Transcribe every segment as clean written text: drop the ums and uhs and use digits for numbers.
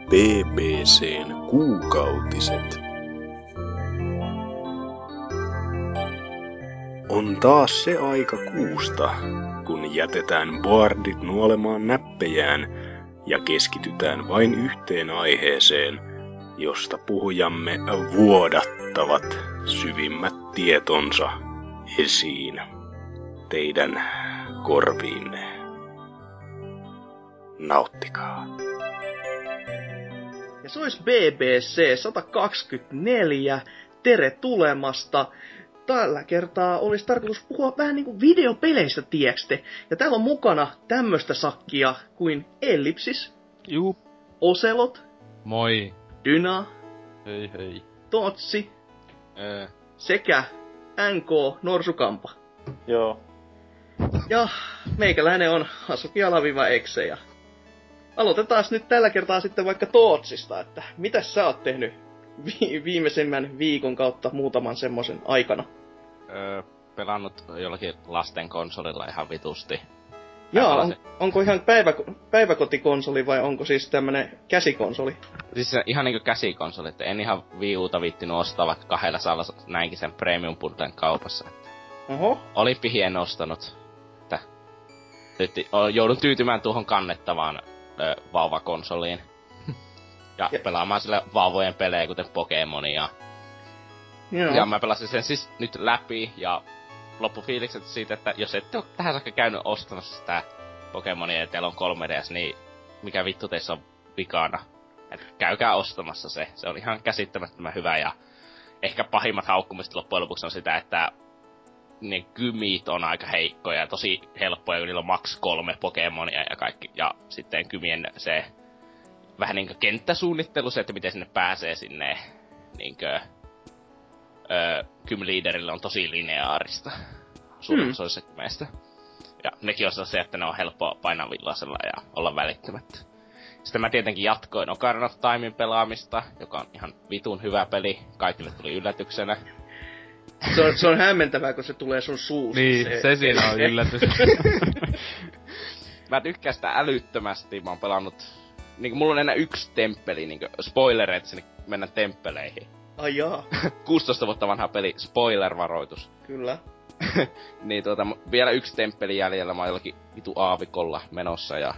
BBCn kuukautiset. On taas se aika kuusta, kun jätetään boardit nuolemaan näppejään ja keskitytään vain yhteen aiheeseen, josta puhujamme vuodattavat syvimmät tietonsa esiin teidän korviinne. Nauttikaa. Ja se olisi BBC 124. Tere tulemasta. Tällä kertaa olisi tarkoitus puhua vähän niinku videopeleistä, tiedätkö? Ja täällä on mukana tämmöstä sakkia kuin Ellipsis. Juu. Ocelot. Moi. Dyna. Hei hei. Totsi. Sekä NK Norsukampa. Joo. Ja meikäläinen on Hasuki-Exe ja aloitetaan nyt tällä kertaa sitten vaikka Tootsista, että mitäs sä oot tehnyt viimeisimmän viikon kautta muutaman semmosen aikana? Pelannut jollakin lasten konsolilla ihan vitusti. Joo, onko ihan päiväkotikonsoli vai onko siis tämmönen käsikonsoli? Siis ihan niinku käsikonsoli, että en ihan Wii Uta viittinyt ostaa, vaikka 200 näinkin sen Premium Bundlen kaupassa. Oho. Olipi hieno ostanut. Että nyt joudun tyytymään tuohon kannettavaan vauvakonsoliin. Ja pelaamaan sille vauvojen pelejä, kuten Pokemonia. Joo. Ja mä pelasin sen siis nyt läpi, ja loppufiilikset siitä, että jos ette ole tähän saakka käynyt ostamassa sitä Pokemonia ja teillä on 3DS, niin mikä vittu teissä on vikana. Et käykää ostamassa se. Se on ihan käsittämättömän hyvä, ja ehkä pahimmat haukkumiset loppujen lopuksi on sitä, että ne kymit on aika heikkoja ja tosi helppoja, kun niillä on maks 3 Pokemonia ja kaikki. Ja sitten kymien se vähän niinkö kenttäsuunnittelu, se, että miten sinne pääsee sinne niinkö Gym-leaderille on tosi lineaarista suurin osassa kymeistä. Ja nekin on sellaisia, että ne on helppo painaa villasella ja olla välittämättä. Sitten mä tietenkin jatkoin Ocarina of Timein pelaamista, joka on ihan vitun hyvä peli. Kaikille tuli yllätyksenä. Se on hämmentävää, kun se tulee sun suusta. Niin, se siinä on yllätys. Mä tykkään sitä älyttömästi. Mä oon pelannut... Niinku mulla on enää yksi temppeli, niinku spoilereita sinne mennään temppeleihin. Ai jaa. 16 vuotta vanha peli, spoiler-varoitus. Kyllä. Niin vielä yksi temppeli jäljellä, mä oon jollakin vitu aavikolla menossa ja...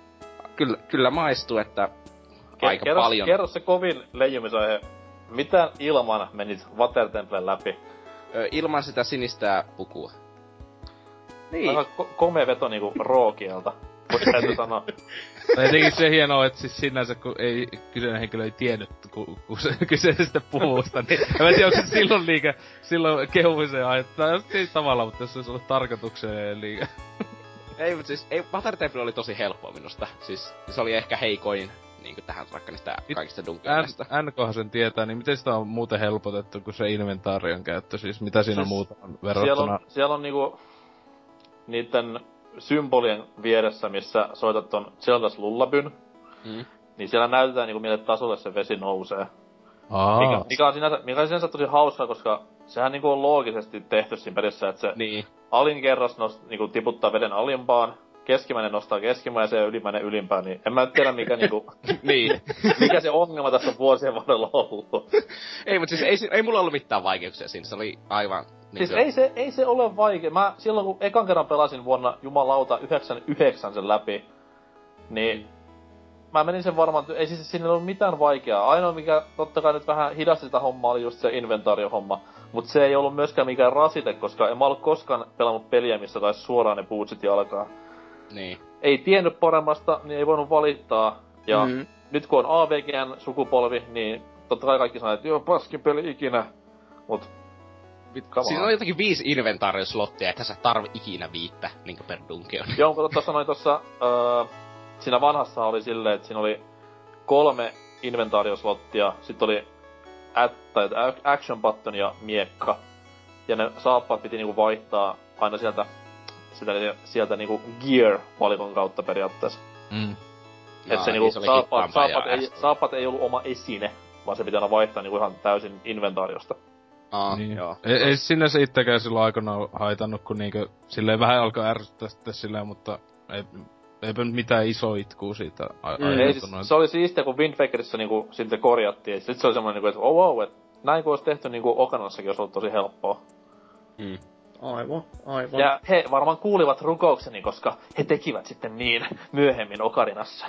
Kyllä maistuu, että aika paljon... Kerro se kovin leijumisaihe. Mitä ilman menit Water Templen läpi? Ilman sitä sinistä pukua. Niin. Aika komea veto niinku rookielta. Voisi täytyy sanoa. Tai jotenkin se hienoa, että siis sinänsä, kun kyseinen henkilö ei tiennyt kun se kyseisestä puvusta, niin en mä tiedä, onko se silloin kehumiseen aiheuttaa. Ei tavallaan, mutta jos se olisi ollut tarkoitukseen liikaa. Ei, mutta siis Water Temple oli tosi helppoa minusta. Siis se oli ehkä heikoin niinku tähän saakka niistä kaikista dungeoneista. NKhan sen tietää, niin miten sitä on muuten helpotettu, kun se inventaarion käyttö, siis mitä siinä siis muuta on verrattuna? Siellä on niinku niitten symbolien vieressä, missä soitat ton Zelda's Lullabyn, niin siellä näytetään niinku mille tasolle se vesi nousee. Mikä on sinänsä tosi hauskaa, koska sehän niinku on loogisesti tehty siinä pelissä, että se alin kerros niinku tiputtaa veden alimpaan, keskimmäinen nostaa keskimmäiseen ja ylimmäinen ylimpään, niin en mä nyt tiedä mikä niinku... mikä se ongelma tässä on vuosien varrella ollut. Ei, mut siis ei mulla ollut mitään vaikeuksia siinä, se oli aivan... Siis ei se ole vaikea. Mä silloin kun ekan kerran pelasin vuonna jumalauta 99 sen läpi, niin mä menin sen varmaan, ei siis siinä ollut mitään vaikeaa. Ainoa mikä totta kai nyt vähän hidasti sitä hommaa oli just se inventaariohomma, mut se ei ollut myöskään mikään rasite, koska en mä ollut koskaan pelannut peliä, missä taisi suoraan ne bootsit jalkaa. Niin. Ei tiennyt paremmasta, niin ei voinut valittaa. Ja nyt kun on AVGn sukupolvi, niin totta kai kaikki sanoo, että joo, paskin peli ikinä. Mut siinä on jotakin 5 inventaarioslottia, että sä tarvi ikinä 5 niinku per dungeon. Joo, kun sanoin tossa, siinä vanhassa oli silleen, että siinä oli 3 inventaarioslottia, sit oli action button ja miekka. Ja ne saappaat piti niinku vaihtaa aina sieltä niinku gear-valikon kautta periaatteessa. Et se niinku saappaat ei ollut oma esine, vaan se pitää aina vaihtaa niinku ihan täysin inventaariosta. Niin. Joo. Ei sinänsä itsekään silloin aikanaan haitannut, kun niinkö silleen vähän alkaa ärsyttää sitten silleen, mutta eipä nyt mitään iso itkuu siitä Ei, siis, se oli siistiä, kun Wind Wakerissa niinku siltä korjattiin, et sit se oli semmonen niinku, että wow, et näin kun ois tehty niinku Okaranassakin ois ollut tosi helppoa. Aivan. Ja he varmaan kuulivat rukoukseni, koska he tekivät sitten niin myöhemmin Okarinassa.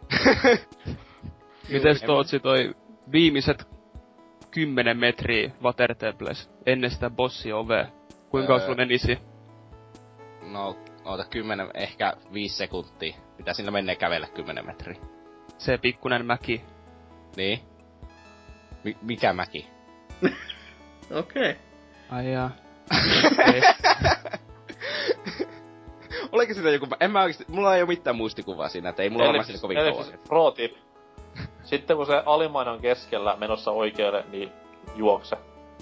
Mites Tootsi toi viimeiset 10 metriä Water Temples ennen sitä bossi-ovea? Kuinka sun enisi? No, 10, ehkä 5 sekuntia. Mitä siinä menee kävellä 10 metriä? Se pikkunen mäki. Niin. Mikä mäki? Okei. Ai jaa. Oliko siinä joku... En mä oikeesti... Mulla ei oo mitään muistikuvaa siinä, että ei mulla varmaan siinä kovin kauan. Siis pro tip. Sitten kun se alimainen on keskellä menossa oikealle, niin juokse.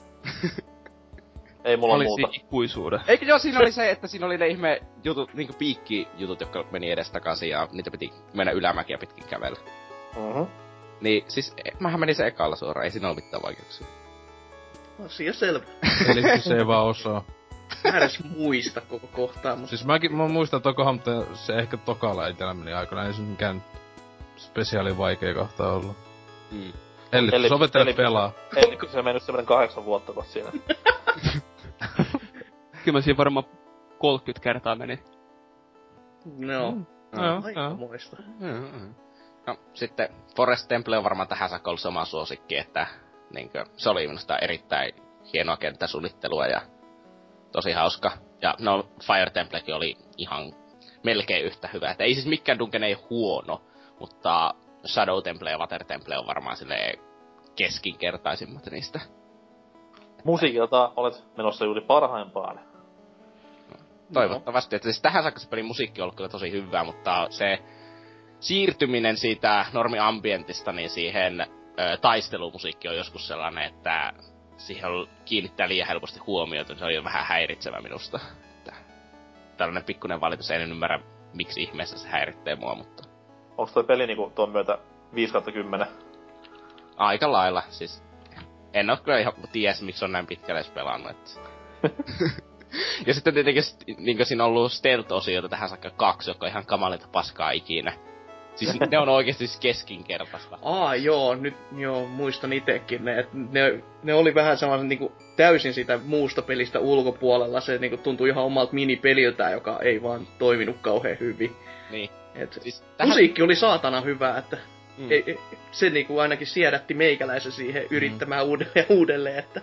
Ei mulla oli muuta. ikuisuuden. Eikö joo, siinä oli se, että siinä oli ne ihme jutut, niinku piikki-jutut, jotka meni edestakaisin ja niitä piti mennä ylämäkiä pitkin kävellä. Niin, siis mähän menin se ekalla suoraan, ei siinä oo mitään vaikeuksia. Asia selvä. Eli se ei vaan osaa. Mä edes muista koko kohtaa, mutta... Siis mä muistan tokohan, mutta se ehkä tokalla itellä meni aikana, ei se mikään spesiaali vaikea kohta ollut. Eli sovettele pelaa. Eli se mennyt semmonen 8 vuotta kohta siinä. Kyllä mä siinä varmaan 30 kertaa meni. No. Aika muista. No, sitten Forest Temple on varmaan tähän saakka ollut sama suosikki, että niinkö, se oli minusta erittäin hienoa kenttäsuunnittelua ja tosi hauska. Ja no, Fire Templekin oli ihan melkein yhtä hyvä. Että ei siis mikään Dungeon ei huono, mutta Shadow Temple ja Water Temple on varmaan silleen keskinkertaisimmat niistä. Musiikilta olet menossa juuri parhaimpaan. Toivottavasti, että siis tähän saakka se pelin musiikki on ollut kyllä tosi hyvää, mutta se siirtyminen siitä normi-ambientista niin siihen taistelumusiikki on joskus sellainen, että siihen kiinnittää liian helposti huomiota, se on jo vähän häiritsevä minusta. Että tällainen pikkuinen valitus, en ymmärrä miksi ihmeessä se häiritsee mua, mutta... Onks toi peli niinku tuon myötä 5/10? Aika lailla, siis... En oo kyllä ihan ties, miksi on näin pitkälle edes pelannut, että... Ja sitten tietenkin niinkö siinä on ollut stealth-osioita tähän saakka 2, jotka on ihan kamalinta paskaa ikinä. Siis ne on oikeesti siis keskinkertaista. Nyt muistan itekin ne, että ne oli vähän sellaisen niinku täysin sitä muusta pelistä ulkopuolella. Se niinku tuntui ihan omalta minipeliltään, joka ei vaan toiminut kauhean hyvin. Niin. Siis musiikki oli saatana hyvä, että se niinku ainakin siedätti meikäläisen siihen yrittämään uudelleen, että...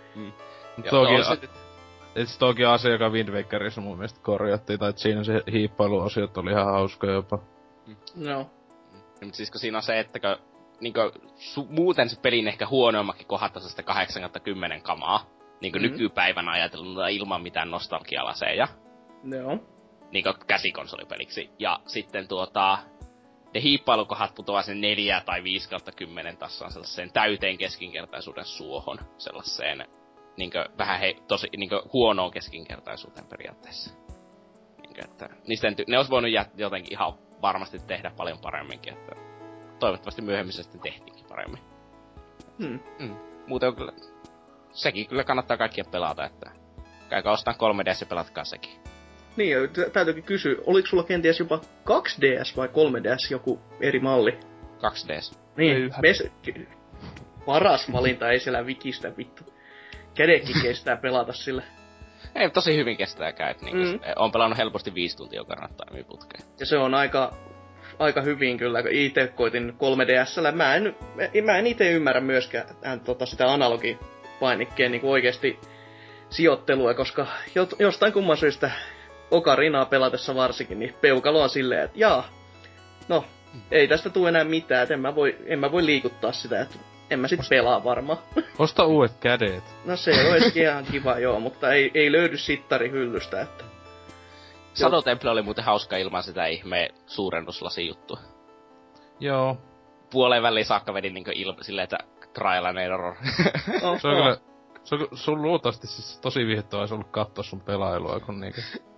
Toki asia, joka Wind Wakerissa mun mielestä korjattiin, tai että siinä se hiippailuosiot oli ihan hauskoja jopa. No. Mutta siis kun siinä on se, että muuten se pelin ehkä huonoimmakin kohdat on sitä 8/10 kamaa. Niinku nykypäivänä ajatellut ilman mitään nostalgialaseja. No. Niinku käsikonsolipeliksi. Ja sitten ne hiippailukohdat putoaa sen 4 tai 5/10 tassaan sellaiseen täyteen keskinkertaisuuden suohon. Sellaiseen niinkö vähän tosi niinkö huonoon keskinkertaisuuteen periaatteessa. Niinkö, että ne ois voinut jotenkin ihan varmasti tehdä paljon paremminkin, että toivottavasti myöhemmin se sitten tehtiinkin paremmin. Muuten on kyllä, sekin kyllä kannattaa kaikkia pelata, että käykää ostaa 3DS ja pelatkaa sekin. Niin, täytyykin kysyä, oliko sulla kenties jopa 2DS vai 3DS joku eri malli? 2DS. Niin, paras valinta, ei siellä vikistä vittu. Kädetkin kestää pelata sillä. Ei, tosi hyvin kestää käy. On pelannut helposti 5 tuntia joka kannattaa putkeen. Ja se on aika hyvin kyllä, kun itse koitin 3DS:llä. Mä en itse ymmärrä myöskään sitä analogipainikkeen niin oikeesti sijoittelua, koska jostain kumman syystä Okarinaa pelatessa varsinkin, niin peukalo on silleen, että ei tästä tule enää mitään, että en mä voi liikuttaa sitä, että en mä sit pelaa varmaan. Osta uudet kädet. No se olisi ihan kiva, joo, mutta ei löydy sittarihyllystä, että... Shadow Temple oli muuten hauska ilman sitä ihme suurennuslasi-juttua. Joo. Puoleen väliin saakka vedin niinkö silleen, että trial and error. Se on kyllä... Sun luultavasti siis tosi viihdyttävää olisi ollut katsoa sun pelailua, kun niinkö...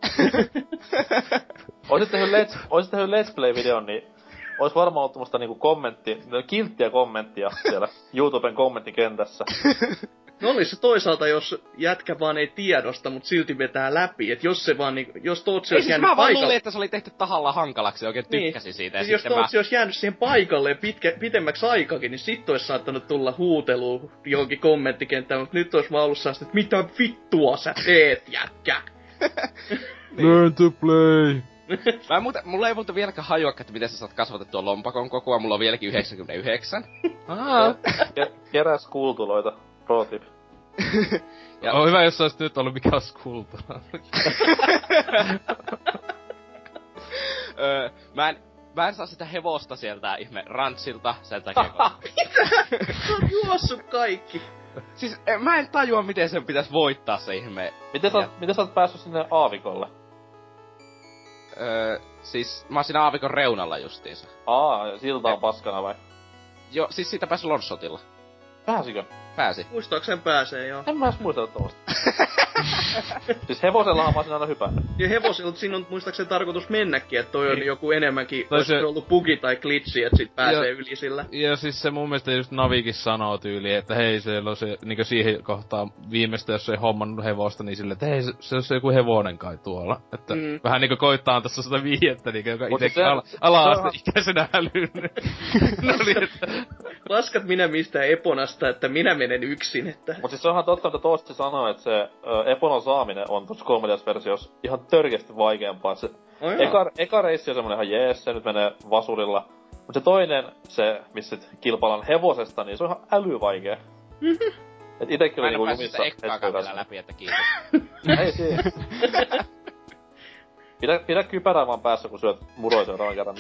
Oisit tehnyt Let's Play-videon, niin ois varmaan ollut tommoista niinku kilttiä kommenttia siellä YouTuben kommenttikentässä. No oli se toisaalta, jos jätkä vaan ei tiedosta, mut silti vetää läpi. Et jos se vaan jos Tootsi olisi jäänyt mä vaan paikalle... luulin, että se oli tehty tahalla hankalaksi ja oikein tykkäsin siitä. Ja jos Tootsi olisi jäänyt siihen paikalle pitemmäksi aikakin, niin sit olisi saattanut tulla huutelu johonkin kommenttikenttään, mutta nyt olisi vaan ollut sellaista, että mitä vittua sä teet, jätkä? Learn to play. Mulla ei muuten vieläkään hajua, että miten sä saat kasvatettua lompakon kokoa. Mulla on vieläkin 99. Keräs kuultuloita. Pro tip. Ja... On hyvä, jos olisi nyt ollut mikä olisi kultuna. Mä en saa sitä hevosta sieltä ihme rantsilta sen takia. Mitä? Se on juossut kaikki. Siis mä en tajua, miten sen pitäis voittaa se ihme. Miten sä oot päässyt sinne aavikolle? Siis mä oon siinä aavikon reunalla justiinsa. Silta on paskana vai? Joo, siis siitä pääsi longshotilla. Pääsikö? Pääsi. Muistaakseni pääsee, joo. En mä edes muista tosta. Siis hevosellahan mä oon aina hypännyt. Ja hevosilla siinä on muistaakseni tarkoitus mennäkin, että toi on joku enemmänkin, ois se ollut bugi tai glitchi, että sit pääsee yli sillä. Ja siis se mun mielestä just Navikin sanoo tyyli, että hei siellä on se, niinku siihen kohtaan viimeistä, jos ei hommannut hevosta, niin sille, että hei se on se joku hevonen kai tuolla. Että vähän niinku koittaa tässä sitä vihjettä, niinku, joka itekin ala-asteikäisenä älynyt. No niin, että... Laskat minä mistään Eponasta, että minä menen yksin, että... Mut siis se onhan totta, mitä Toasti sanoo, että se Eponon saaminen on tuossa 3DS-versiossa ihan törkeästi vaikeampaa. Se eka reissi on semmonen ihan jees, se nyt menee vasurilla. Mut se toinen, se missä kilpaillaan hevosesta, niin se on ihan älyvaikea. Et itekin oli niinku lumissa... Mä en päässyt sitä vielä läpi, että kiitos. Ei siinä. Pidä kypärää vaan päässä, kun syöt muroja seuraavan kerran.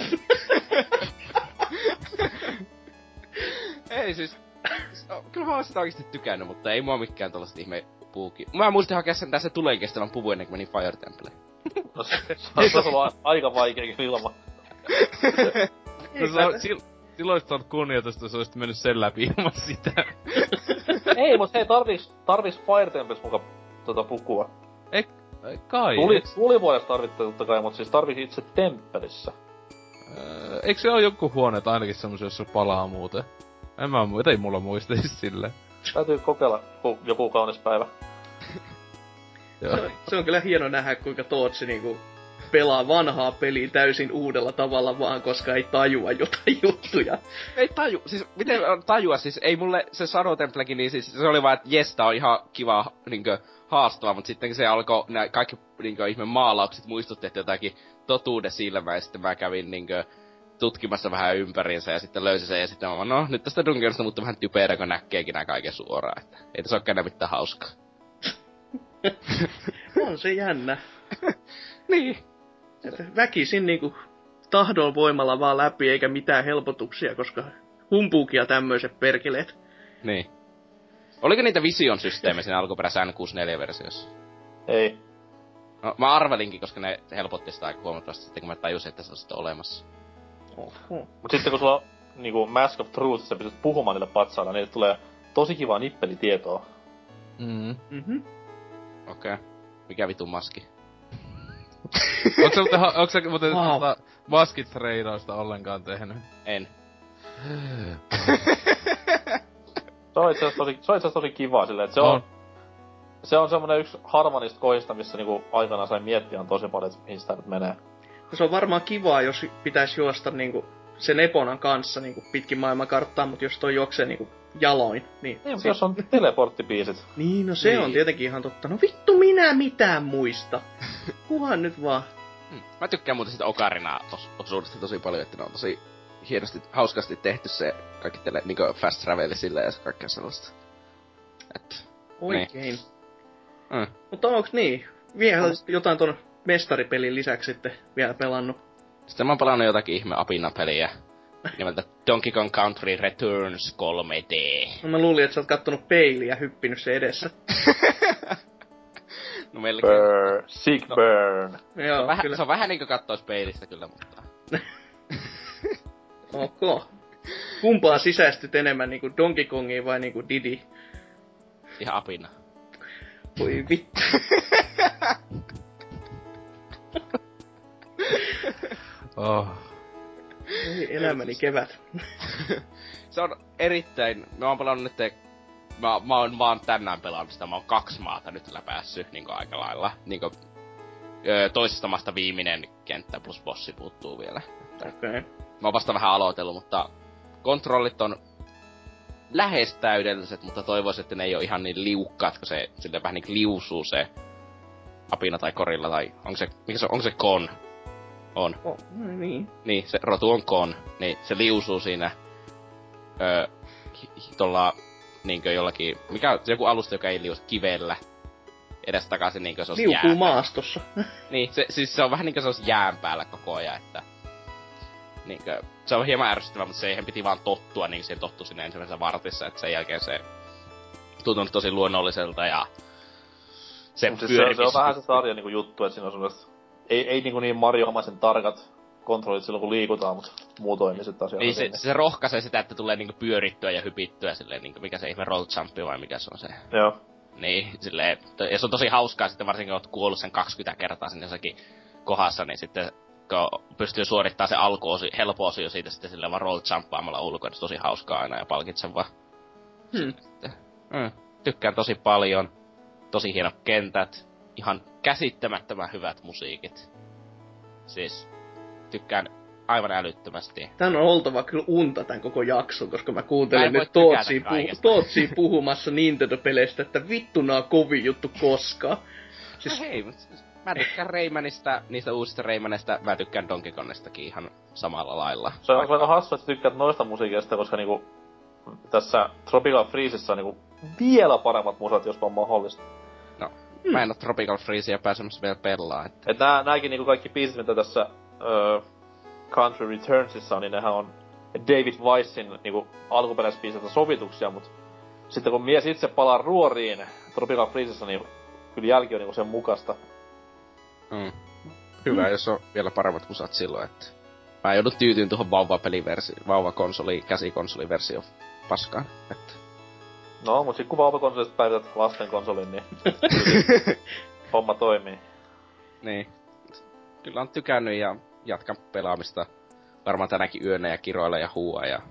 Ei siis... Kyllä mä oon sitä oikeesti tykännyt, mutta ei mua mikään tollaset ihme puuki. Mä muistin hakea sen tässä tuleen kestävän puvun ennen kuin menin Fire Templeen. No se on ollut aika vaikeakin ilman. Silloin olisit saanut kunnioitusta, jos olisit mennyt sen läpi ilman sitä. Ei, mut hei, tarviks Fire Temples muka pukua? Kai. Tulivuodessa tarvitte totta kai, mut siis tarvii itse temppelissä. Eikö se oo joku huoneet ainakin semmosia, jossa palaa muuten? Ei mulla muistisi silleen. Täytyy kokeilla joku kaunis päivä. Se on kyllä hieno nähdä, kuinka Tootsi niinku pelaa vanhaa peliä täysin uudella tavalla vaan, koska ei tajua jotain juttuja. Ei taju, siis miten tajua, siis ei mulle se Shadow Templekin, niin siis se oli vaan, että jes, tää on ihan kiva niinkö haastava, mut sitten se alkoi nää kaikki niinkö ihme maalaukset muistutti, että jotakin totuuden silmää, ja sitten mä kävin niinkö tutkimassa vähän ympäriinsä ja sitten löysin sen ja sitten mä vaan, no nyt tästä Dungeonista muuttuu vähän typerä, kun näkeekin nää kaiken suoraan, että ei tässä ookaan mitään hauskaa. On se jännä. Niin. Että väkisin niinku tahdon voimalla vaan läpi eikä mitään helpotuksia, koska humpuukia tämmöiset perkeleet. Niin. Oliko niitä Vision-systeemejä siinä alkuperäisessä N64-versiossa? Ei. No, mä arvelinkin, koska ne helpotti sitä aika huomattavasti sitten, kun mä tajusin, että se on sitten olemassa. Oho. Mut sitten kun sulla on niinku Mask of Truth, sä pystyt puhumaan niille patsailla, niin tulee tosi kivaa nippelitietoa. Okei. Mikä vitun maski? Onks sä muuten maskit-treidausta ollenkaan tehnyt? En. Se on itse asiassa tosi kiva silleen, että se on semmonen yksi harva niistä kohdista, missä niinku aikanaan sain miettiä tosi paljon, että mihin sitä nyt menee. Se on varmaan kivaa, jos pitäisi juosta niinku sen Eponan kanssa niinku pitkin maailmankarttaa, mutta jos toi juoksee niinku jaloin, niin... Niin, jos on teleporttibiisit. Niin, no se niin on tietenkin ihan totta. No vittu minä mitään muista. Kuhan nyt vaan. Mä tykkään muuten sitä Ocarina-osuudesta tosi paljon, että ne on tosi hienosti, hauskasti tehty se kaikki niinku fast traveli sillä ja kaikkea sellaista. Oikein. Niin. Mutta onks niin? Vielä jotain ton mestaripelin lisäksi sitten vielä pelannut? Sitten mä oon pelannut jotakin ihme apinapeliä nimeltä Donkey Kong Country Returns 3D. No mä luulin, että sä oot kattonut peiliä ja hyppinyt se edessä. No melkein. Sick burn. Joo, se on vähän niinku kattois peilistä kyllä, mutta... Okay. Kumpaa sisäistyt enemmän, niinku Donkey Kongiin vai niinku Didi? Ihan apina. Voi vittu. Ei elämäni kevät. Se on erittäin... Mä oon pelannut nyt mä oon vaan tänään pelannut sitä, mä oon 2 maata nyt läpässyt niinku aika lailla. Niinku toisesta maasta viimeinen kenttä plus bossi puuttuu vielä. Okei. Okay. Mä oon vasta vähän aloitellut, mutta kontrollit on lähes täydelliset, mutta toivoisin, että ne ei oo ihan niin liukkaat, kun se sille vähän niinku liusuu se apina tai korilla tai onko se kon? On. Oh, no niin. Niin, se rotu on kon, niin se liusuu siinä tolla niinkö jollakin, joku alusta, joka ei liusu kivellä edes takaisin niinkö se olisi liukuu maastossa. Niin, se on vähän niinkö se olisi jään päällä koko ajan, että niinkö, se on hieman ärsyttävää, mutta siihen piti vaan tottua, niin siihen tottui sinne ensimmäisessä vartissa, että sen jälkeen se tuntunut tosi luonnolliselta ja se on vähän se sarja niinku juttu, että siinä on sellaiset ei niinku niin Mario-omaisen tarkat kontrollit silloin kun liikutaan, mutta muu toimiset asiat. Niin se rohkaisee sitä, että tulee niinku pyörittyä ja hypittyä silleen niinku mikä se ihme roll jumpi vai mikä se on se. Joo. Niin, silleen, ja se on tosi hauskaa sitten varsinkin kun oot kuollut sen 20 kertaa sinne jossakin kohdassa, niin sitten kun pystyy suorittamaan se alkuosi, helppo osio siitä sitten silleen vaan roll jumppaamalla ulkoa, niin se on tosi hauskaa aina ja palkitsevaa. Tykkään tosi paljon, tosi hienot kentät, ihan käsittämättömän hyvät musiikit. Siis, tykkään aivan älyttömästi. Tän on oltava kyllä unta tän koko jakson, koska mä kuuntelin nyt Tootsia puhumassa Nintendo-peleistä, että vittu nää on kovin juttu koskaan. Siis... No hei, mä tykkään Raymanista, niistä uusista Raymanista, mä tykkään Donkey Kongistakin ihan samalla lailla. Se on aika hassu, että tykkäät noista musiikeista, koska niinku tässä Tropical Freezessa on niinku vielä paremmat musat, jos on mahdollista. No, mä en oo Tropical Freezea pääsemässä vielä pelaa. Et nääkin niinku kaikki biisit, mitä tässä Country Returnsissa on, niin nehän on David Weissin niinku alkuperäisbiisiltä sovituksia, mut sitten kun mies itse palaa ruoriin Tropical Freezessa, niin kyllä jälki on niinku sen mukasta. Hyvä, jos on vielä paremmat musat silloin, että mä joudun tyytyyn tuohon käsikonsoliversio paskaan, että... No, mut sit kun vauvakonsolista päivität lasten konsolin, niin homma toimii. Niin. Kyllä on tykännyt ja jatkan pelaamista varmaan tänäkin yönä ja kiroilla ja huua ja...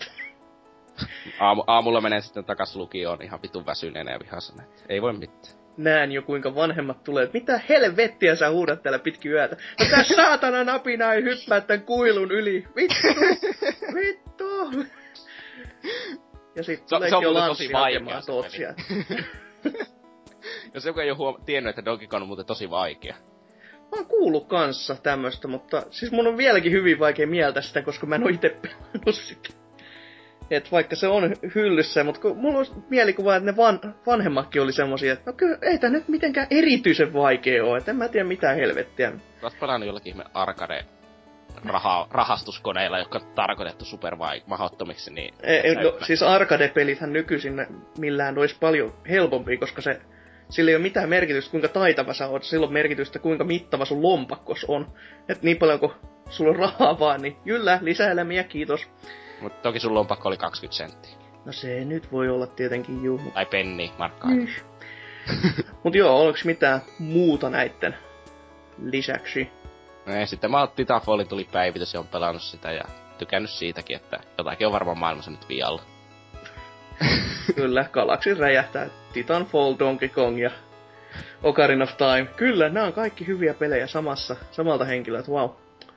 aamulla menen sitten takas lukioon ihan vitun väsyneenä ja vihasena, ei voi mitään. Näen jo kuinka vanhemmat tulee, että mitä helvettiä sä huudat täällä pitkin yötä. No tää saatana napina ei hyppää tän kuilun yli. Vittu! Ja sit tuleekin jo lanssi hakemaan Tootsia. Jos joku ei oo tiennyt, että Donkey Kong on muuten tosi vaikea. Mä oon kuullut kanssa tämmöstä, mutta siis mun on vieläkin hyvin vaikea mieltä sitä, koska mä en oo ite pelannut sitä. Et vaikka se on hyllyssä, mutta mulla on mielikuva, että ne vanhemmatkin oli semmosia, että no kyllä ei tää nyt mitenkään erityisen vaikea oo, et en mä tiedä mitään helvettiä. Oot pelannut jollakin ihme arcade rahastuskoneilla, jotka on tarkoitettu mahdottomiksi, niin... Siis arcade-pelithän nykyisin millään olisi paljon helpompia, koska sillä ei ole mitään merkitystä, kuinka taitava sä oot. Sillä on merkitystä, kuinka mittava sun lompakkos on. Et niin paljon kun sulla on rahaa vaan, niin kyllä, lisäelämiä, kiitos. Mut toki sun lompakko oli 20 senttiä. No se nyt voi olla tietenkin juu. Tai penni, markkaa. Mut joo, oliks mitään muuta näitten lisäksi? No ja sitten Titanfallin tuli päivitys ja on pelannut sitä ja tykännyt siitäkin, että jotakin on varmaan maailmassa nyt vialla. Kyllä, Galaxy räjähtää. Titanfall, Donkey Kong ja Ocarina of Time. Kyllä, nämä on kaikki hyviä pelejä samalta henkilöltä, wow.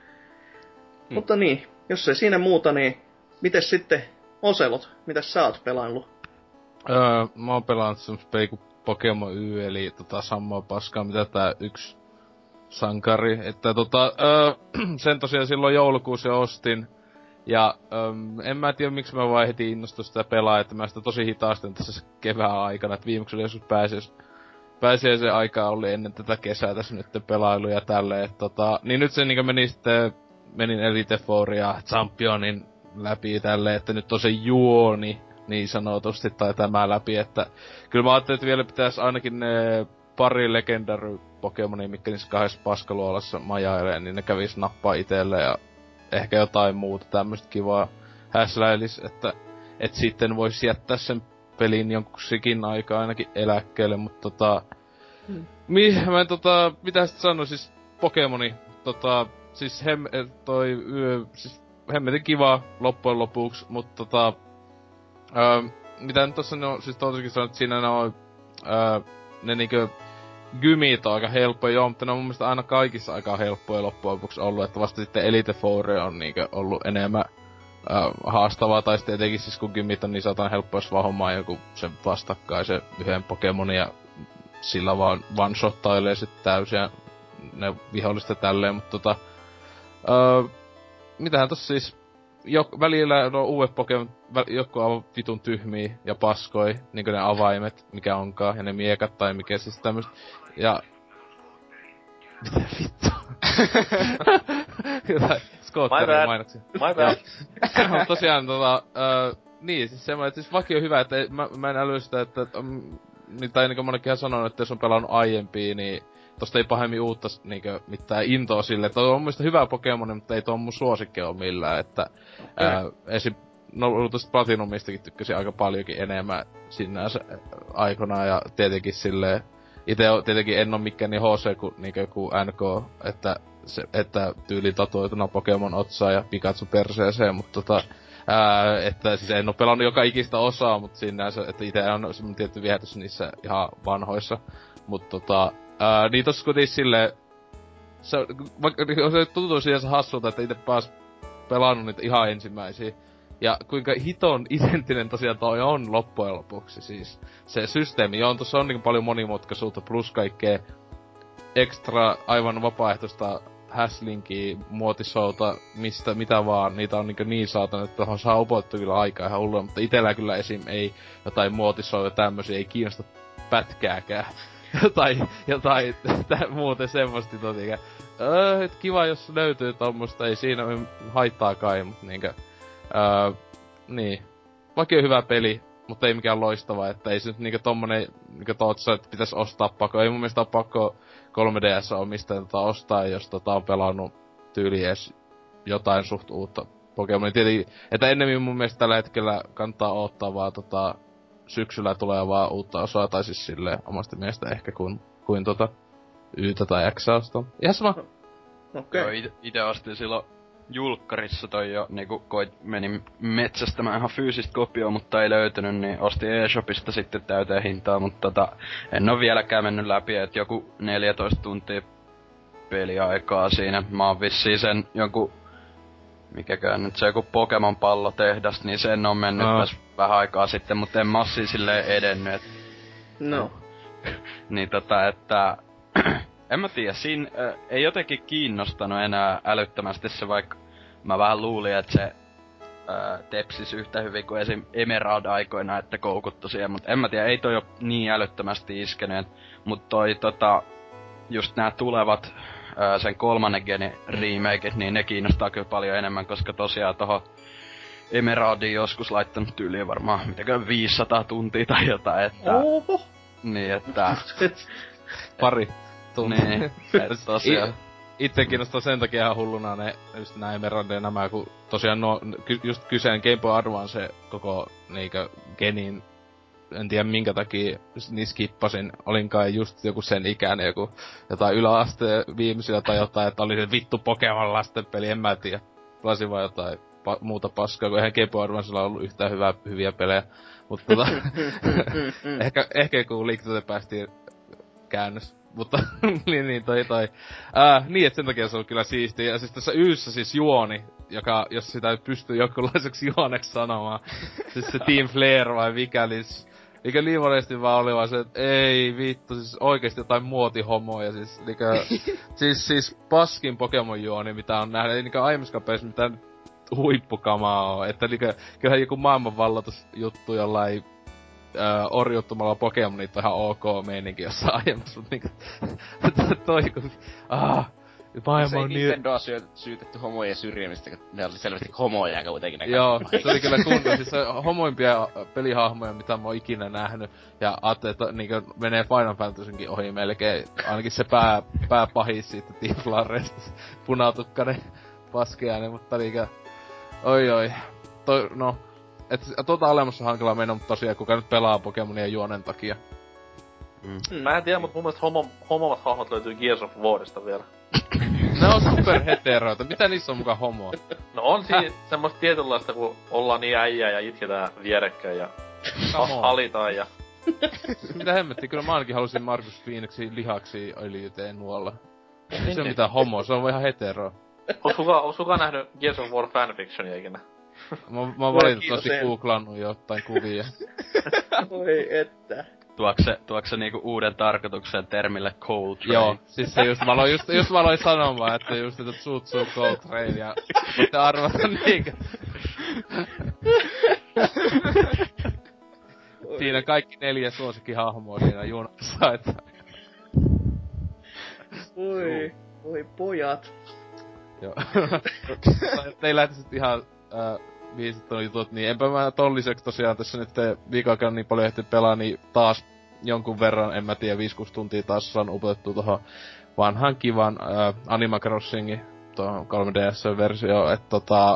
Mutta niin, jos ei siinä muuta, niin mites sitten Oselot? Mitäs sä oot pelaillut? Mä oon pelannut semmos peiku Pokemon Y, eli samaa paskaa, mitä tää yksi sankari. Että sen tosiaan silloin joulukuussa ostin. Ja en mä tiedä miksi mä vaan heti innostuin sitä pelaa, että mä sitä tosi hitaasti tässä kevään aikana, että viimeksi oli joskus pääsiäisen aikaa oli ennen tätä kesää tässä nyt pelailu ja tälleen, niin nyt se niinku menin Elite Four ja Championin läpi tälleen, että nyt on se juoni niin sanotusti tai tämä läpi, että kyllä mä ajattelin, että vielä pitäis ainakin ne pari Legendary Pokemonia, mitkä niissä kahdessa paskaluolassa majailee, niin ne kävis nappaa itelle ja ehkä jotain muuta tämmöstä kivaa häsläilis, että sitten vois jättää sen pelin jonkunsikin aikaa ainakin eläkkeelle, mutta mitä sit sano, siis Pokemoni, siis hemmetin kiva loppujen lopuksi, mutta mitä nyt tossa no, siis tosikin sanoin, että siinä ne on, ne niinkö gymit on aika helppoja, joo, mutta ne on mun mielestä aina kaikissa aika helppoja loppujen lopuksi ollut, että vasta sitten Elite Four on niinkö ollut enemmän haastavaa, tai sitten etenkin siis kun gymit on niin saatan helppoa, jos vaan hommaa joku sen vastakkaisen yhden Pokemonin ja sillä vaan one-shottailee sit täysiä ne vihollista tälleen, mutta mitähän tossa siis välillä no uudet Pokemon, joku on vitun tyhmiä ja paskoi, niinku ne avaimet, mikä onkaan, ja ne miekat tai mikä siis tämmöset, ja mitä vittu? Jotain skootteria mainoksia. My bad. Tosiaan niin, siis semmoinen, että siis vakio on hyvä, että mä en äly sitä, että niin, tai niinku monenkin sanonut, että jos on pelannut aiempia, niin tosta ei pahemmin uutta niinkö mitään intoa sille, että on mun mielestä hyvä Pokemon, mutta ei tuo mun suosikki oo millään, että esim. No tosta Platinumistakin tykkäsin aika paljonkin enemmän sinänsä aikanaan, ja tietenkin silleen, tietenkin en oo mikään niin HC kuin niinkö joku NK, että tyyli tatuoituna Pokemon otsaa ja Pikachu perseeseen, mutta että siis en oo pelannut joka ikistä osaa, mut sinänsä, että ite on semmonen tietty viehätys niissä ihan vanhoissa, mut niin tossa kuitenkin silleen, se tuntuu siihen hassulta, että ite pääs pelannut niitä ihan ensimmäisiä. Ja kuinka hiton identtinen tosiaan toi on loppujen lopuksi, siis se systeemi, joo, tossa on niin paljon monimutkaisuutta plus kaikkea ekstra aivan vapaaehtoista häslinkiä, muotisouta, mitä vaan, niitä on niin saatana, että tohon saa upottua kyllä aikaa ihan hullua, mutta itellä kyllä esim. Ei jotain muotisouta tämmösiä, ei kiinnosta pätkääkään. jotain muuten semmoista totikä. Et kiva jos löytyy tommoista, ei siinä haittaa kai, mut niinkö niin. Vaikka hyvä peli, mutta ei mikään loistava, että ei se nyt niinkö tommonen niinkö tootsa, että pitäis ostaa pakko. Ei mun mielestä oo pakko 3DS omistaa ostaa, jos on pelannut tyyli edes jotain suht uutta Pokemonia. Tietenkin, että ennemmin mun mielestä tällä hetkellä kannattaa odottaa vaan syksyllä tulevaa uutta osaa, tai siis silleen omasta mielestä ehkä kuin Ytä tai Xausta. Ihan sama. Okei. Joo, ite ostin silloin julkkarissa toi jo niinku menin metsästämään ihan fyysistä kopioa, mutta ei löytynyt, niin ostin eShopista sitten täyteen hintaa, mutta en oo vieläkään mennyt läpi, että joku 14 tuntia peliaikaa siinä. Mä oon vissiin sen jonkun, mikäkään nyt se joku Pokemon pallotehdas, niin sen on mennyt tässä vähän aikaa sitten, mutta en mä oo siis silleen edennyt, et... No. niin että... en mä tiedä, siinä ei jotenkin kiinnostanut enää älyttömästi se, vaikka mä vähän luulin, että se tepsis yhtä hyvin kuin esim. Emerald-aikoina, että koukuttu siihen, mut en mä tiedä, ei toi oo niin älyttömästi iskenyt, mut toi just nää tulevat sen 3. genen remakeit, niin ne kiinnostaa kyllä paljon enemmän, koska tosiaan tohon Emeraldiin joskus laittanut tyyliin varmaan mitäkään 500 tuntia tai jotain, että... Oho! Niin, että... Pari tuntia. Niin, että tosiaan... Itse kiinnostaa sen takia ihan hulluna just nää Emerald ja nämä, kun tosiaan just kyseen Game Boy Advance koko niinkö genin, en tiedä minkä takia niin skippasin, olinkaan just joku sen ikäinen, joku jotain yläasteen viimeisillä tai jotain, että oli se vittu Pokemon lastenpeli, en mä tiedä. Pelasin vaan jotain muuta paskaa, kun eihän Game Boy Advancella ollut yhtään hyviä pelejä. Mutta ehkä kun Linktote päästiin käännös. Mutta niin niin, että sen takia se on kyllä siistiä. Ja siis tässä Yssä siis juoni, joka, jos sitä pystyy jonkunlaiseksi juoneksi sanomaan. Siis se Team Flare vai mikä liivalisesti vaan oli vaan se, että ei vittu, siis oikeesti jotain muotihomoja, siis siis paskin Pokemon juoni, mitä on nähnyt, ei niinkään aiemmissa pelissä mitään huippukamaa oo, että kyllähän joku maailmanvallatusjuttu jollain orjuttumalla Pokemonit on ihan ok meininki jossain aiemmassa, mut niinku toi kun maailma on niin... Nintendoa syytetty homojen syrjimistä, kun ne oli selvästi homoja kuitenkin. Joo, se oli kyllä kunto, siis homoimpia pelihahmoja, mitä mä oon ikinä nähnyt, ja ajattelin, että niinkö menee Final Fantasynkin ohi melkein, ainakin se pääpahis siitä Team Flaresta, punatukkainen paskeäinen, mutta niinkö, oi, no, et alemmassa hankalaa mennä, mutta tosiaan kuka nyt pelaa Pokemonia juonen takia. Mä en tiedä, mut mun mielestä homomat hahmot löytyy Gears of Warista vielä. Ne on superheteroita, mitä niissä on mukaan homoa? No on siinä semmoista tietynlaista, kun ollaan niin äijää ja itketään vierekkäin ja Halitaan ja... Mitä hemmetti, kyllä mä ainakin halusin Markus Phoenixin lihaksi öljyteen nuolla. Ei se oo mitään homo, se on ihan hetero. Onks kukaan nähnyt Gears of War fanfictionia ikinä? Mä oon valitettavasti googlannut jotain kuvia. Oi että. Tuokse niinku uuden tarkoituksen termille Cold Train? Joo, siis se just, mä aloin sanomaan, että just että Tsutsu Cold Train ja voitte arvata niinkö. Siinä kaikki 4 suosikkihahmoa siinä junassa, että... Voi pojat. Joo. Ei lähtis nyt ihan viisit ton jutut, niin enpä mä ton lisäksi tosiaan tässä nyt viikon niin paljon ehti pelaa, niin taas jonkun verran, en mä tiedä, 5-6 tuntia taas on upotettu tohon vanhan kivan Animal Crossingin, tohon 3DS-versio, että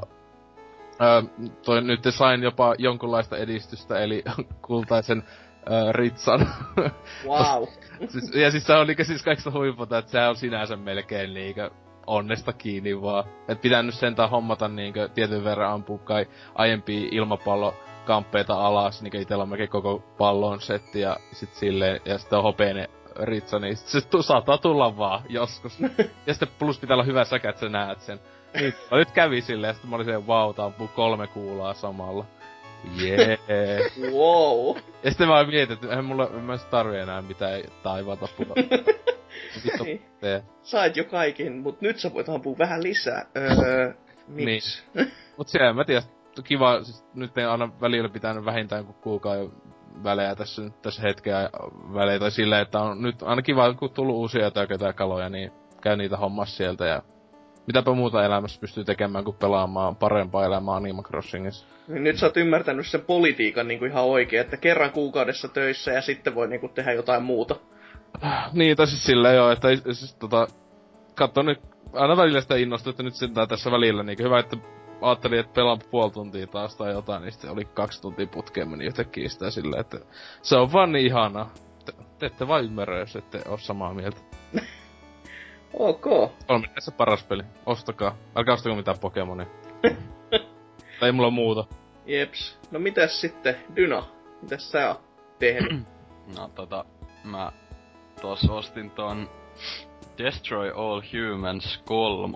toi nyt sain jopa jonkunlaista edistystä, eli kultaisen Ritsan. Wow. siis se on niinkö siis kaikista huipputa, että sehän on sinänsä melkein niinkö onnesta kiinni vaan. Et pitää nyt sentään hommata niinkö tietyn verran ampua kai aiempia ilmapallokamppeita alas, niinkö itellä on melkein koko pallon setti ja sit silleen, ja sitten on hopeinen Ritsa, niin sit se saattaa tulla vaan joskus. Ja sitten plus pitää olla hyvä säkä, että sä näet sen. Niin, nyt kävi silleen, ja sitten mä olin silleen, ampuu 3 kuulaa samalla. Jee. Wow. Ja sitten mä mietin, että eihän mulla mä tarvii enää mitään taivaata puhua. Niin. Sait jo kaikin, mut nyt sä voit ampua vähän lisää. Miksi? Niin. Mut siellä en mä tiedä, kiva, siis nyt ei aina välillä pitänyt vähintään kuukauden välejä tässä hetkeä välejä, tai silleen, että on nyt aina kiva, kun tullut uusia kaloja, niin käy niitä hommassa sieltä ja mitäpä muuta elämässä pystyy tekemään kuin pelaamaan parempaa elämää Animal Crossingissa. Nyt sä oot ymmärtänyt sen politiikan niinku ihan oikein, että kerran kuukaudessa töissä ja sitten voi niinku tehdä jotain muuta. Niin, tai siis silleen joo, että siis katso nyt, aina välillä sitä innostuu, että nyt sentään tässä välillä niinku hyvä, että ajattelin, että pelaan puoli tuntia taas tai jotain, niin sitten oli 2 tuntia putkeen meni yhtäkkiä sitä silleen, että se on vaan niin ihanaa. Te ette vaan ymmärrä, jos ette oo samaa mieltä. Ok. On se paras peli. Ostakaa. Älkää ostako mitään Pokemonia. Tai ei mulla muuta. Jeps. No mitäs sitten, Dyna? Mitäs sä oot tehnyt? No mä tuossa ostin ton Destroy All Humans 3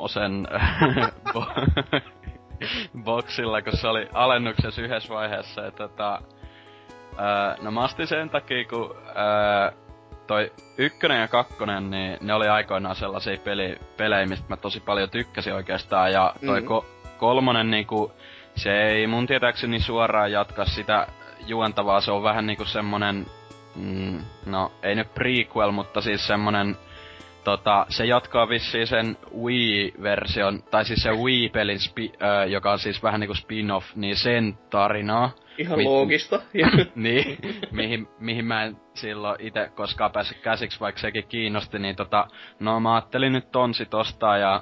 boksilla, kun se oli alennuksessa yhdessä vaiheessa, että no mä ostin sen takia, kun toi 1 ja 2, niin ne oli aikoinaan sellaisia pelejä, mistä mä tosi paljon tykkäsin oikeastaan, ja toi 3 niinku, se ei mun tietääkseni suoraan jatka sitä juontavaa, se on vähän niinku semmonen, no ei nyt prequel, mutta siis semmonen, se jatkaa vissiin sen Wii-version, tai siis se Wii-pelin, joka on siis vähän niinku spin-off, niin sen tarinaa. Ihan loogista. Niin, mihin mä en silloin ite koskaan päässyt käsiksi, vaikka sekin kiinnosti, niin no mä ajattelin nyt tonsi tostaa, ja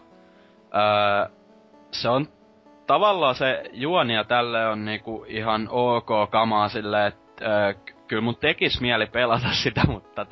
se on tavallaan se juonia tälle on niinku ihan ok kamaa silleen, että kyllä mun tekis mieli pelata sitä, mutta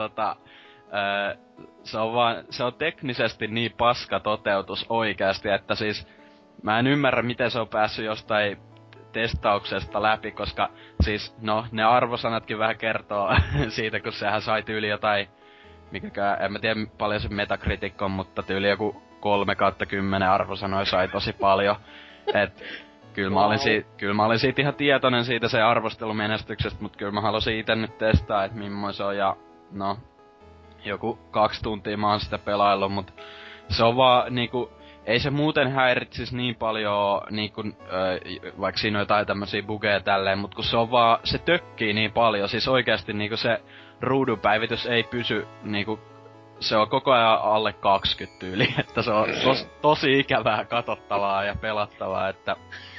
se on teknisesti niin paska toteutus oikeasti, että siis mä en ymmärrä miten se on päässyt jostain testauksesta läpi, koska siis no ne arvosanatkin vähän kertoo siitä, kun sehän sai tyyli jotain, mikäkään, en mä tiedä paljon se Metacritic on, mutta tyyli joku 3/10 arvosanoi sai tosi paljon. Et kyllä mä olin siitä ihan tietoinen siitä se arvostelumenestyksestä, mut kyllä mä halusin ite nyt testaa, että millainen se on, ja no joku 2 tuntia mä oon sitä pelaillut, mut se on vaan niinku, ei se muuten häiritsis niin paljon niinku, vaikka siinä on jotain tämmösiä bugeja tälleen, mut kun se on vaan, se tökkii niin paljon, siis oikeesti niinku se ruudunpäivitys ei pysy niinku, se on koko ajan alle 20 tyyli, että se on tosi ikävää katsottavaa ja pelattavaa, että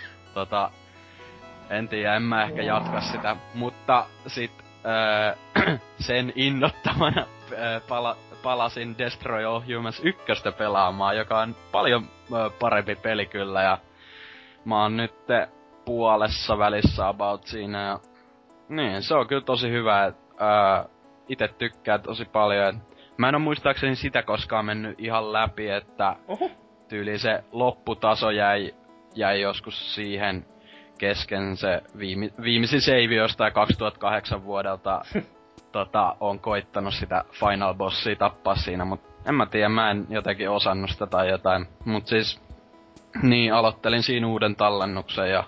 en tiedä, en mä ehkä jatka sitä, mutta sit sen innottamana palasin Destroy All Humans 1 pelaamaan, joka on paljon parempi peli kyllä, ja mä oon nyt puolessa välissä about siinä, ja niin, se on kyllä tosi hyvä, ite tykkään tosi paljon, mä en oo muistaakseni sitä koskaan mennyt ihan läpi, että tyyli se lopputaso jäi joskus siihen kesken se viimeisin save jostain 2008 vuodelta on koittanut sitä final bossia tappaa siinä, mut en mä tiedä, mä en jotenkin osannut sitä tai jotain. Mut siis, niin aloittelin siinä uuden tallennuksen ja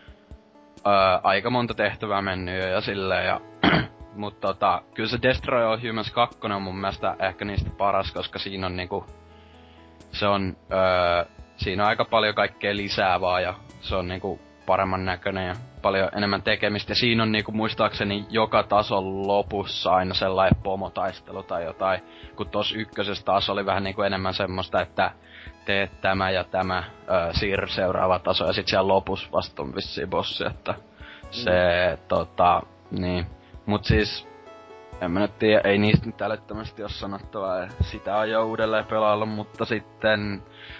aika monta tehtävää mennyt jo ja silleen ja mut kyllä se Destroy All Humans 2 on mun mielestä ehkä niistä paras, koska siinä on niinku se on siinä on aika paljon kaikkea lisäävää ja se on niinku paremman näköinen ja paljon enemmän tekemistä. Ja siinä on niinku muistaakseni joka tason lopussa aina sellainen pomotaistelu tai jotain. Kun tossa ykkösessä taas oli vähän niinku enemmän semmoista, että teet tämä ja tämä, siirry seuraava taso ja sit siellä lopussa vasta on vissiin bossi, että se niin. Mut siis, en mä nyt tiedä, ei niistä nyt älyttömästi oo sanottavaa, sitä on jo uudelleen pelaillut, mutta sitten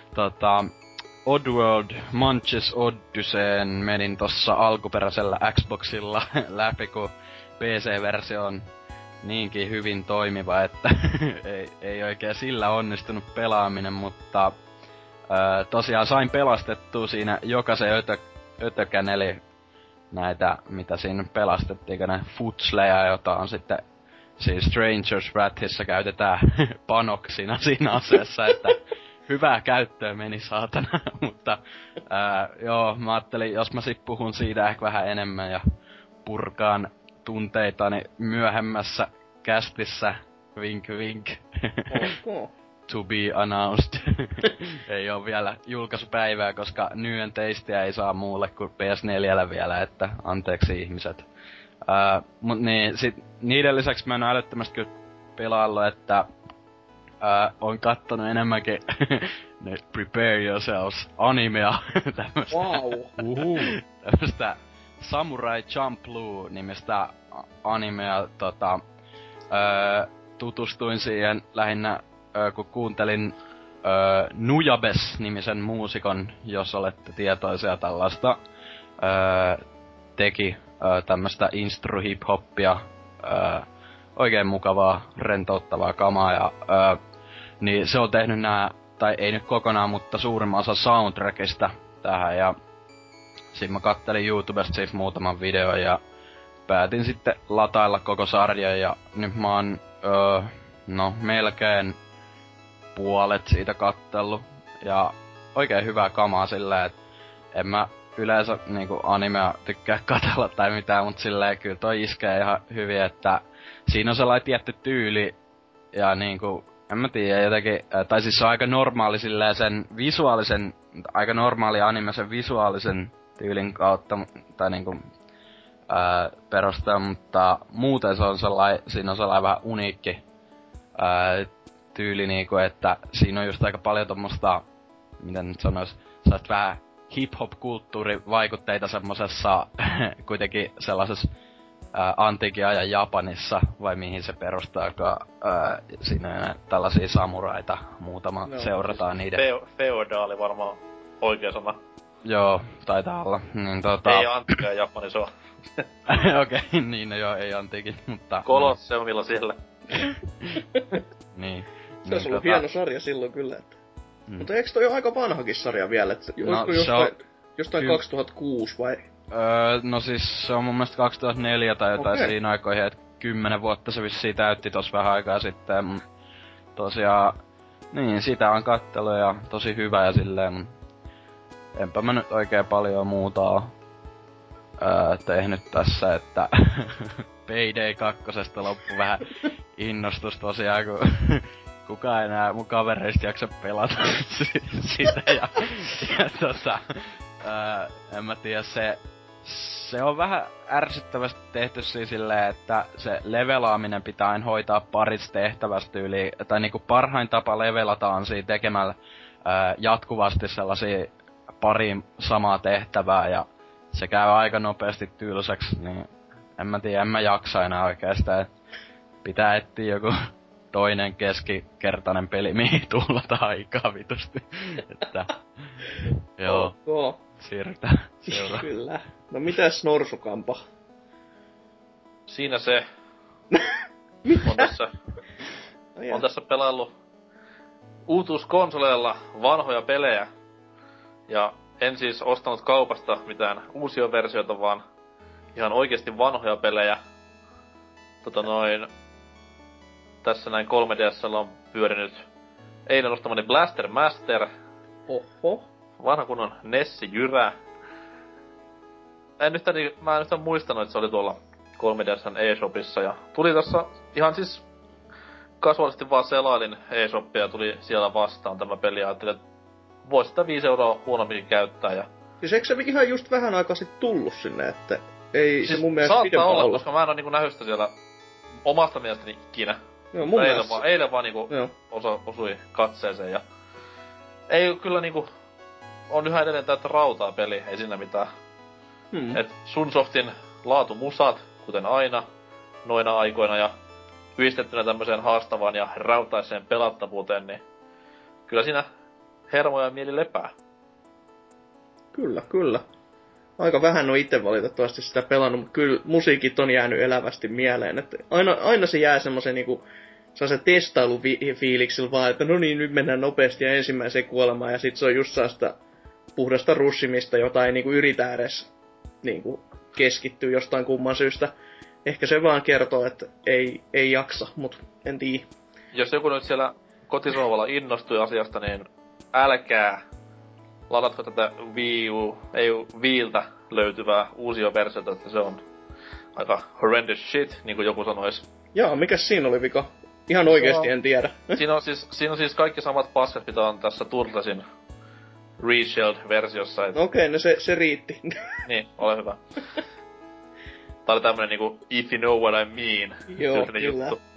Oddworld Manches Odysseyn menin tossa alkuperäisellä Xboxilla läpi, kun PC-versio on niinkin hyvin toimiva, että ei oikein sillä onnistunut pelaaminen, mutta tosiaan sain pelastettua siinä jokaisen ötökän, eli näitä, mitä siinä pelastettiinko ne futsleja, jota on sitten siis Stranger's Wrathissa käytetään panoksina siinä aseessa, että hyvää käyttöä meni saatana, mutta joo, mä ajattelin, jos mä sit puhun siitä ehkä vähän enemmän ja purkaan tunteitani myöhemmässä kästissä, vink vink, to be announced. Ei oo vielä julkaisupäivää, koska New Tasteä ei saa muulle kuin PS4 vielä, että anteeksi ihmiset. Mut niin, sit niiden lisäksi mä en oo älyttömästi kyllä pelaillut, että on kattonut enemmänkin ne Prepare Yourselves animea, tämmöstä, tämmöstä Samurai Champloo nimistä animea, tutustuin siihen lähinnä, kun kuuntelin Nujabes-nimisen muusikon, jos olette tietoisia tällaista, teki tämmöstä instru-hip-hoppia, oikein mukavaa, rentouttavaa kamaa ja niin se on tehnyt nää, tai ei nyt kokonaan, mutta suurimman osa soundtrackista tähän ja sit mä kattelin YouTubesta siis muutaman videon ja päätin sitten latailla koko sarjan ja nyt mä oon melkein puolet siitä kattellut ja oikein hyvää kamaa silleen, että en mä yleensä niinku animea tykkää katsella tai mitään, mut silleen kyllä toi iskee ihan hyvin, että siinä on sellainen tietty tyyli ja niinku, en mä tiedä jotenkin, tai siis se on aika normaali silleen sen visuaalisen, aika normaali anime sen visuaalisen tyylin kautta, tai niinku perusteella, mutta muuten se on sellainen, siinä on sellainen vähän uniikki tyyli niinku, että siinä on just aika paljon tommoista, miten nyt sanois, sellaista vähän hip-hop-kulttuurivaikutteita semmosessa, kuitenkin sellaisessa antiikin ajan Japanissa, vai mihin se perustaakaan, siinä tällaisia samuraita, muutama seurataan niiden. Feodaali varmaan oikea sana. Joo, taitaa olla. Niin, ei antiikia Japanissa oo. Okei, niin no joo, ei antiikin, mutta Kolosseumilla siellä. Niin. Se olisi ollut hieno sarja silloin kyllä, että. Mutta eikö toi ole aika vanhakin sarja vielä, että jostain 2006 vai? No siis se on mun mielestä 2004 tai jotain siinä aikoihin, että 10 vuotta se vissiin täytti tossa vähän aikaa sitten. Tosiaan, niin sitä on kattellut ja tosi hyvä ja silleen, enpä mä nyt oikein paljon muuta oo tehnyt tässä, että Payday 2 loppu vähän innostus tosiaan, kun kukaan enää mun kavereista jaksa pelata sitä ja en mä tiedä, se on vähän ärsyttävästi tehty silleen, että se levelaaminen pitää aina hoitaa parissa tehtävästä yli, tai niinku parhain tapa levelata on siinä tekemällä jatkuvasti sellaisia pari samaa tehtävää ja se käy aika nopeasti tylsäksi, niin en mä tiedä, en mä jaksa enää oikeastaan, että pitää etsiä joku toinen keskikertainen peli, mihin tuhlata aikaa vitusti, että joo. Siirrytään seuraavaan. Kyllä. No mitäs Norsukampa? Siinä se. On tässä pelaillut uutuuskonsoleilla vanhoja pelejä. Ja en siis ostanut kaupasta mitään uusia versioita, vaan ihan oikeesti vanhoja pelejä. Tässä näin 3DS:llä on pyörinyt eilen ostamani Blaster Master. Oho. Vanha kunnon Nessi-jyrä. Mä en yhtään muistanut, että se oli tuolla 3DS:n eShopissa ja tuli tossa ihan siis kasuaalisesti vaan selailin eShopia ja tuli siellä vastaan tämä peli ja ajattelin, että vois sitä 5 € huonommin käyttää ja... Siis eikö se ihan just vähän aikaa sit tullut sinne, että ei siis se mun mielestä saattaa olla, koska mä en oo niinku nähnyt sitä siellä omasta mielestäni ikinä. Joo, mun mielestä... Eilen vaan niinku osui katseeseen ja... Ei kyllä niinku... On yhä edelleen täyttä rautaa peli, ei siinä mitään. Et Sunsoftin laatumusat, kuten aina, noina aikoina ja yhdistettynä tämmöiseen haastavaan ja rautaiseen pelattavuuteen, niin kyllä siinä hermoja ja mieli lepää. Kyllä, kyllä. Aika vähän on itse valitettavasti sitä pelannut, mutta kyllä musiikit on jäänyt elävästi mieleen. Että aina se jää semmoisen niinku, se testailufiiliksellä vaan, että no niin, nyt mennään nopeasti ja ensimmäiseen kuolemaan, ja sit se on just sellaista puhdasta rushimista, jota ei niinku yritä edes niinku keskittyä jostain kumman syystä. Ehkä se vaan kertoo, että ei jaksa, mut en tiedä. Jos joku nyt siellä kotisohvalla innostui asiasta, niin älkää ladatko tätä Wiiltä löytyvää uusia versiota, että se on aika horrendous shit, niinku joku sanois. Jaa, mikäs siinä oli vika? Ihan oikeesti en tiedä. Siinä on siis kaikki samat paskat, mitä on tässä Turtlesin Reshelled-versiossa. Okei, no se riitti. Niin, ole hyvä. Tää oli tämmönen niinku, if you know what I mean. Joo, kyllä. Juttu.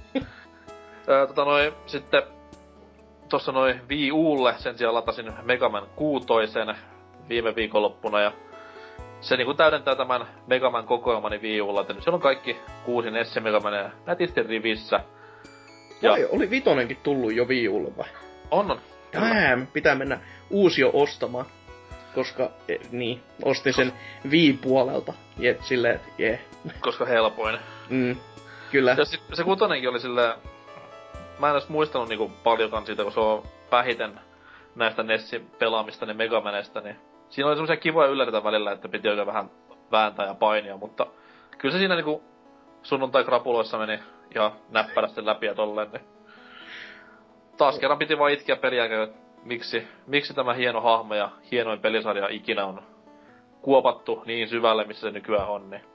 Sitten tossa Wii Ulle sen sijaan latasin Mega Man 6 viime viikonloppuna ja se niinku täydentää tämän Mega Man kokoelmani Wii Ulla, että siellä on kaikki 6 NES Mega Mania nätisti rivissä. Ja oli vitonenkin tullut jo Wii Ulle vai? On. Pitää mennä uusio ostamaan. Koska, ostin sen Wii-puolelta. Silleen, että jee. Koska helpoin. Kyllä. Ja se kutonenkin oli silleen... Mä en edes muistanut niinku paljonkaan siitä, kun se on vähiten näistä Nessin pelaamista, niin Megamaneista, niin... Siinä oli semmosia kivoja yllätytä välillä, että piti oikein vähän vääntää ja painia, mutta... Kyllä se siinä niinku sunnuntai-krapuloissa meni ihan näppärästi läpi ja tolleen, niin... Taas kerran piti vaan itkeä peliä, että miksi tämä hieno hahmo ja hienoin pelisarja ikinä on kuopattu niin syvälle, missä se nykyään on, niin...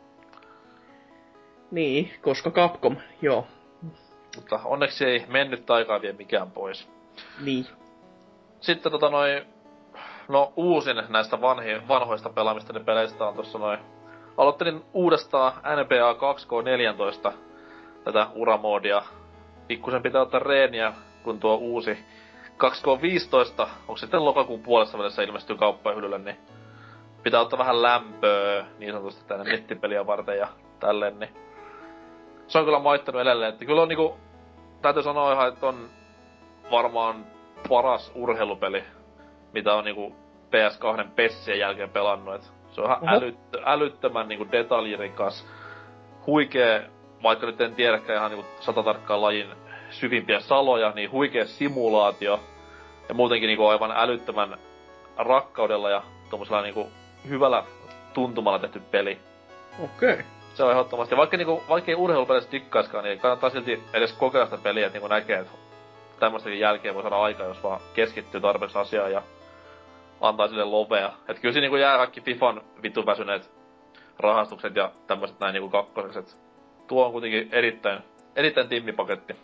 Niin, koska Capcom, joo. Mutta onneksi ei mennyt taikaa vie mikään pois. Niin. Sitten no uusin näistä vanhoista pelaamista peleistä on tossa aloittelin uudestaan NBA 2K14 tätä uramoodia. Pikkusen pitää ottaa reeniä, kun tuo uusi 2K15, onko sitten lokakuun puolessa välissä ilmestyy kauppahyllylle, niin pitää ottaa vähän lämpöä niin sanotusti tänne nettipeliä varten ja tälleen, niin se on kyllä maittanut edelleen, että kyllä on niinku, täytyy sanoa ihan, että on varmaan paras urheilupeli, mitä on niinku PS2 Pessien jälkeen pelannut, et se on ihan älyttömän niinku detaljirikas, huikee, vaikka nyt en tiedäkään ihan niinku 100 tarkkaan lajin syvimpiä saloja, niin huikee simulaatio ja muutenkin niinku aivan älyttömän rakkaudella ja tommosella niinku hyvällä tuntumalla tehty peli. Okei. Se on ehdottomasti. Vaikka ei urheilupelissä dikkaiskaan, niin kannattaa silti edes kokeilla sitä peliä, että niinku näkee, että tämmöstäkin jälkeen voi saada aikaa, jos vaan keskittyy tarpeeksi asiaan ja antaa sille lovea. Et kyllä siinä niinku jää kaikki Fifan vitun väsyneet rahastukset ja tämmöset näin niinku kakkoseksi. Tuo on kuitenkin erittäin timmipaketti.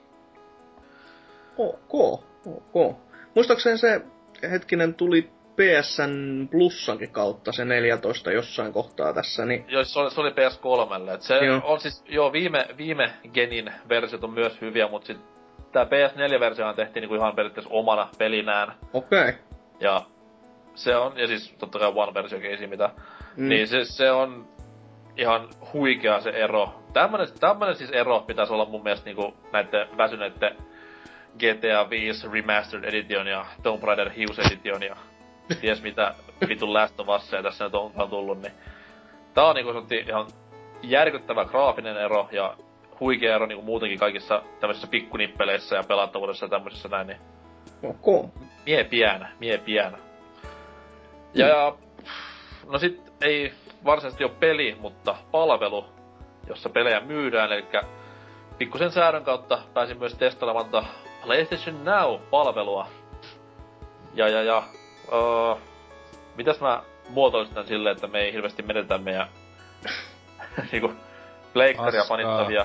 Ok. Muistaakseni se hetkinen tuli PSN Plussankin kautta se 14 jossain kohtaa tässä, niin... Joo, se oli PS3:lle. Et se on siis, viime genin versiot on myös hyviä, mut sit tää PS4-versiohan tehtiin niinku ihan periaatteessa omana pelinään. Okei. Ja se on, ja siis totta kai One-versiokin ei siinä mitään. Niin se on ihan huikea se ero. Tämmönen siis ero pitäisi olla mun mielestä niinku näitten väsyneitten GTA 5 Remastered Edition ja Tomb Raider Heroes Edition ja ties mitä vitun Last of Usia tässä nyt on tullut, niin tää on niinku ihan järkyttävä graafinen ero ja huikea ero niinku muutenkin kaikissa tämmöisissä pikkunippeleissä ja pelattavuudessa ja tämmöisissä näin, niin... Ok. Mie pienä. Ja no sit ei varsinaisesti ole peli, mutta palvelu, jossa pelejä myydään, elikkä pikkusen säädön kautta pääsin myös testailemaan PlayStation Now-palvelua. Mitäs mä muotoilisin tän silleen, että me ei hirveästi menetä meidän niinku pleikkaria panittavia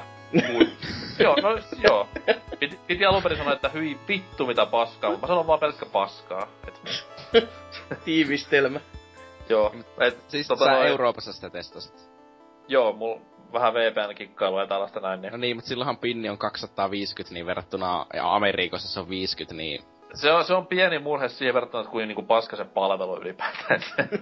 joo. Piti alunperin sanoa, että hyi vittu mitä paskaa, mutta mä sanon vaan pelkkä paskaa. Tiivistelmä. Joo. Siis sä Euroopassa sitä testasit? Joo, mulla vähän VPN-kikkailua ja tällaista näin. Niin. No niin, mutta silloinhan pinni on 250, niin verrattuna, ja Amerikassa se on 50, niin... Se on pieni murhe siihen verrattuna, että kuin niinku paska se palvelu ylipäätään.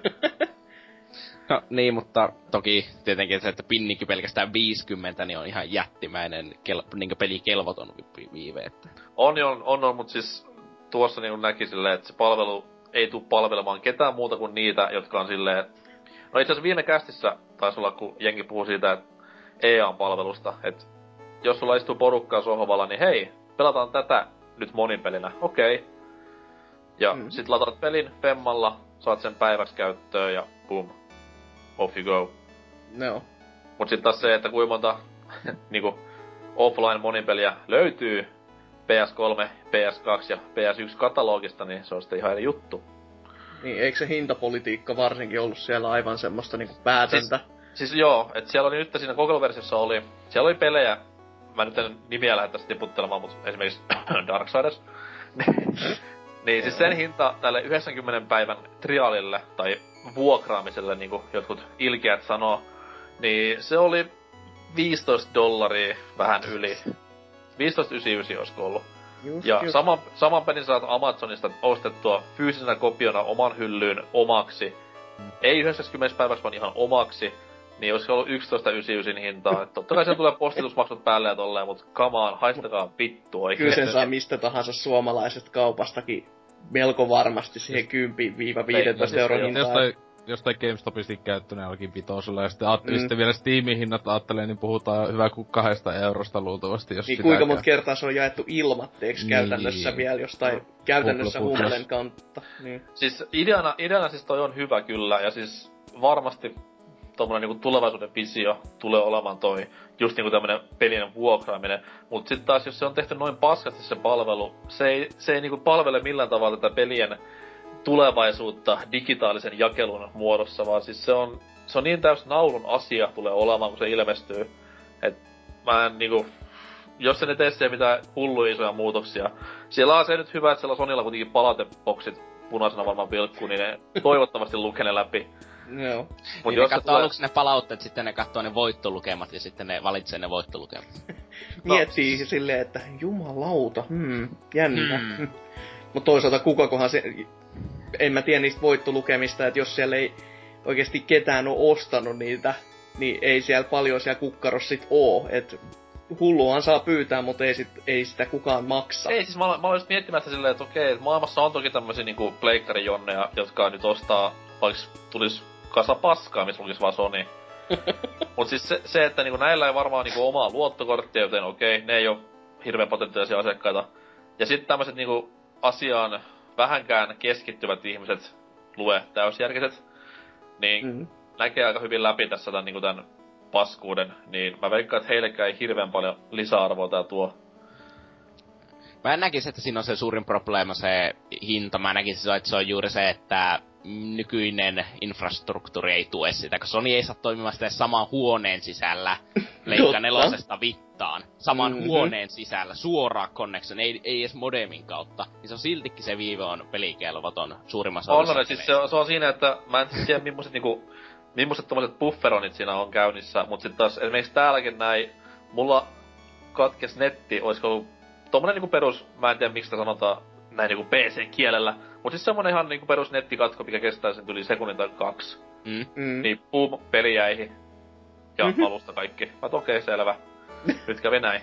No niin, mutta toki tietenkin se, että pinnikin pelkästään 50, niin on ihan jättimäinen niinku pelikelvoton viive, että... On, mutta siis tuossa niinku näki silleen, että se palvelu ei tuu palvelemaan ketään muuta kuin niitä, jotka on silleen... No itse asiassa viime kästissä taisi olla, kun jengi puhuu siitä, että EA-palvelusta, että jos sulla istuu porukkaa sohvalla, niin hei, pelataan tätä nyt monipelinä, okei. Ja sit lataat pelin Femmalla, saat sen päiväksi käyttöön ja boom, off you go. No. Mut sit taas se, että kuinka monta niinku offline monipeliä löytyy PS3, PS2 ja PS1 katalogista, niin se on sitten ihan eri juttu. Niin, eikö se hintapolitiikka varsinkin ollut siellä aivan semmoista niinku päätöntä? Siis joo, et siellä oli nyt siinä kokeiluversiossa siellä oli pelejä, mä nyt en nimiä lähde tästä tiputtelemaan, mutta esimerkiksi Darksiders. Niin siis sen hinta tälle 90 päivän trialille tai vuokraamiselle, niinku jotkut ilkeät sanoo, niin se oli $15 vähän yli. 15,99 olisiko ollut. Ja saman pelin saat Amazonista ostettua fyysisenä kopiona oman hyllyyn omaksi. Ei 90 päiväksi, vaan ihan omaksi. Niin olisiko ollut 11,99 hintaa. Totta kai siellä tulee postitusmaksut päälle ja tolleen, mut come on, haistakaa vittu oikein. Kyllä sen saa mistä tahansa suomalaisesta kaupastakin melko varmasti siihen 10-15 euron hintaan. Jostain GameStopista käyttöneen jollakin vitosella, ja sitten ajattelin sitten vielä Steamin hinnat ajattelee, niin puhutaan hyvä kuin 2 eurosta luultavasti, jos niin kuinka monta kertaa se on jaettu ilmatteeksi käytännössä vielä jostain käytännössä Hummelen kantta. Niin. Siis ideana siis toi on hyvä kyllä, ja siis varmasti tommonen niinku tulevaisuuden visio tulee olemaan toi just niinku tämmönen pelien vuokraaminen. Mut sit taas jos se on tehty noin paskasti se palvelu, se ei niinku palvele millään tavalla tätä pelien tulevaisuutta digitaalisen jakelun muodossa, vaan siis se on niin täys naulun asia tulee olemaan, kun se ilmestyy. Et mä en niinku... Jos se ne tee siellä mitään hulluja isoja muutoksia. Siellä on se nyt hyvä, että siellä Sonylla kuitenkin palauteboksit punaisena varmaan vilkkuu, niin ne toivottavasti lukee läpi. Joo. Mut niin jos ne katsoo aluksi ne palautteet, sitten ne katsoo ne voittolukemat ja sitten ne valitsee ne voittolukemat. Miettii silleen, että jumalauta, jännä. Mut toisaalta kukakohan se... En mä tiedä niistä voittolukemista, että jos siellä ei oikeesti ketään oo ostanut niitä, niin ei siellä paljon siellä kukkarossa sit oo. Et hulluhan saa pyytää, mutta ei sitä kukaan maksa. Ei, siis mä olen just miettimässä silleen, että okei, että maailmassa on toki tämmösiä niinku pleikkarijonneja, jotka nyt ostaa, vaikka tulis kasa paskaa, missä lukis vaan Sony. Mut siis se että niinku näillä ei varmaan niinku omaa luottokorttia, joten okei, ne ei oo hirveen potentiaalisia asiakkaita. Ja sit tämmöset niinku asiaan vähänkään keskittyvät ihmiset, lue täysjärkiset, niin näkee aika hyvin läpi tässä tän niinku tän paskuuden, niin mä veikkaan, että heillekään ei hirveän paljon lisäarvoa tää tuo. Mä näkisin, että siinä on se suurin probleema se hinta. Mä näkisin, että se on juuri se, että nykyinen infrastruktuuri ei tue sitä, koska Sony ei saa toimimaan sitä saman huoneen sisällä Pleikka 4:sta vittaan. Saman huoneen sisällä, suoraan connection, ei edes modemin kautta. Niin se on siltikin se viive on pelikelvoton suurimmassa osassa. On, siis se on siinä, että mä en tiedä millaiset tommoset bufferonit siinä on käynnissä, mut sit taas esimerkiksi täälläkin mulla katkes netti, oisko ollut tommonen niinku perus, mä en tiedä miksi sitä sanotaan näin niinku PC-kielellä, mut siis semmonen ihan niinku perus nettikatko, mikä kestää sen yli sekunnin tai 2. Niin boom, peli jäihin. Ja alusta kaikki. Mä okei, selvä. Nyt kävi näin.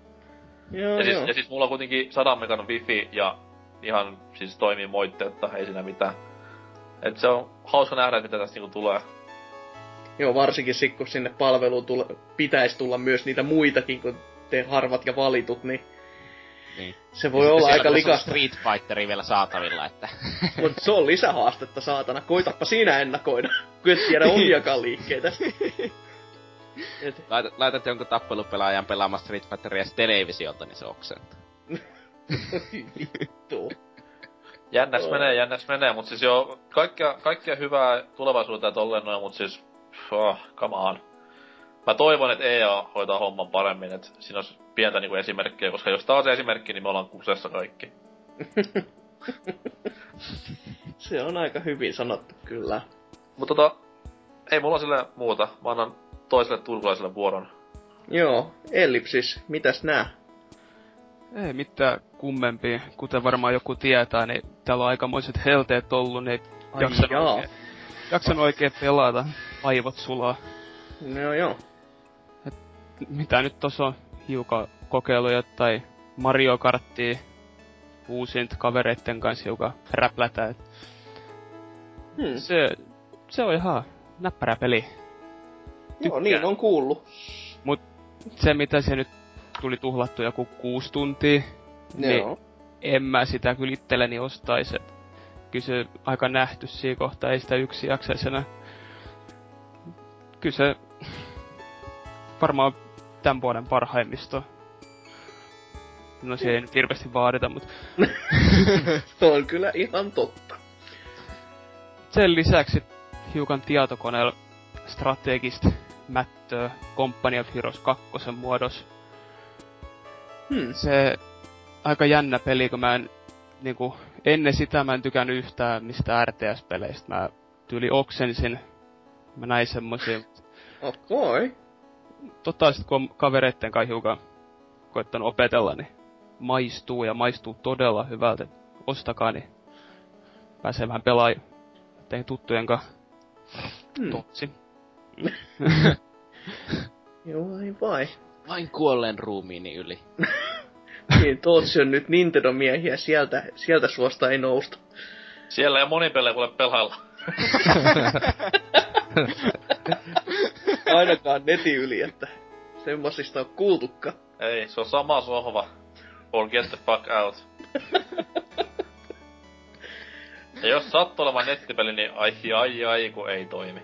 Ja siis mulla on kuitenkin 100 megan wifi ja ihan siis toimii moitteetta, ei siinä mitään. Et se on hauska nähdä, että mitä tästä niinku tulee. Joo, varsinkin sit, kun sinne palveluun pitäisi tulla myös niitä muitakin, kun te harvat ja valitut, niin Niin. Se voi olla aika likasta. Street Fighteri vielä saatavilla, että... Mut se on lisähaastetta, saatana. Koitappa siinä ennakoida, kun et tiedä omiakaan liikkeitä. Laitat jonkun tappelupelaajan pelaamaan Street Fighteria televisiolta, niin se oksentaa. Vittu. Jännäks menee, mut siis joo, kaikkea hyvää tulevaisuuteen tolleen noin, mut siis, come on. Mä toivon, että EA hoitaa homman paremmin, että siinä olisi pientä niinku esimerkkejä, koska jos tää on se esimerkki, niin me ollaan kusessa kaikki. Se on aika hyvin sanottu, kyllä. Mut ei mulla sille muuta. Mä annan toiselle turkulaiselle vuoron. Joo, Ellipsis, mitäs nää? Ei mitään kummempia. Kuten varmaan joku tietää, niin täällä on aikamoiset helteet ollut, niin jaksan oikein pelata. Aivot sulaa. No joo. Mitä nyt tossa on hiukan kokeiluja tai Mario Karttia uusinta kavereitten kanssa hiukan räplätä. Se on ihan näppärä peli. Joo, niin on kuullut. Mut se mitä se nyt tuli tuhlattu joku 6 tuntia, niin en mä sitä kyllä itselleni ostais. Kyllä se aika nähty siinä kohtaa, ei sitä yksi jaksaisi enää. Kyllä se varmaan tän vuoden parhaimmisto. No se ei nyt hirveesti vaadita, mut... Se on kyllä ihan totta. Sen lisäksi hiukan tietokoneella strategista mättöä Company of Heroes 2 muodossa. Se aika jännä peli, kun mä en niinku... Ennen sitä mä en tykännyt yhtään mistä RTS-peleistä. Mä tyyli oksensin. Mä näin semmosia. Okei. Sit kun on kavereitten kanssa hiukan koittanut opetella, niin maistuu todella hyvältä. Ostakaa, niin pääsee vähän pelaamaan teidän tuttujen kanssa. Totsi. Joo, vai. Vain kuolleen ruumiini yli. Niin, Totsi on nyt Nintendo-miehiä, sieltä suosta ei nousta. Siellä ei monipelejä kuule pelailla. Ainakaan netin yli, että semmosista on kuultukka. Ei, se on sama sohva. Or get the fuck out. Ja jos sattuu olemaan nettipeli, niin ai kun ei toimi.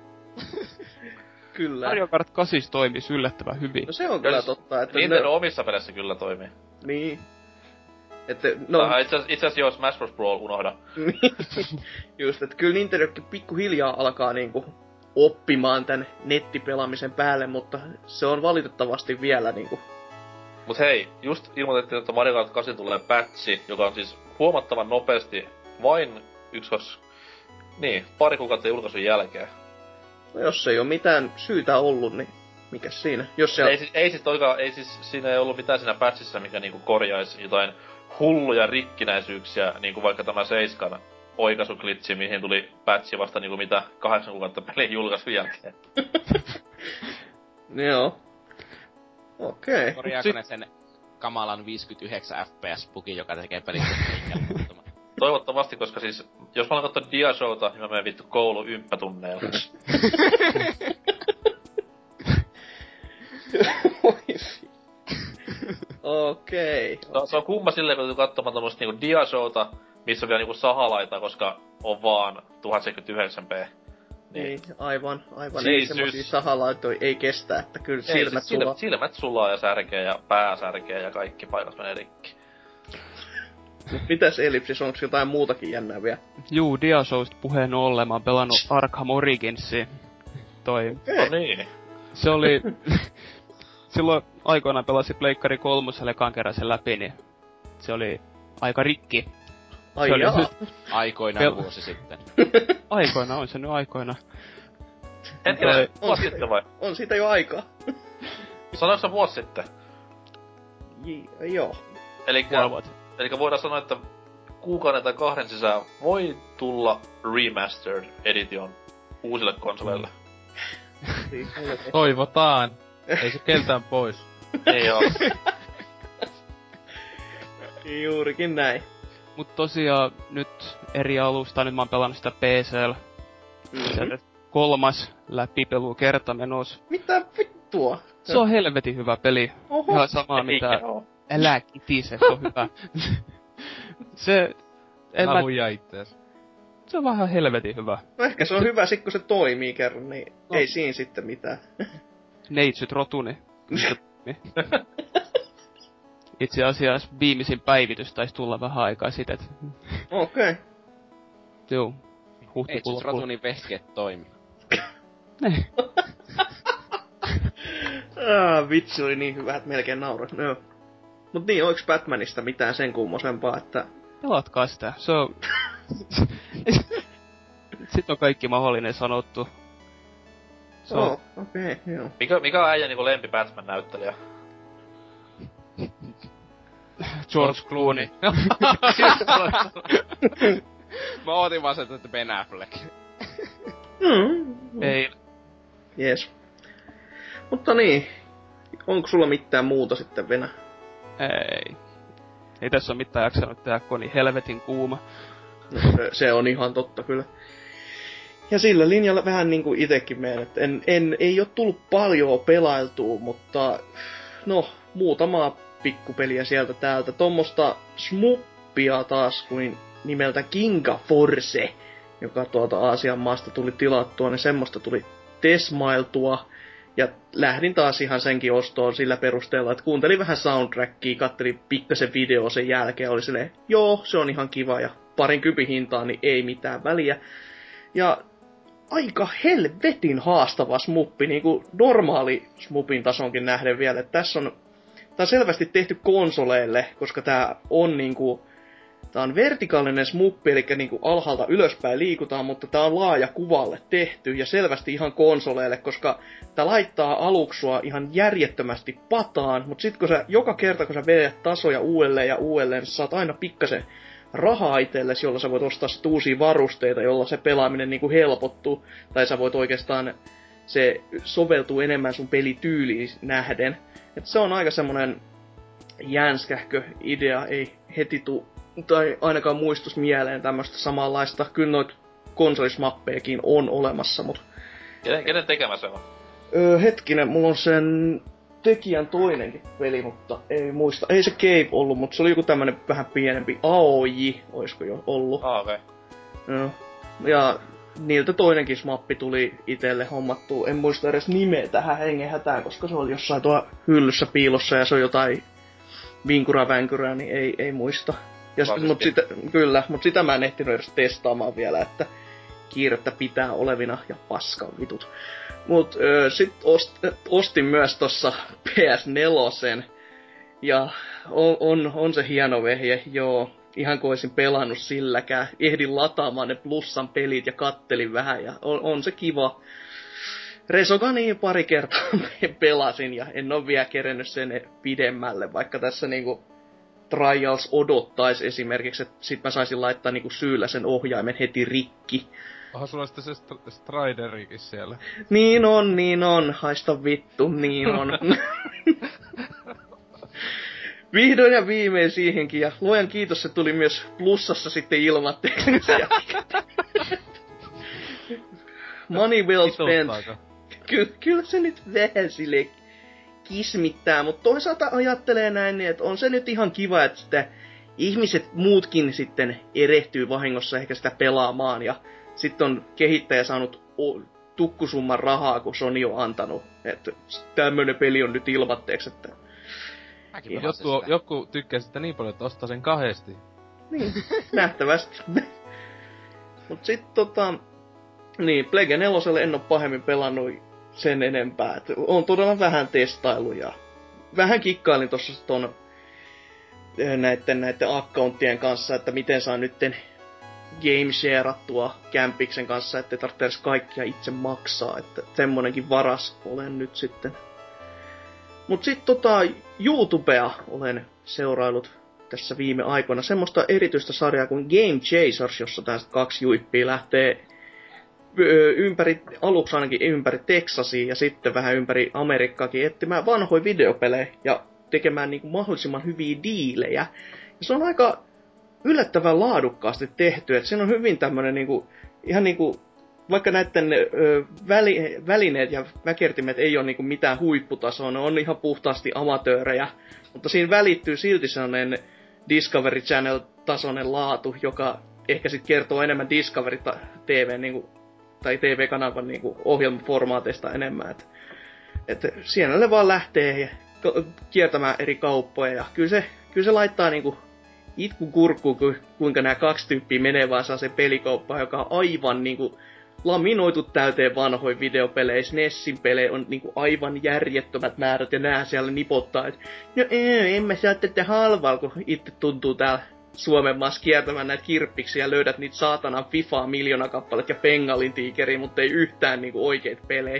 Kyllä. Mario Kart 8 toimis yllättävän hyvin. No se on kyllä totta, että... Nintendo omissa peleissä kyllä toimii. Niin. Että, no... Itse asiassa joo, Smash Bros. Brawl unohda. Just, että kyllä Nintendokin pikkuhiljaa alkaa niinku oppimaan tän nettipelaamisen päälle, mutta se on valitettavasti vielä niinku... Mut hei, just ilmoitettiin, että Mario Kart 8 tulee patchi, joka on siis huomattavan nopeasti vain pari kuukautta julkaisun jälkeen. No jos ei oo mitään syytä ollut, niin mikäs siinä? Jos se ei siis siinä ei ollut mitään siinä patchissa, mikä niinku korjaisi jotain hulluja rikkinäisyyksiä, niinku vaikka tämä Seiskan oikaisuklitsi, mihin tuli patchi vasta niinku 8 kuukautta pelin julkaisun jälkeen. Joo. Okei. Korjaako ne sen kamalan 59 FPS-bugi, joka tekee pelistä liikkeelle? Toivottavasti, koska siis, jos mä alan katsoa Dia-showta, niin mä menen vittu kouluun ympätunneilla. Okei. Se on kumma silleen, kun täytyy katsomaan tommoista niinku Dia-showta, missä on vielä niinku sahalaita, koska on vaan 1079p. Niin, aivan. Ei semmosia sahalaitoja ei kestä, että kyllä silmät sulaa. Silmät sulaa ja särkee ja pää särkee ja kaikki paikat menee rikki. Mitäs Ellipsis, onks jotain muutakin jännää vielä? Juu, Dia-showsta puheen ollen, mä oon pelannut Arkham Originsia. No niin. Se oli... Silloin aikoinaan pelasin Pleikkari 3 ekan kerran sen läpi, niin se oli aika rikki. Ai jaa. Aikoinaan vuosi sitten. Aikoina, on se nyt aikoina. Hetkinen, vuosi sitten vai? On siitä jo aikaa. Sanoitko sä vuosi sitten? Joo. Elikkä voidaan sanoa, että kuukauden tai 2 sisään voi tulla remastered edition uusille konsoleille. Toivotaan. Ei se keltään pois. Ei oo. Juurikin näin. Mut tosiaan nyt eri alusta, nyt mä oon pelannut sitä PC:llä. Se 3. läpipelu kerta menos. Mitä vittua? Se on helvetin hyvä peli. Oho. Ihan samaa mitä Älä kitise, se on hyvä. Se... Älä huijaa ittees. Se on vähän helvetin hyvä. No ehkä se on hyvä sit kun se toimii kerran, niin no. Ei siinä sitten mitään. Neitsyt rotuni. Itse asiassa viimeisin päivitys taisi tulla vähän aikaa sitten. Okei. Joo. Neitsyt rotunin vehkeet toimi. Vitsi oli niin hyvä, että melkein naurat. No. Mut niin, oiks Batmanista mitään sen kummosempaa, että... Pelatkaa sitä, se on... Sitten on kaikki mahdollinen sanottu. Okei, joo. Mikä on äijä niinku lempi Batman-näyttelijä? George Clooney. Mä ootin vaan sen, että Ben Affleck. Ei. Jees. Mutta niin, onko sulla mitään muuta sitten, Venä? Ei tässä ole mitään jaksanut tehdä, kun on niin helvetin kuuma. No, se on ihan totta kyllä. Ja sillä linjalla vähän niinku itekin menen, että ei oo tullut paljon pelailtua, mutta no, muutamaa pikkupeliä sieltä täältä. Tommosta smuppia taas kuin nimeltä Kinga Force, joka tuolta Aasian maasta tuli tilattua, niin semmoista tuli tesmailtua. Ja lähdin taas ihan senkin ostoon sillä perusteella, että kuuntelin vähän soundtrackia, kattelin pikkasen videoa sen jälkeen, oli silleen, joo, se on ihan kiva, ja parin kypin hintaan, niin ei mitään väliä. Ja aika helvetin haastava smuppi, niin kuin normaali smupin tasonkin nähden vielä, että tässä on, tää on selvästi tehty konsoleille, koska tää on niinku, tää on vertikaalinen smuppi, eli niinku alhaalta ylöspäin liikutaan, mutta tää on laaja kuvalle tehty ja selvästi ihan konsoleille, koska tää laittaa aluksua ihan järjettömästi pataan, mutta sit kun sä, joka kerta kun sä vedät tasoja uudelleen ja uudelleen, niin sä saat aina pikkasen rahaa itsellesi, jolla sä voit ostaa sit uusia varusteita, jolla se pelaaminen niinku helpottuu, tai sä voit oikeastaan, se soveltuu enemmän sun pelityyliin nähden. Et se on aika semmonen jänskähkö idea, ei heti tai ainakaan muistus mieleen tämmöstä samanlaista. Kyllä noit konsolismappejakin on olemassa, mut... Kenen tekemä se on? Hetkinen, mulla on sen tekijän toinenkin peli, mutta ei muista. Ei se Cape ollut, mutta se oli joku tämmönen vähän pienempi. AOJ, oisko jo ollut. Okei. No. Ja niiltä toinenkin smappi tuli itelle hommattua. En muista edes nimeä tähän hengehätään, koska se oli jossain tuolla hyllyssä piilossa ja se on jotain vinkuravänkurää, niin ei muista. Mut sitä mä en ehtinyt edes testaamaan vielä, että kiirettä pitää olevina ja paskan vitut. Mut sit ostin myös tossa PS4, ja on se hieno vehje, joo. Ihan kuin olisin pelannut silläkään. Ehdin lataamaan ne plussan pelit ja kattelin vähän, ja on se kiva. Resogani pari kertaa pelasin, ja en oo vielä kerennyt sen pidemmälle, vaikka tässä niinku Trials odottais esimerkiksi, että sit mä saisin laittaa niinku syyllä sen ohjaimen heti rikki. Onhan sulla sitten se Striderikin siellä? Niin on, haista vittu, niin on. Vihdoin ja viimein siihenkin, ja luojan kiitos, se tuli myös plussassa sitten ilmatteeksi. Money well spent. Kyllä se nyt vähän silleen kismittää, mutta toisaalta ajattelee näin, että on se nyt ihan kiva, että sitä ihmiset muutkin sitten erehtyy vahingossa ehkä sitä pelaamaan, ja sitten on kehittäjä saanut tukkusumman rahaa, kun Sony on antanut, että tämmönen peli on nyt ilmatteeksi, että... Joku tykkää sitä niin paljon, että ostaa sen kahdesti. Niin, nähtävästi. Mut sit niin, Plague 4 en oo pahemmin pelannut sen enempää. Et on todella vähän testailu ja vähän kikkailin tossa ton näitten accounttien kanssa, että miten saa nytten gameshareattua Campiksen kanssa, ettei tarvitse edes kaikkia itse maksaa, että semmonenkin varas olen nyt sitten. Mut sit YouTubea olen seuraillut tässä viime aikoina semmoista erityistä sarjaa kuin Game Chasers, jossa tästä 2 juippia lähtee aluksi ainakin ympäri Teksasia ja sitten vähän ympäri Amerikkaakin etsimään vanhoja videopelejä ja tekemään niinku mahdollisimman hyviä diilejä. Ja se on aika yllättävän laadukkaasti tehty, että siinä on hyvin tämmönen niinku, ihan niinku vaikka näiden välineet ja väkertimet ei ole niinku mitään huipputasoa, ne on ihan puhtaasti amatöörejä, mutta siinä välittyy silti sellainen Discovery Channel-tasoinen laatu, joka ehkä sitten kertoo enemmän Discovery TV niinku, tai TV-kanavan niinku ohjelmaformaateista enemmän. Et siellä ne vaan lähtee kiertämään eri kauppoja ja kyllä se laittaa niinku itku kurkkuun, kuinka nämä 2 tyyppiä menee vaan saa se pelikauppa, joka on aivan niinku laminoitu täyteen vanhoin videopeleissä. Nessin pelejä on niinku aivan järjettömät määrät ja nää siellä nipottaa, että no en mä saa tätä halvalla, kun itse tuntuu täällä Suomen maassa kiertämään näitä kirppiksiä ja löydät niitä saatanan FIFAa miljoonakappaleet ja Bengalin tiikeriä, mutta ei yhtään niinku oikeita pelejä.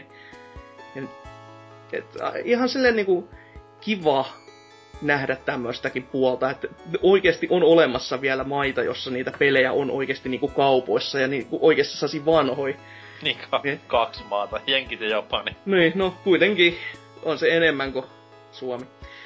Ihan silleen niinku kiva nähdä tämmöistäkin puolta, että oikeesti on olemassa vielä maita, jossa niitä pelejä on oikeesti niinku kaupoissa ja niinku oikeesti sasi vanhoi. Niin, 2 maata, Jenkit ja Japani. Niin, no kuitenkin on se enemmän kuin Suomi.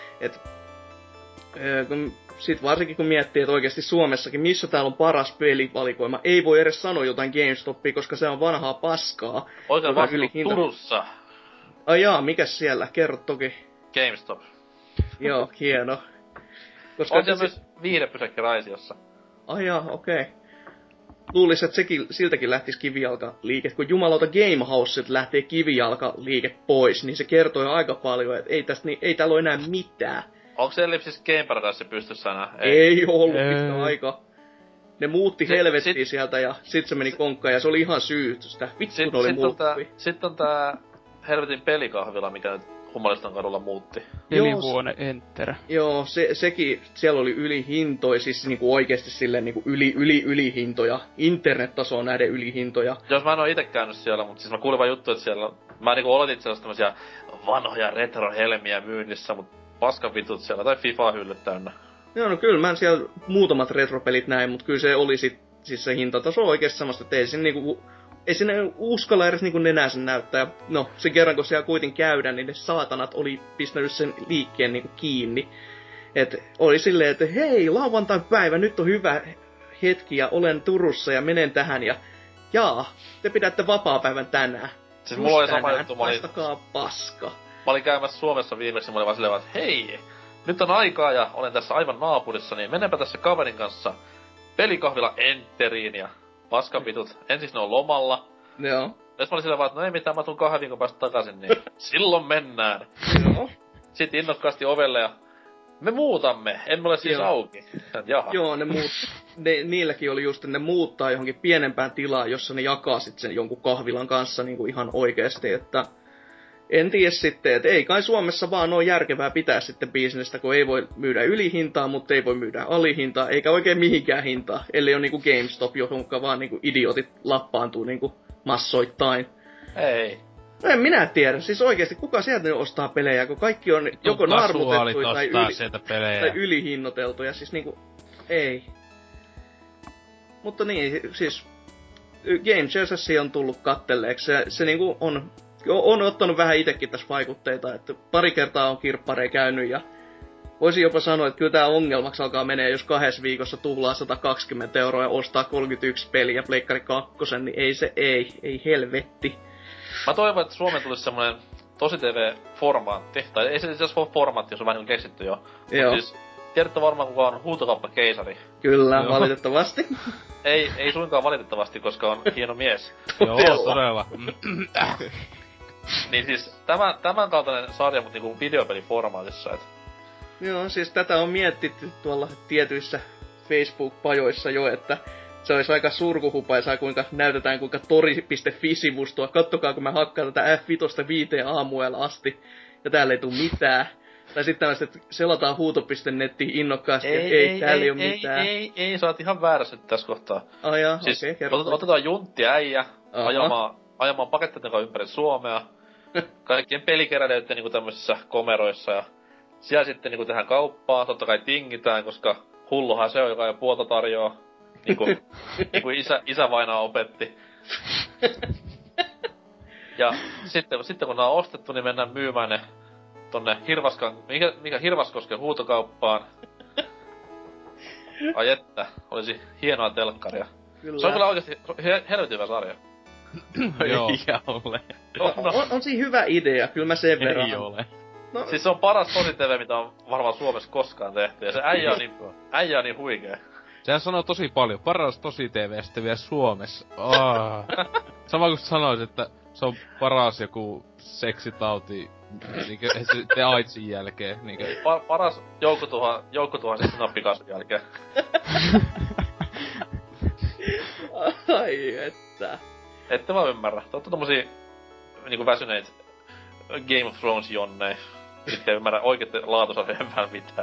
Sit varsinkin kun miettii, että oikeesti Suomessakin, missä täällä on paras pelivalikoima, ei voi edes sanoa jotain GameStopia, koska se on vanhaa paskaa. Oikein vastaan Turussa. Ai jaa, mikäs siellä? Kerro toki. GameStop. Joo, hieno. Koska on siellä myös viihdepysäkki Raisiossa. Ai jaa, okei. Luulis, että siltäkin lähtis kivijalkaliike. Kun jumalauta Gamehouse lähtee kivijalkaliike pois, niin se kertoo jo aika paljon, että ei täällä ole enää mitään. Onko se Ellipsis Game Paradise pystyssä enää? Ei ollut pitkä aika. Ne muutti helvettiin sieltä ja sit se meni konkkaan ja se oli ihan syytöstä. Vittu ne oli muuttuvi. Sitten on tää helvetin pelikahvila, mikä nyt Hummaliston kadulla muutti. Pelivuone Enter. Joo, sekin, siellä oli ylihintoja, siis niinku oikeesti silleen niinku ylihintoja. Internet-tasoon näiden ylihintoja. Jos mä en oo ite käynyt siellä, mutta siis mä kuulin vaan juttu, että siellä mä niinku oletin sellaista tämmösiä vanhoja retro-helmiä myynnissä, mut paskavitut siellä tai FIFA-hyllyt täynnä. Joo, no kyllä mä siellä muutamat retropelit näin, mut kyllä se oli siis se hintataso oikeesti samasta, että ei sinne uskalla edes niinku nenänsä näyttää. No, sen kerran kun siellä kuitenkin käydään, niin ne saatanat oli pistänyt sen liikkeen niinku kiinni. Et oli silleen, että hei, lauantai-päivä, nyt on hyvä hetki ja olen Turussa ja menen tähän ja te pidätte vapaapäivän tänään. Siis mulla oli sama juttu, paistakaa paska. Mä olin käymässä Suomessa viimeksi, mä olin vaan silleen, että hei, nyt on aikaa ja olen tässä aivan naapurissa, niin menenpä tässä kaverin kanssa pelikahvila Enteriin ja paskapitut. Ensiksi ne on lomalla. Joo. Ja mä olin silleen vaan, että no ei mitään, mä tuun 2 viikon päästä takaisin, niin silloin mennään. Joo. Sitten innokkaasti ovelle ja me muutamme, emme ole siis auki. Jaha. Joo, niilläkin oli just, ne muuttaa johonkin pienempään tilaan, jossa ne jakaa sit sen jonkun kahvilan kanssa niinku ihan oikeesti, että en tiedä sitten, että ei kai Suomessa vaan ole järkevää pitää sitten bisnestä, kun ei voi myydä ylihintaa, mutta ei voi myydä alihintaa, eikä oikein mihinkään hintaa, ellei ole niinku GameStop, johonka vaan niinku idiotit lappaantuu niinku massoittain. Ei. No en minä tiedä, siis oikeesti kuka sieltä ostaa pelejä, kun kaikki on joko narmutettuja tai ylihinnoiteltuja, siis niinku, ei. Mutta niin, siis Game Chasers on tullut kattelleeksi, se niinku on ottanut vähän itekin tässä vaikutteita, että pari kertaa on kirppareja käynyt ja voisin jopa sanoa, että kyllä tää ongelmaksi alkaa menee, jos 2 viikossa tuhlaa 120 € ja ostaa 31 peliä ja Pleikkari 2, niin ei se ei helvetti. Mä toivon, että Suomeen tulisi semmonen tosi TV-formaatti, tai ei se itse asiassa ole formaatti, jos on vähän niin keksitty jo. Joo. Siis, tiedätte varmaan kuka on Huutokauppa-keisari. Kyllä, joo. Valitettavasti. ei suinkaan valitettavasti, koska on hieno mies. Joo, todella. Niin siis, tämän kaltainen sarja, mutta niinku videopeliformaatissa, et. Joo, siis tätä on mietitty tuolla tietyissä Facebook-pajoissa jo, että se olisi aika surkuhupaisaa, kuinka näytetään kuinka tori.fi-sivustoa. Kattokaa, kun mä hakkaan tätä F5 5 aamuella asti, ja täällä ei tuu mitään. Tai sitten tämmöistä, että selataan huuto.nettiin innokkaasti, ei täällä ei oo mitään. Ei, sä oot ihan väärässä tässä kohtaa. Siis okei, otetaan juntti äijä, ajamaan paketteiden kanssa ympäri Suomea, kaikkien pelikeräilijöiden niinku tämmöisissä komeroissa, ja siellä sitten niinku tehdään kauppaa, totta kai tingitään, koska hulluhan se on, joka jo puolta tarjoaa. Niinku isä vainaa opetti. Ja sitten kun nää on ostettu, niin mennään myymään ne tonne mikä Hirvaskosken huutokauppaan. Ai että, olisi hienoa telkkaria. Kyllä. Se on kyllä oikeesti helvetin hyvä sarja. Joo. Ei ole. On siinä hyvä idea, kyllä mä sen verran. Ei ole. No, Siis se on paras Tosi-TV, mitä on varmaan Suomessa koskaan tehty, ja se äijä on niin huikee. Sehän sanoo tosi paljon. Paras Tosi-TV sitten vielä Suomessa. Sama kuin sanois, että se on paras joku seksitauti niinkö te AIDSin jälkeen. Niinkö. Paras joukkotuhan sitten nappikasvun jälkeen. ai että. Ette mä ymmärrä. Te ootte tommosia niinku väsyneet Game of Thrones jonneja. Sitten ei ymmärrä oikeette laatusarjojen vähän mitään.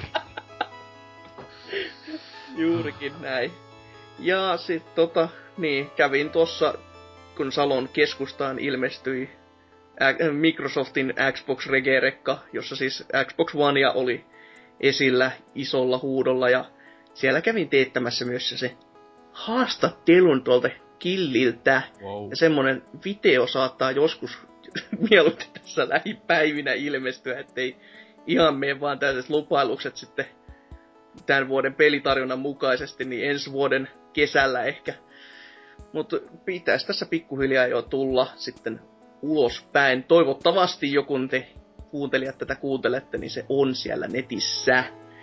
Juurikin näin. Ja sit niin, kävin tuossa, kun Salon keskustaan ilmestyi Microsoftin Xbox Regerekka, jossa siis Xbox Onea oli esillä isolla huudolla, ja siellä kävin teettämässä myös se haastattelun tuolta Killiltä. Wow. Ja semmonen video saattaa joskus mieluiten tässä lähipäivinä ilmestyä, ettei ihan mene vaan tällaiset lupailukset sitten tämän vuoden pelitarjonnan mukaisesti, niin ensi vuoden kesällä ehkä. Mutta pitäisi tässä pikkuhiljaa jo tulla sitten ulospäin. Toivottavasti joku te kuuntelijat tätä kuuntelette, niin se on siellä netissä.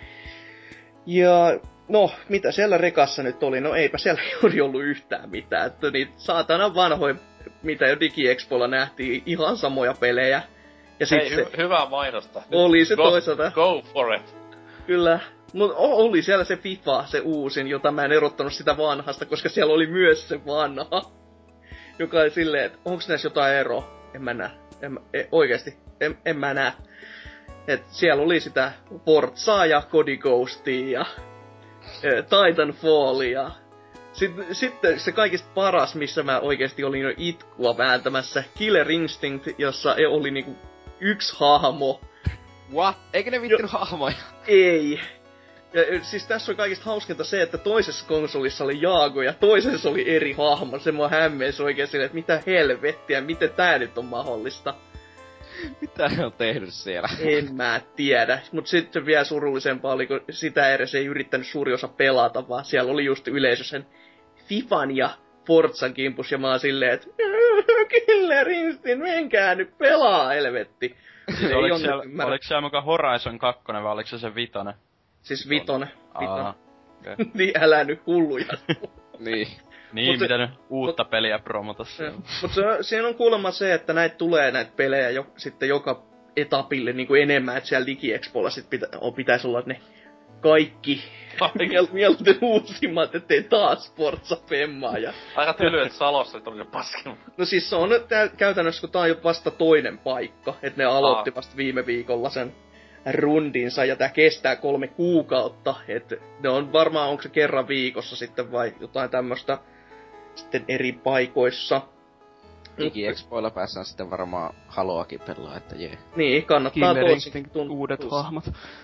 Ja no, mitä siellä rekassa nyt oli? No eipä siellä juuri ollut yhtään mitään. Että niitä saatana vanhoja, mitä jo DigiExpolla nähtiin, ihan samoja pelejä. Ja hei, hyvää mainosta. Oli se toisaalta. Go for it. Kyllä. Mutta oli siellä se FIFA, se uusin, jota mä en erottanut sitä vanhasta, koska siellä oli myös se vanha. Joka oli silleen, että onks näissä jotain eroa? En mä näe. Oikeesti, en mä näe. Et siellä oli sitä Forzaa ja Cody Ghostia ja Titanfallia. Sitten se kaikista paras, missä mä oikeesti olin jo itkua vääntämässä, Killer Instinct, jossa oli niinku yksi hahmo. What? Eikö ne vittu hahmoja? Ei. Ja siis tässä on kaikista hauskinta se, että toisessa konsolissa oli Jaago ja toisessa oli eri hahmo. Se mua hämmensi oikein silleen, että mitä helvettiä, miten tää nyt on mahdollista. Mitä ne on tehnyt siellä? En mä tiedä. Mut sitten vielä surullisempaa oli, kun sitä edes ei yrittänyt suuri osa pelata, vaan siellä oli just yleisö sen Fifan ja Forzan kimpus, ja mä oon silleen, että Killer Instinct, menkää nyt pelaa, helvetti. Oliko siellä mukaan Horizon 2 vai oliko se vitonen? Siis vitonen. Okay. Niin älä nyt hulluja. Niin, mitä nyt uutta peliä promota siellä. Mutta siinä on kuulemma se, että näitä tulee näitä pelejä sitten joka etapille niin kuin enemmän, että siellä DigiExpolla sit pitäisi olla ne kaikki mieluiten uusimmat, ettei taas Forza femmaa. Ja aika tyly, että Salossa nyt on jo paskin. No siis se on käytännössä, kun tää on jo vasta toinen paikka, että ne aloitti vasta viime viikolla sen rundinsa, ja tää kestää 3 kuukautta, että ne on varmaan, onko se kerran viikossa sitten vai jotain tämmöstä sitten eri paikoissa. DigiExpoilla päässään sitten varmaan Haloakin pelaa, että jee. Niin, kannattaa Killer Instinct uudet hahmot.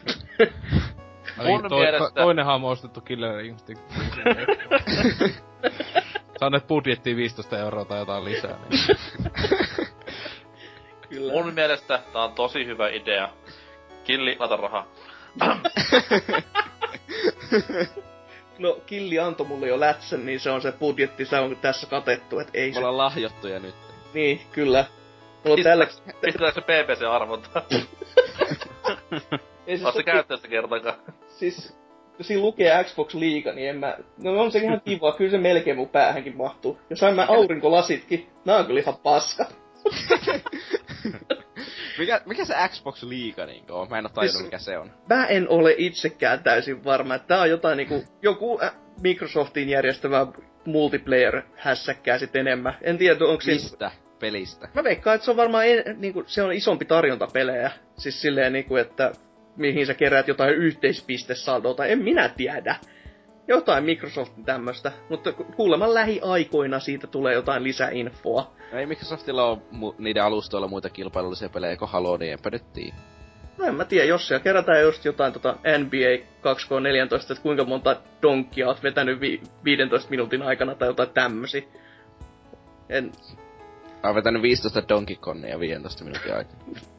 Mun mielestä toinen hahmo ostettu Killer Instinct. Saaneet budjettiin 15 € tai jotain lisää, niin. Kyllä. Mun mielestä tää on tosi hyvä idea. Killi, lata rahaa. No, Killi antoi mulle jo lätsän, niin se on se budjetti, se on tässä katettu, et ei se. Me ollaan lahjottuja nyt. Niin, kyllä. Mulla pistetäänkö se PPC-arvonta? Oot se käyttänyt sitä kertaakaan? Siis, siinä lukee Xbox Liiga, niin en mä. No on se ihan kiva, kyllä se melkein mun päähänkin mahtuu. Ja sain mä aurinkolasitkin, nää on kyllä ihan paska. Mikä se Xbox Liiga niinku on? Mä en oo tajunnut mikä se on. Mä en ole itsekään täysin varma, että tää on jotain niinku, joku Microsoftin järjestävä multiplayer-hässäkkää sit enemmän. En tiedä, onko siinä. Mistä? Pelistä? Mä veikkaan, että se on varmaan niinku, se on isompi tarjonta pelejä. Siis silleen niinku, että mihin sä keräät jotain yhteispistesaldoa, tai en minä tiedä. Jotain Microsoftin tämmöstä, mutta kuulemma lähiaikoina siitä tulee jotain lisäinfoa. Ei Microsoftilla ole niiden alustoilla muita kilpailullisia pelejä kuin Halo, niin enpä nyt tiedä. No en mä tiedä, jos siellä kerätään just jotain NBA 2K14, että kuinka monta donkkia oot vetänyt 15 minuutin aikana tai jotain tämmösiä. Mä oon vetänyt 15 Donkey Kongia 15 minuutin aikana.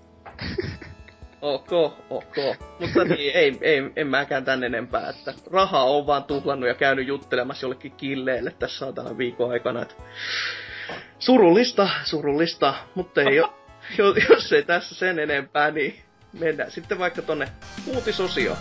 Ok. Mutta niin, en mäkään tän enempää, että rahaa on vaan tuhlannut ja käynyt juttelemassa jollekin killeille tässä saatana viikon aikana, että Surullista, mutta ei jos ei tässä sen enempää, niin mennään sitten vaikka tonne uutisosioon.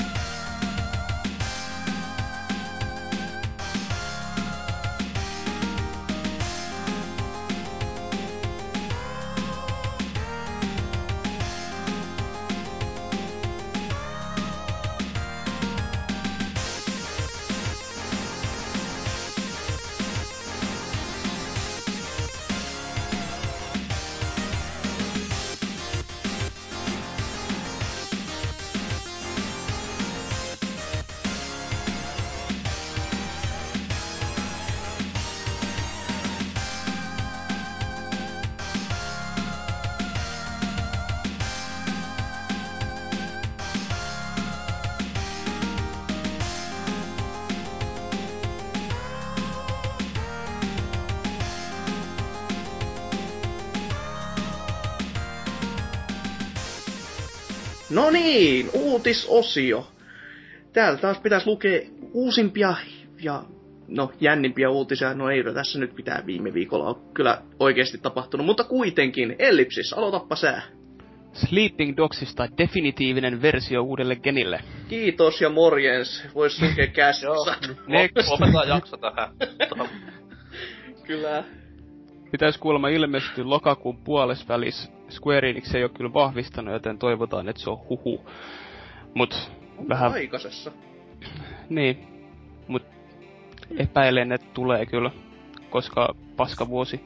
No niin, uutisosio. Täällä taas pitäisi lukea uusimpia ja jännimpiä uutisia. No ei tässä nyt pitää viime viikolla on kyllä oikeasti tapahtunut, mutta kuitenkin. Ellipsis, aloitappa sää. Sleeping Dogsista definitiivinen versio uudelle genille. Kiitos ja morjens. Vois lukea käsissä. Lopetaan jakso tähän. Kyllä. Pitäis kuulemma ilmestyä lokakuun puolesvälis. Square Enix ei oo kyllä vahvistanut, joten toivotaan, että se on huhu. Mut vähän aikaisessa. Niin. Mut epäilen, että tulee kyllä, koska paskavuosi.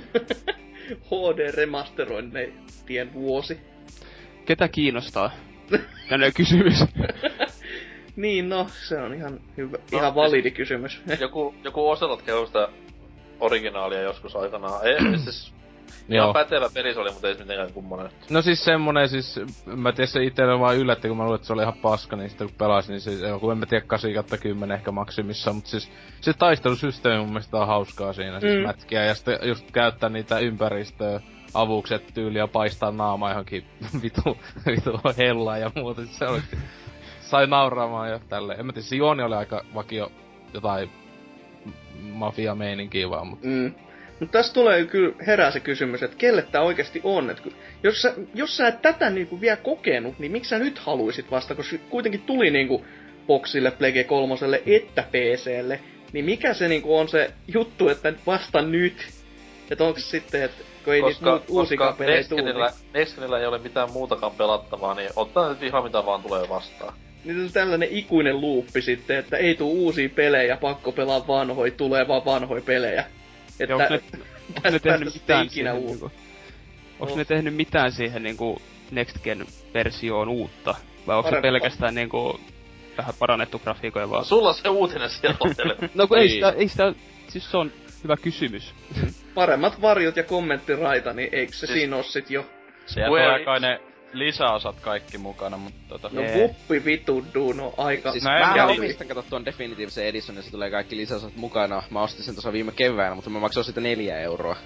HD-remasterointien vuosi. Ketä kiinnostaa? Tänne kysymys. Niin, no, se on ihan hyvä, ihan validi kysymys. Joku Ocelot kehui sitä originaalia joskus aikanaan. Ei siis ihan pätevä peli se oli, mutta ei se mitenkään kummonen. No siis semmonen siis, mä tiedän se itelle vaan yllätti, kun mä luulen, että se oli ihan paska, niin sitten kun pelasin, niin se joku, en mä tiedä, 8/10 ehkä maksimissaan, mutta siis se taistelusysteemi mun mielestä on hauskaa siinä, siis mätkiä, ja sitten just käyttää niitä ympäristöä, avukset tyyliä, paistaa naama johonkin vitu hellaa ja muuta, siis se oli, sai nauraamaan jo tälleen. En mä tiedä, se juoni oli aika vakio jotain mafia-meininkiä vaan, mutta... Mutta tässä tulee kyllä herää se kysymys, että kelle tää oikeesti on. Et jos sä et tätä niinku vielä kokenut, niin miksi sä nyt haluisit vasta, koska kuitenkin tuli niinku Boxille, Plege 3:lle että PC:lle, niin mikä se niinku on se juttu, että vasta nyt? Että onks sitten, että kun ei niitä uusikaan pelejä tule. Nextgenillä ei ole mitään muutakaan pelattavaa, niin ottaa nyt ihan mitä vaan tulee vastaan. Niin on tällainen ikuinen luuppi sitten, että ei tuu uusia pelejä, pakko pelaa vanhoja, tulee vaan vanhoja pelejä. Että onko ne tehnyt mitään siihen niinku... Onko ne tehnyt mitään siihen niinku Next Gen versioon uutta? Vai onko se pelkästään niinku vähän parannettu grafiikoja vaan? Sulla on se uutinen siellä otelle. No kun ei sitä, siis se on hyvä kysymys. Paremmat varjot ja kommenttiraita, niin eikö se siis siinä oo sit jo? Siellä tulee kai ne lisäosat kaikki mukana, mutta No vuppi vitu duuno aika... Siis mä omistan kato tuon definitiivisen edition, ja se tulee kaikki lisäosat mukana. Mä ostin sen tuossa viime keväänä, mutta mä maksoin siitä 4 euroa.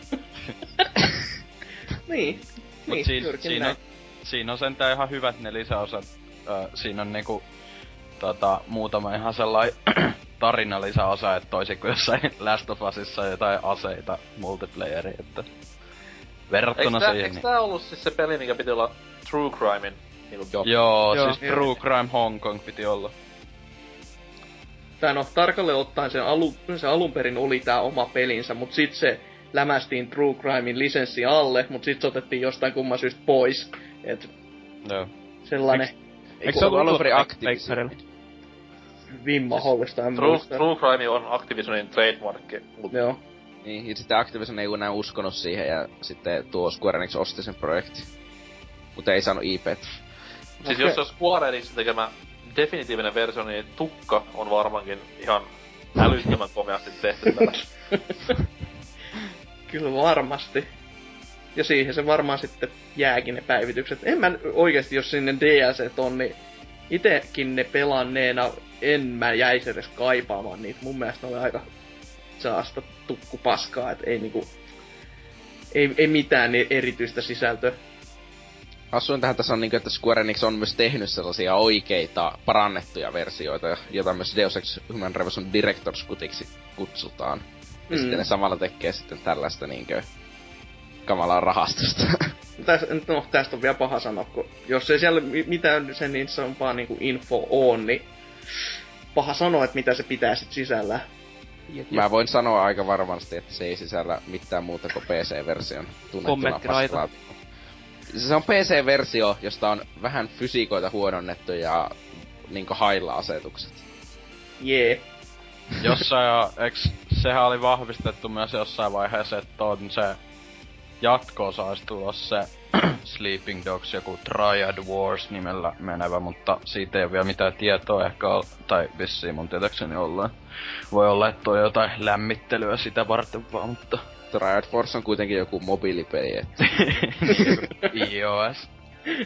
Niin, siinä on sentään ihan hyvät ne lisäosat. Siinä on niinku muutama ihan sellainen tarinalisäosa, että toisin kuin jossain Last of Usissa jotain aseita multiplayeri, että verrattuna siihen. Eiks tää ollut siis se peli, mikä piti olla True Crimein? Joo, siis True Crime Hong Kong piti olla. Tää no, tarkalleen ottaen se alun perin oli tää oma pelinsä, mut sit se lämästiin True Crimein lisenssi alle, mut sit se otettiin jostain kumman syystä pois. Et sellainen... Eikö se ollut alun perin Activision? Vimmahollista, en muista. True Crime on Activisionin trademarkki. Joo. Niin, ja sitten Activision ei enää uskonut siihen, ja sitten tuo Square Enix osti sen projekti. Mutta ei saanut IP:tä. Siis jos se on Square Enixin tekemä definitiivinen versio, niin tukka on varmaankin ihan älyttömän komeasti tehty tällä. Kyllä varmasti. Ja siihen se varmaan sitten jääkin ne päivitykset. En mä oikeesti, jos sinne DLCt on, niin itekin ne pelanneena en mä jäisi edes kaipaamaan niitä. Mun mielestä ne oli aika saasta tukkupaskaa, et ei niinku... Ei mitään erityistä sisältöä. Hassuin tähän tässä on niinku, että Square Enix on myös tehnyt sellaisia oikeita parannettuja versioita, joita myös Deus Ex Human Revolution Director's Cutiksi kutsutaan. Ja sitten ne samalla tekee sitten tällaista niinkö kamalaa rahastusta. Tästä on vielä paha sanoa, kun jos ei siellä mitään sen niin sanompaa niinku info on, niin paha sanoa, että mitä se pitää sit sisällä. Mä voin sanoa aika varmasti, että se ei sisällä mitään muuta kuin PC-version tunnettuna paskalaa. Se on PC-versio, josta on vähän fysiikoita huononnettu ja niinku hailla-asetukset. Jee. Sehän oli vahvistettu myös jossain vaiheessa, että on se jatko-osa olisi tulossa se Sleeping Dogs, joku Triad Wars nimellä menevä, mutta siitä ei ole vielä mitään tietoa ehkä tai vissiin mun tietääkseni ollaan. Voi olla, että on jotain lämmittelyä sitä varten vaan, mutta... Triad Wars on kuitenkin joku mobiilipeli, että... iOS.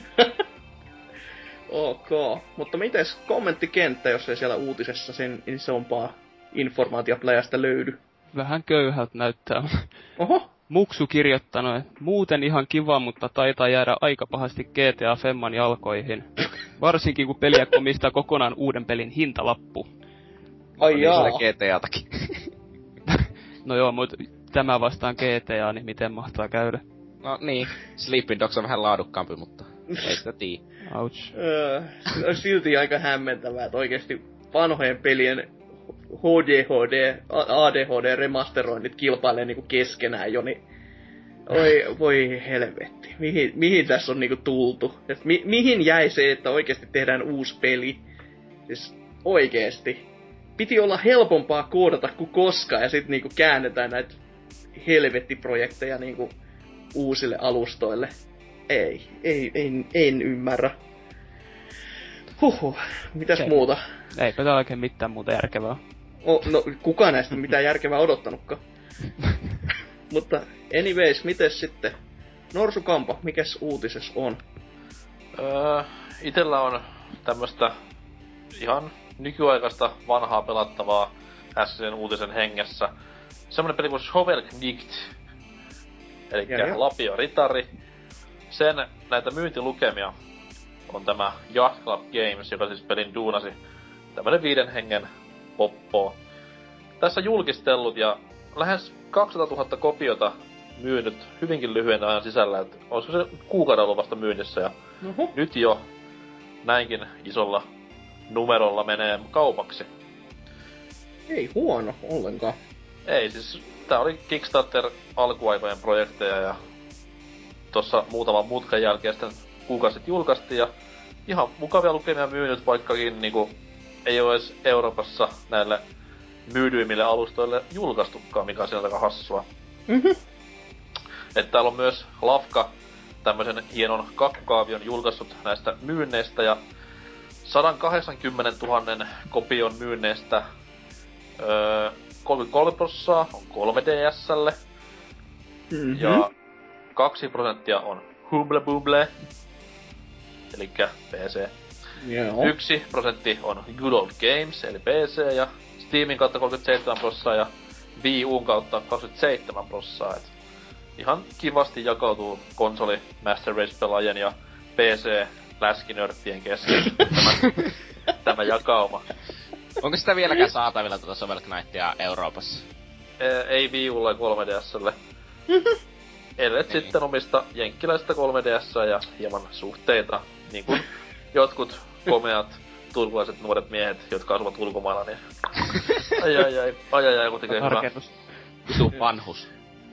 Ok, mutta mites kommenttikenttä, jos ei siellä uutisessa sen isompaa informaatiopläjästä löydy? Vähän köyhältä näyttää. Oho! Muksu kirjoittanut, että muuten ihan kiva, mutta taitaa jäädä aika pahasti GTA Femman jalkoihin. Varsinkin kun peliä komistaa kokonaan uuden pelin hintalappu. Ai jaa. GTAtakin. No joo, mutta tämä vastaan GTA, niin miten mahtaa käydä? No niin, Sleeping Dogs on vähän laadukkaampi, mutta ei sitä tii. Ouch. Se on silti aika hämmentävää, että oikeesti vanhojen pelien ADHD remasteroinnit kilpailee niinku keskenään jo, niin voi helvetti. Mihin tässä on niinku tultu? Mihin jäi se, että oikeesti tehdään uusi peli? Siis oikeesti. Piti olla helpompaa koodata kuin koskaan ja sit niinku käännetään näitä helvettiprojekteja niinku uusille alustoille. En ymmärrä. Huhhuh, mitäs muuta? Eipä tää oikein mitään muuta järkevää. No, kukaan näistä mitään järkevää odottanutkaan. Mutta anyways, mites sitten? Norsukampa, mikäs uutises on? Itellä on tämmöstä ihan nykyaikaista vanhaa pelattavaa äskeisen uutisen hengessä. Semmonen peli kuin Shovelknight. Elikkä Lapio Ritari. Sen näitä myyntilukemia on tämä Yacht Club Games, joka siis pelin duunasi. Tämmönen 5 hengen poppo. Tässä julkistellut ja lähes 200 000 kopiota myynyt hyvinkin lyhyen ajan sisällä, että olisiko se kuukauden ollut vasta myynnissä ja nyt jo näinkin isolla numerolla menee kaupaksi. Ei huono ollenkaan. Ei siis, tää oli Kickstarter alkuaikojen projekteja ja tossa muutaman mutkan jälkeen sitten kuukausit julkaistiin ja ihan mukavia lukemia myynyt, vaikkakin niinku ei oo edes Euroopassa näille myydyimmille alustoille julkaistukaan, mikä on siinä aika hassua. Että täällä on myös Lafka tämmösen hienon kakkukaavion julkaissut näistä myynneistä ja 180 000 kopion myynneistä 33% on 3DS:lle ja 2% on Humble Bumble, elikkä PC. 1% on Good Old Games, eli PC, ja Steamin kautta 37% ja Wii U:n kautta 27%. Et ihan kivasti jakautuu konsoli Master Race-pelaajien ja PC-läskinörttien kesken tämä jakauma. Onko sitä vieläkään saatavilla tuota Shovelknightia Euroopassa? Ei Wii Ulla ja 3DS:lle. Ellet sitten omista jenkkiläistä 3DS:ää ja hieman suhteita, niin kuin jotkut komeat turkulaiset nuoret miehet, jotka asuvat ulkomailla, niin ai, kun tekee hyvä. Vitu vanhus.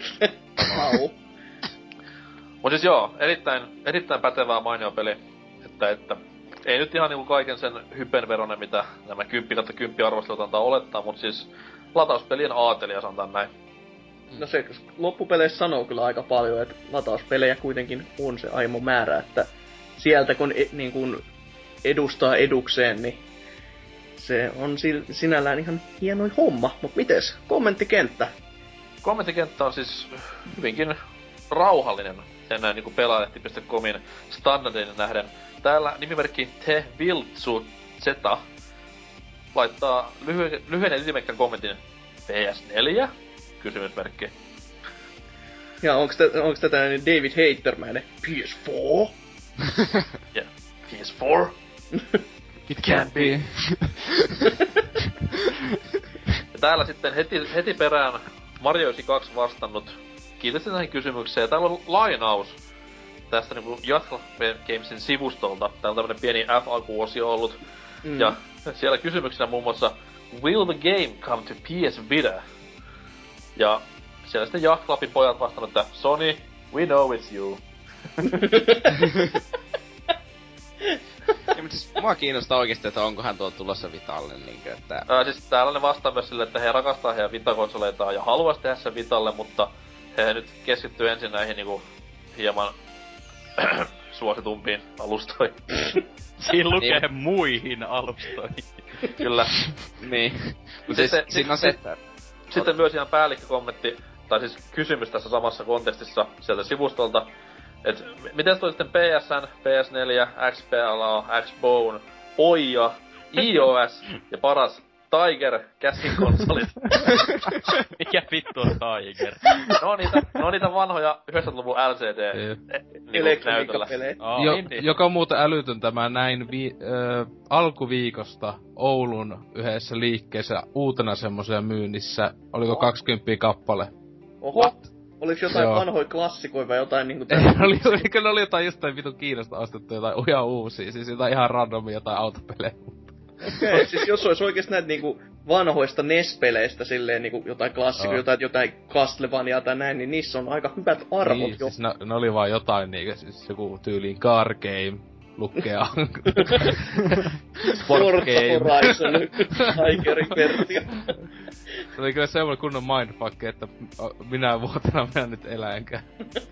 Mut siis joo, erittäin pätevää mainio peli, että ei nyt ihan niinku kaiken sen hypen veronen, mitä nämä 10/10 arvostelut antaa olettaa, mut siis latauspelien aatelia sanotaan näin. No se loppupeleissä sanoo kyllä aika paljon, että latauspelejä kuitenkin on se aimo määrä, että sieltä kun niin kun edustaa edukseen, niin se on sinällään ihan hienoi homma. Mut mites? Kommenttikenttä? Kommenttikenttä on siis hyvinkin rauhallinen näin niinku pelaajalehti.comin standardeiden nähden. Täällä nimimerkki Te Viltsu Zeta laittaa lyhyen ja ytimekkään kommentin PS4? Kysymysmerkki. Ja onks tätä David Haytermäinen PS4? Yeah, PS4? It can't be. Ja täällä sitten heti perään Mario 92 vastannut. Kiitos näihin kysymykseen. Täällä on lainaus tästä niinku Yacht Gamesin sivustolta. Täällä on tämmönen pieni FAQ-osio ollut. Ja siellä kysymyksenä muun muassa Will the game come to PS Vita? Ja siellä sitten Yacht Clubin pojat vastannut, että Sony, we know it's you. Ja, mutta siis mua kiinnostaa oikeesti, että onkohan tuolla tulossa Vitalle niinkö, että... Siis täällä ne vastaa myös silleen, että he rakastaa heidän Vita-konsoleitaan ja haluais tehdä sen Vitalle, mutta he nyt keskittyy ensin näihin niinku hieman suositumpiin alustoihin. Siinä lukee niin. Muihin alustoihin. Kyllä. Niin. Mut siis siinä on se, että... Sitten myös ihan päällikkökommentti, tai siis kysymys tässä samassa kontekstissa sieltä sivustolta. Et miten toi sitten PSN, PS4, XPLA, Xbone, Poija, iOS ja paras Tiger käsikonsolit? Mikä vittu on Tiger? No niitä vanhoja 90-luvun LCD näytöllä. Joka on muuten älytöntä. Mä näin alkuviikosta Oulun yhdessä liikkeessä uutena semmosia myynnissä. Oliko 20 kappale? Oho. What? Oliks jotain vanhoja klassikoja vai jotain niinku Kyllä oli jotain jostain vitun Kiinasta ostettu jotain ihan uusia. Siis jotain ihan randomia jotain autopelejä. Okei, siis jos ois oikeesti näitä niinku vanhoista NES-peleistä silleen niinku jotain klassikoja, jotain Castlevaniaa tai näin, niin niissä on aika hyvät arvot niin, jo. Siis ne oli vaan jotain niinku, siis joku tyyliin car game, lukkea. Sport Horizon, Tigerin versio. Se oli kyllä semmoinen kunnon mindfuck, että minä vuotena minä nyt eläinkään.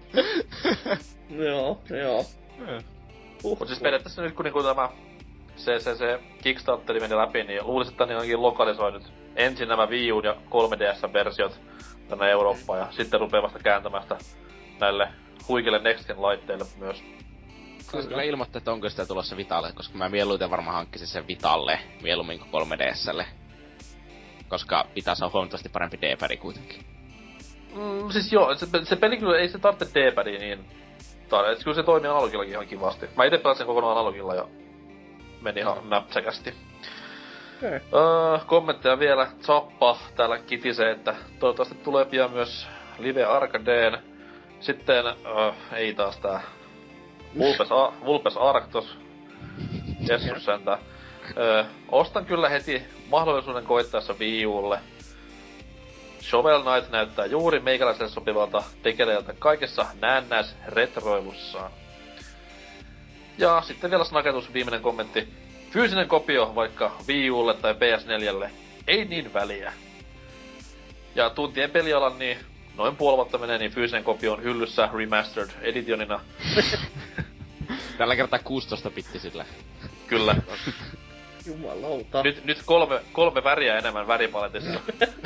Joo. Mut siis periaatteessa nyt kun niinku tämä se Kickstarteri meni läpi, niin luulisin, että ne ainakin lokalisoi nyt ensin nämä Wii U ja 3DS-versiot tänne Eurooppaan ja sitten rupee vasta kääntämään sitä näille huikille Next Gen-laitteille myös. Voisi kyllä ilmoittaa, että onko sitä tulossa Vitalle, koska mä mieluiten varmaan hankkisin sen Vitalle mieluummin kuin 3DSlle. Koska Vitassa on huomattavasti parempi D-pad kuitenkin. Siis joo, se peli kyllä ei se tarvitse D-padia niin... Kyllä se toimii analogillakin ihan kivasti. Mä ite pelasin kokonaan analogilla ja meni ihan näpsäkästi. Okay. Kommentteja vielä. Zappa täällä kitisee, että toivottavasti tulee pian myös Live Arcadeen. Sitten, ei taas tää Vulpes Arctos. Jessus sentään. Ostan kyllä heti mahdollisuuden koittaessa Wii Ulle. Shovel Knight näyttää juuri meikäläiselle sopivalta tekeleeltä kaikessa näennäis retroilussaan. Ja sitten vielä snaketus, viimeinen kommentti. Fyysinen kopio vaikka Wii Ulle tai PS4:lle, ei niin väliä. Ja tuntien pelialan niin noin puoli vuotta menee, niin fyysinen kopio on hyllyssä remastered editionina. Tällä kertaa 16-bittisillä. Kyllä. Jumalauta. Nyt kolme väriä enemmän väripaletissa.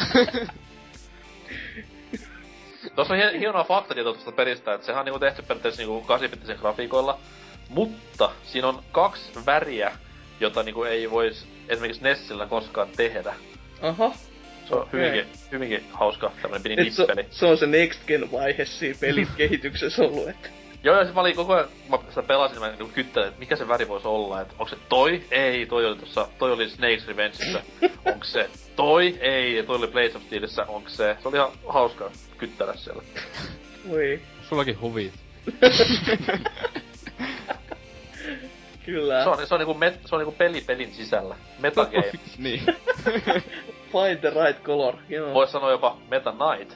Tuossa on hienoa faktatieto tuosta peristä, että sehän on niinku tehty periaatteessa niinku 8-bittisen grafiikoilla. Mutta siinä on 2 väriä, jota niinku ei vois esimerkiksi Nessillä koskaan tehdä. Aha. Se on hyvinkin hauska tämmönen pieni nippeli. Se on se Next Gen vaihe siinä pelin kehityksessä ollut, että... Joo, ja mä olin koko ajan, kun mä sitä pelasin, mä niinku kyttelin, että mikä se väri voisi olla, että onko se toi? Ei, toi oli Snake's Revengeissa. Onko se toi? Ei, toi oli Blades of Steelissä. Onko se? Se oli ihan hauska kyttää siellä. Voi. Sullakin huvit. Kyllä. Se on niinku peli pelin sisällä. Metagame. Niin. Find the right color, joo. Vois sanoa jopa Meta Knight.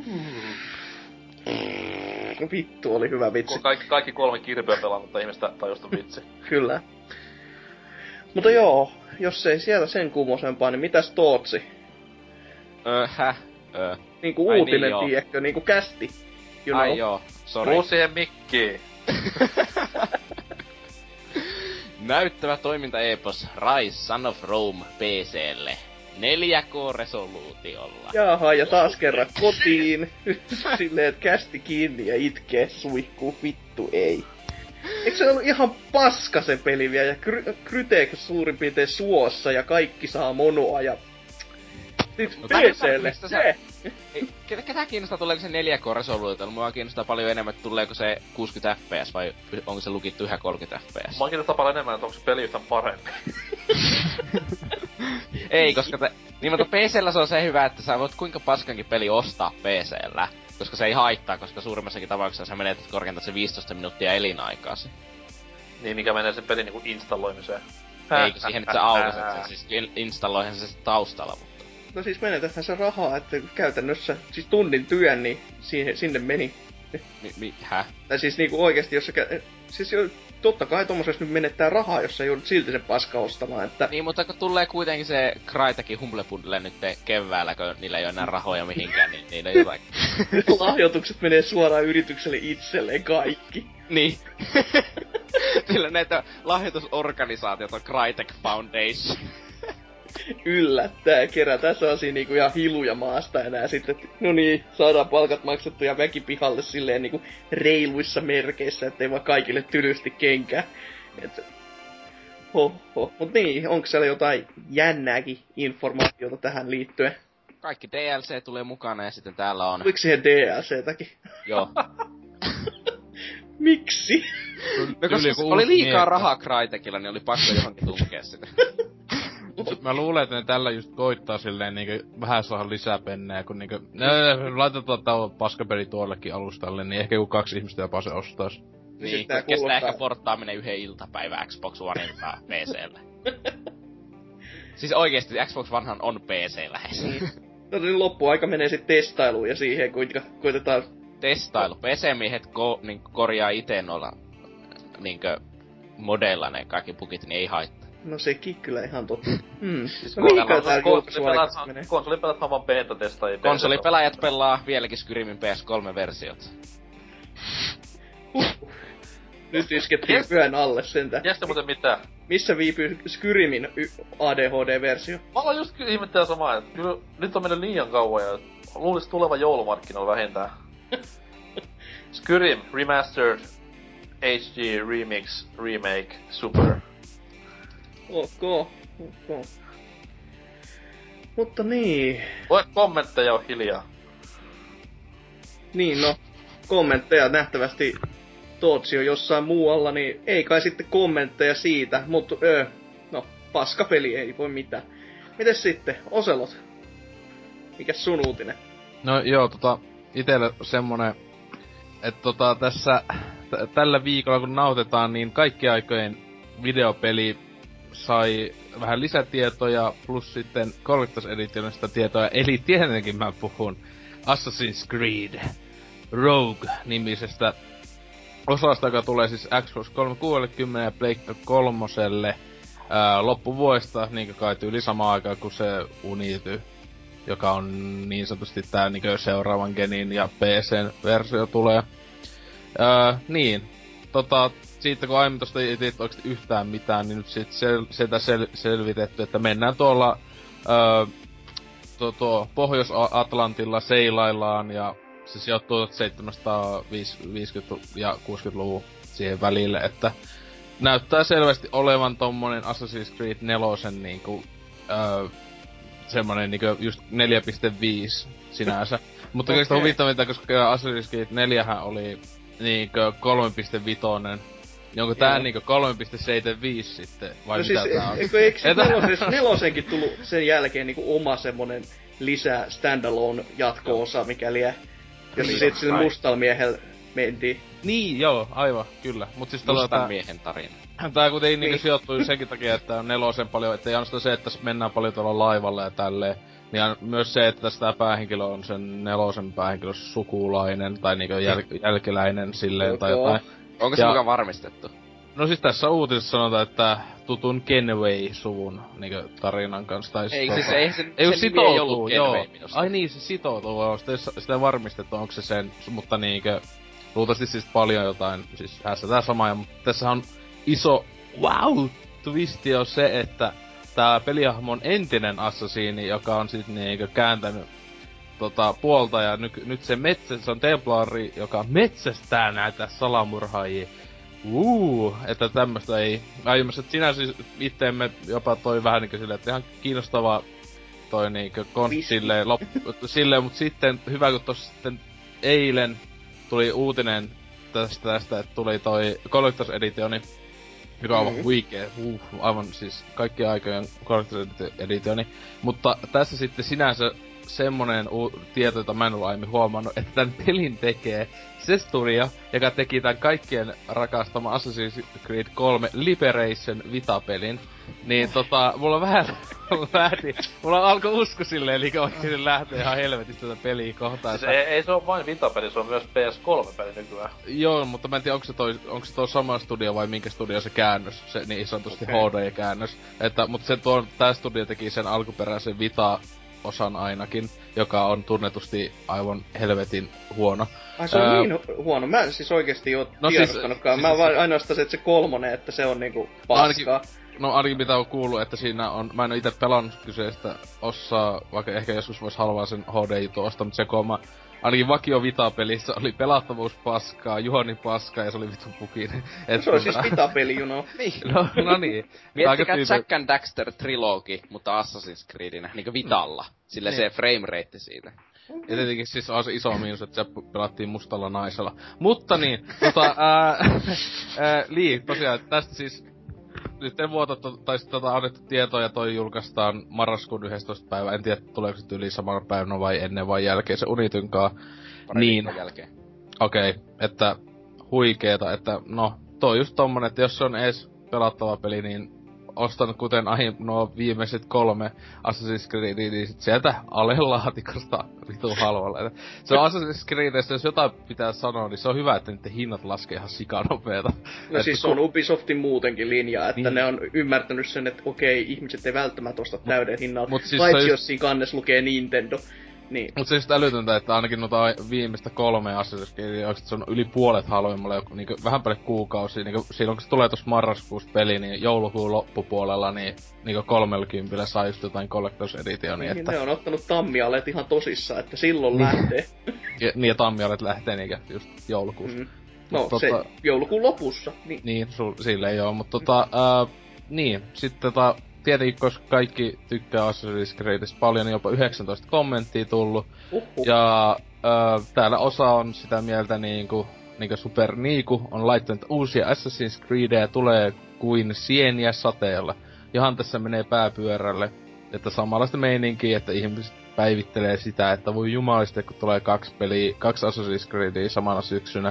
Vittu, oli hyvä vitsi. Kaikki 3 kirpeä pelannutta ihmistä tajusta vitsi. Kyllä. Mutta joo, jos ei siellä sen kummosempaa, niin mitäs Tootsi? Niinku uutinen, niin, tiedätkö? Niinku kästi. Ai joo, sori. Tuu siihen mikkiin. Näyttävä toiminta-epos Rise Son of Rome PC:lle. 4K-resoluutiolla. Jaha, ja taas kerran kotiin. Silleen, että kästi kiinni ja itkee, suihkuu, vittu ei. Eikö se ollut ihan paska se peli vielä, ja Krytek suurin piirtein suossa, ja kaikki saa monoa, ja... Siis no, PC:lle, se! Ketä kiinnostaa, tuleeko se 4K-resoluutiolla? Mua kiinnostaa paljon enemmän, että tuleeko se 60 fps, vai onko se lukittu yhä 30 fps? Mua kiinnostaa paljon enemmän, että onko se peli yhtään parempi. Ei, koska Niin, mutta PC:llä se on se hyvä, että sä voit kuinka paskankin peli ostaa PC:llä. Koska se ei haittaa, koska suurimmassakin tapauksessa sä menetät korkeintaan se 15 minuuttia elinaikaasi. Niin, mikä menee sen pelin niinku installoimiseen. Eikö siihen, että sä aukaset sen, siis installoihan se taustalla, mutta... No siis menetähän se rahaa, että käytännössä siis tunnin työn, niin sinne meni. Hä? Tai siis niinku oikeesti, jos siis totta kai tommosessa nyt menettää rahaa, jos sä joudut silti sen paska ostamaan, että... Niin, mutta kun tulee kuitenkin se Crytekin Humble Bundle nyt keväällä, kun niillä ei oo enää rahoja mihinkään, niin niillä jotain... Lahjoitukset menee suoraan yritykselle itselleen kaikki. Niin. Sillä näitä lahjoitusorganisaatiot on Crytek Foundation. Yllättää, kerätään sellaisia niinku ihan hiluja maasta enää sitten, no niin, saadaan palkat maksettu ja väki pihalle silleen niinku reiluissa merkeissä, ettei vaan kaikille tylysti kenkää. Mut niin, onko siellä jotain jännääkin informaatiota tähän liittyen? Kaikki DLC tulee mukana ja sitten täällä on... Oliko siihen DLCtäkin? Joo. Miksi? No koska oli liikaa rahaa Crytekilla, niin oli pakko johonkin tunkea sitä. Mä luulen, että ne tällä just koittaa silleen niinku vähän saada lisää pennejä, kun niinku... laitetaan tää paskapeli tuollekin alustalle, niin ehkä joku 2 ihmistä jopa se ostais. Niin, kestää ehkä porttaaminen yhden iltapäivän Xbox Oneilta PC:lle. Siis oikeesti Xbox Onehan on PC lähes. No niin loppuaika menee sit testailuun ja siihen kuinka koitetaan... Testailu. PC-miehet niin korjaa ite noilla niinkö modeilla ne kaikki bugit, niin ei haittaa. No sekin kyllä ihan totta. Siis konsolipelathan vaan beta-testaajia. Konsolipelaajat pelaa vieläkin Skyrimin PS3-versiot. Nyt iskettiin pyhän alle sentään. Tiedätkö muuten mitä? Missä viipyy Skyrimin ADHD-versio? Mä aloin just ihmettää samaa, että kyllä nyt on mennyt liian kauan ja luulis tuleva joulumarkkinoilla vähintään. Skyrim Remastered HD Remix Remake Super. Ok. Mutta niin... Voi kommentteja on hiljaa. Niin no, kommentteja nähtävästi Tootsi on jossain muualla, niin ei kai sitten kommentteja siitä, mutta no, paskapeli ei voi mitään. Mites sitten, Oselot? Mikäs sun uutinen? No joo, itelle semmonen, että tässä tällä viikolla kun nautetaan, niin kaikki aikojen videopeli sai vähän lisätietoja, plus sitten Collector's Editionista tietoja, eli tietenkin mä puhun Assassin's Creed Rogue-nimisestä osasta, joka tulee siis Xbox 360 ja Pleikka 3 loppuvuodesta, niin kai tyyli samaan aikaan kuin se Unity, joka on niin sanotusti tää niin seuraavan genin ja PC:n versio tulee. Niin, siitä kun aiemmin tosta ei tiedä oikeesti yhtään mitään, niin nyt sit selvitetty, että mennään tuolla Pohjois-Atlantilla seilaillaan ja se sijoittuu 750- ja 60-luvun siihen välille, että näyttää selvästi olevan tommonen Assassin's Creed 4 niinku semmonen niinku just 4.5 sinänsä. Mutta oikeesti huvittavinta, koska Assassin's Creed 4 oli niinkö 3.5. Niin onko tää niinkö 3.75 sitten, vai no mitä siis, tää on? Eikö nelosenkin tullut sen jälkeen niinku oma semmonen lisää standalone jatko-osa, mikäli jossa sit sille mustalmiehellä mentiin. Niin, joo, aivan, kyllä. Mut siis mustan miehen tarina. Tää kuitenkin niinku sijoittuu senkin takia, että on nelosen paljon, ettei ainoastaan se, että mennään paljon tuolla laivalla ja tälleen. Niin myös se, että tässä tää päähenkilö on sen nelosen päähenkilö sukulainen tai niinku jälkeläinen silleen tai jotain. Onko se mukaan varmistettu? No siis tässä uutisessa sanotaan, että tutun Kenway-suvun niinku tarinan kanssa. Tai ei siis ei sitoutuu, joo. Ai niin, se sitoutuu, sitä varmistettu, onko se sen, mutta niinkö... Luultavasti siis paljon jotain, siis hässätään samaa, mutta tässä on iso twisti on se, että tää pelihahmo on entinen assassiini, joka on sit niinkö kääntänyt puolta ja nyt se on templaari, joka metsästää näitä salamurhaajia. Että tämmöstä ei... Aiemmassa, että sinä siis itteemme jopa toi vähän niinkö silleen, että ihan kiinnostavaa toi niinkö silleen, mut sitten hyvä kun tossa sitten eilen tuli uutinen tästä, että tuli toi Collector's Editioni Joka on huikee, aivan siis kaikkien aikojen Collector's Editioni. Mutta tässä sitten sinänsä semmonen tieto, jota mä en ollut aiemmin huomannut, että tän pelin tekee se studio, joka teki tän kaikkien rakastama Assassin's Creed 3 Liberation Vita-pelin. Niin mulla alkoi usko silleen, eli oikeesti lähtee ihan helvetistä tätä peliä kohtaan. Siis ei se oo vain Vita-peli, se on myös PS3-peli nykyään. Joo, mutta mä en tiedä, onko se toi sama studio vai minkä studio se käännös, se niin sanotusti HD-käännös. Mutta tää studio teki sen alkuperäisen Vita-osan ainakin, joka on tunnetusti aivan helvetin huono. Ai se on niin huono, mä en siis oikeesti oo tiedostanutkaan, mä vaan ainoastaan että se 3, että se on niinku paskaa. Ainakin mitä on kuullut, että siinä on, mä en oo ite pelannut kyseistä osaa, vaikka ehkä joskus vois halvaa sen HD-jutun ostaa, mutta se kooma, ainakin vakio Vita-pelissä oli pelattavuus paskaa, juoni paskaa ja se oli vitun pukinen. Se on siis Vita-peli, you know. Niin. No niin. Miettikää Jack and Daxter Trilogy, mutta Assassin's Creedinä, niinku Vitalla. Sillä se frame rate siitä. Ja tietenkin siis on se iso miinus, että se pelattiin mustalla naisella. Mutta niin, tosiaan, tästä siis nyt en vuotta, tai sit annettu tietoa ja toi julkaistaan marraskuun 11. päivä. En tiedä, tuleeko se yli samana päivänä vai ennen vai jälkeen se Unitynkaa. Niin. Jälkeen. Okei, että huikeeta, että no, toi just tommonen, että jos se on ees pelattava peli, niin ostan kuten nuo viimeiset 3 Assassin's Creedia, niin sit sieltä alelaatikosta vitun halvalla. Se on Assassin's Creedissä, jos jotain pitää sanoa, niin se on hyvä, että niiden hinnat laskee ihan sikanopeeta. No siis on Ubisoftin muutenkin linja, että niin. Ne on ymmärtänyt sen, että okei, ihmiset ei välttämättä osta täyden hinnalla, siis paitsi jos siinä kannessa lukee Nintendo. Niin. Mut se just älytöntä, että ainakin noita viimeistä 3 Assassin's Creedia, se on yli puolet halvemmalla, niinku vähän paljon kuukausia, niinku silloin kun se tulee tossa marraskuussa peli, niin joulukuun loppupuolella, niin niinku 30 saa just jotain Collector's Editionia, niin, että ne on ottanut tammialet ihan tosissaan, että silloin lähtee. Ja tammialet lähtee niinkö just joulukuussa. No se joulukuun lopussa, niin. Niin, silleen joo, mut niin, sitten tietenkin, koska kaikki tykkää Assassin's Creedistä paljon, niin jopa 19 kommenttia tullut. Ja täällä osa on sitä mieltä niinku Super Niiku on laittanut uusia Assassin's Creedia tulee kuin sieniä sateella. Johan tässä menee pääpyörälle. Että samanlaista meininkiä, että ihmiset päivittelee sitä, että voi jumalista, kun tulee 2 Assassin's Creedia samana syksynä.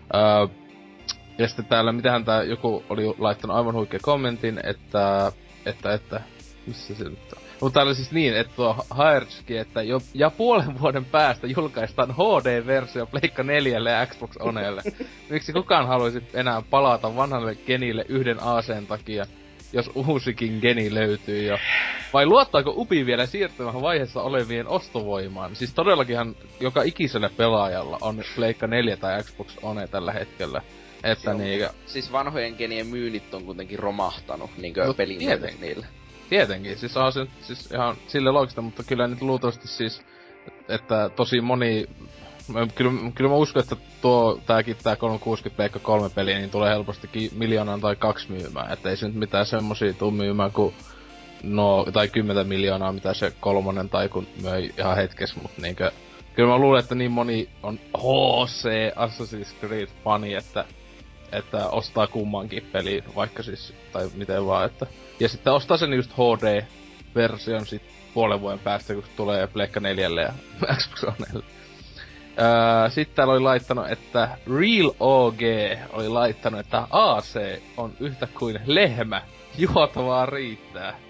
Ja sitten täällä, mitähän tää joku oli laittanut aivan huikea kommentin, että missä se nyt on? Mutta täällä siis niin, että tuo Haerski, että ja puolen vuoden päästä julkaistaan HD-versio Pleikka 4 ja Xbox Onelle. Miksi kukaan haluaisi enää palata vanhalle genille yhden aseen takia, jos uusikin geni löytyy jo? Vai luottaako Ubi vielä siirtymään vaiheessa olevien ostovoimaan? Siis todellakinhan joka ikisellä pelaajalla on Pleikka 4 tai Xbox One tällä hetkellä. Että niinkö... Siis vanhojen genien myynnit on kuitenkin romahtanut niinkö pelin niillä. Tietenkin, siis on se siis ihan sille loogista, mutta kyllä nyt luultavasti siis, että tosi moni... Kyllä mä uskon, että tää 360 Pleikka 3 peli, niin tulee helpostikin 1 miljoonaa tai 2 myymään. Että ei se nyt mitään semmosia tuu myymään kuin... tai 10 miljoonaa, mitä se 3 tai kun möi ihan hetkes, mut niinkö... Kyllä mä luulen, että niin moni on HC Assassin's Creed-fani, että ostaa kummankin peli, vaikka siis, tai miten vaan, että... Ja sitten ostaa sen just HD-version sit puolen vuoden päästä, kun tulee Pleikka 4 ja Xbox Onelle. Sitten täällä oli laittanut, että Real OG oli laittanut, että AC on yhtä kuin lehmä, juotavaa riittää.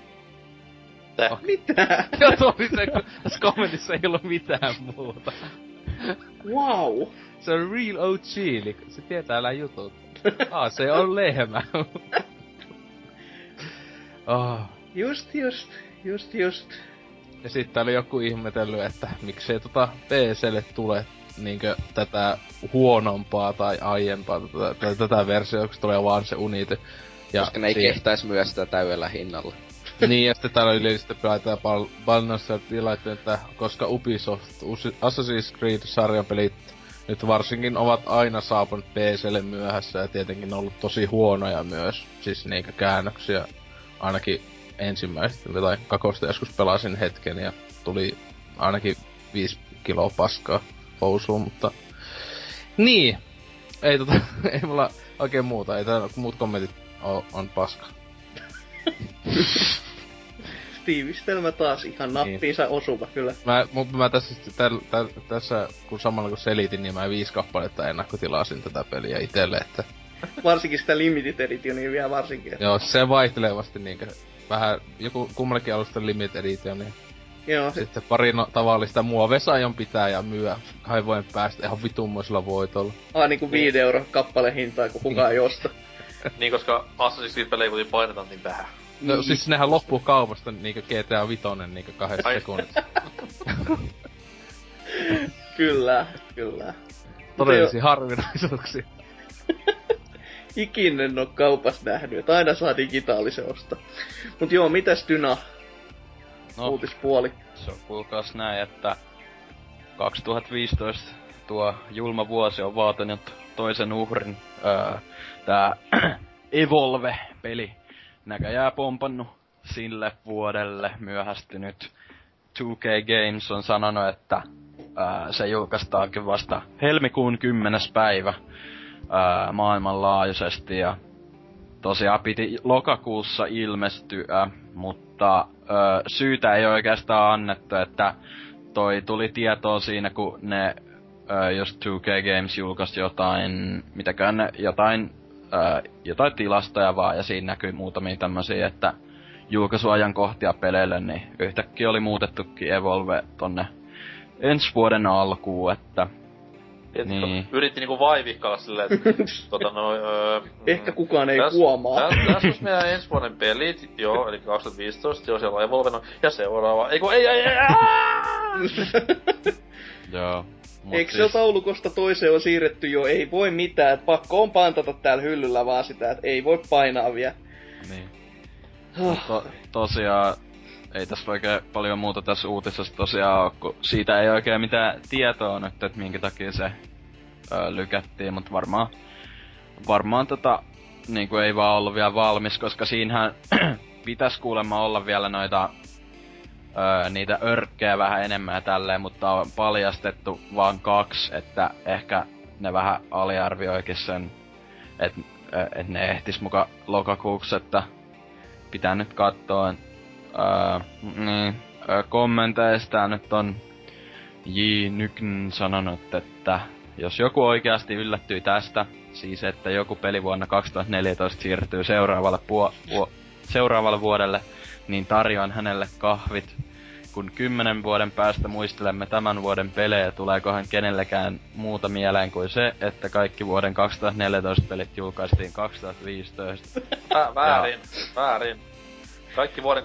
Mitä? Joo, tuo oli se, kun tässä kommentissa ei ollut mitään muuta. Wow. Se on Real OG, eli se tietää älä jutut. Se on lehmä. Oh. Just. Ja sitten oli joku ihmetellyt, että miksei PClle tule niinkö tätä huonompaa tai aiempaa tätä versiota, kun tulee vaan se Unity. Ja koska ne ei kehtäis myös sitä täydellä hinnalla. Niin, ja sitten täällä yleisesti pelataan Balnossa laittanut, että koska Ubisoft Assassin's Creed-sarjan pelit nyt varsinkin ovat aina saapunut PClle myöhässä ja tietenkin ollut tosi huonoja myös, siis niinkö käännöksiä. Ainakin ensimmäistä tai kakosta joskus pelasin hetken ja tuli ainakin 5 kiloa paskaa housuun, mutta... Niin! Ei mulla oikein muuta, ei täällä muut kommentit on paska. Tiivistelmä taas ihan nappiinsa osuva, kyllä. Mä tässä, kun samalla kun selitin, niin mä 5 kappaletta ennakkotilasin tätä peliä itelle, että... Varsinkin sitä Limited Editionia vielä varsinkin. Joo, se vaihtelevasti niinkö vähän, kummallekin alusta Limited Edition, niin... Joo. Sitten pari tavallista muovesajon pitää ja myö 2 vuoden päästä ihan vitummoisella voitolla. Niinku 5 € kappale hintaa, kun kukaan ei osta. Niin, koska Assassin's Creed-pelejä kuitenkin painetaan niin vähän. No siis nehän loppuu kaupasta niinkö GTA 5 niinkö 2 sekunnissa. Kyllä. Todellisia harvinaisuuksia. Ikinä en oo kaupassa nähnyt, että aina saa digitaalisen osta. Mut joo, mitäs Dyna? Uutispuoli. Se on kuulkaas näin, että 2015 tuo julma vuosi on vaatinut toisen uhrin. Tää Evolve-peli näköjään pompannut sille vuodelle myöhästynyt. 2K Games on sanonut, että se julkaistaankin vasta helmikuun 10. päivä maailmanlaajuisesti ja tosiaan piti lokakuussa ilmestyä, mutta syytä ei oikeastaan annettu, että toi tuli tietoa siinä, kun ne jos 2K Games julkaisi jotain, jotain tilastoja vaan, ja siinä näkyi muutamia tämmösiä, että julkaisuajankohtia peleille, niin yhtäkkiä oli muutettukin Evolve tonne ensi vuoden alkuun, että... Niin. Yritti niinku vaivihkaa silleen, että ehkä kukaan ei huomaa. Tässä on meidän ensi vuoden pelit, joo, eli 2015, joo, siellä on Evolvena, ja seuraava, ei. Joo. Eikö se taulukosta toiseen on siirretty jo, ei voi mitään, että pakko on pantata täällä hyllyllä vaan sitä, että ei voi painaa vielä. Niin. Tosiaan, ei tässä oikein paljon muuta tässä uutisessa tosiaan oo, kun siitä ei oikein mitään tietoa nyt, että minkä takia se lykättiin, mutta varmaan niinku ei vaan ollut vielä valmis, koska siinähän pitäis kuulemma olla vielä noita niitä örkkejä vähän enemmän ja tälleen, mutta on paljastettu vaan 2, että ehkä ne vähän aliarvioikin sen, että ne ehtis muka lokakuuksi, että pitää nyt kattoo. Kommenteista nyt on J. Nykn sanonut, että jos joku oikeasti yllättyy tästä, siis että joku peli vuonna 2014 siirtyy seuraavalle vuodelle, niin tarjoan hänelle kahvit. Kun 10 vuoden päästä muistelemme tämän vuoden pelejä, tuleekohan kenellekään muuta mieleen kuin se, että kaikki vuoden 2014 pelit julkaistiin 2015. Väärin. Kaikki vuoden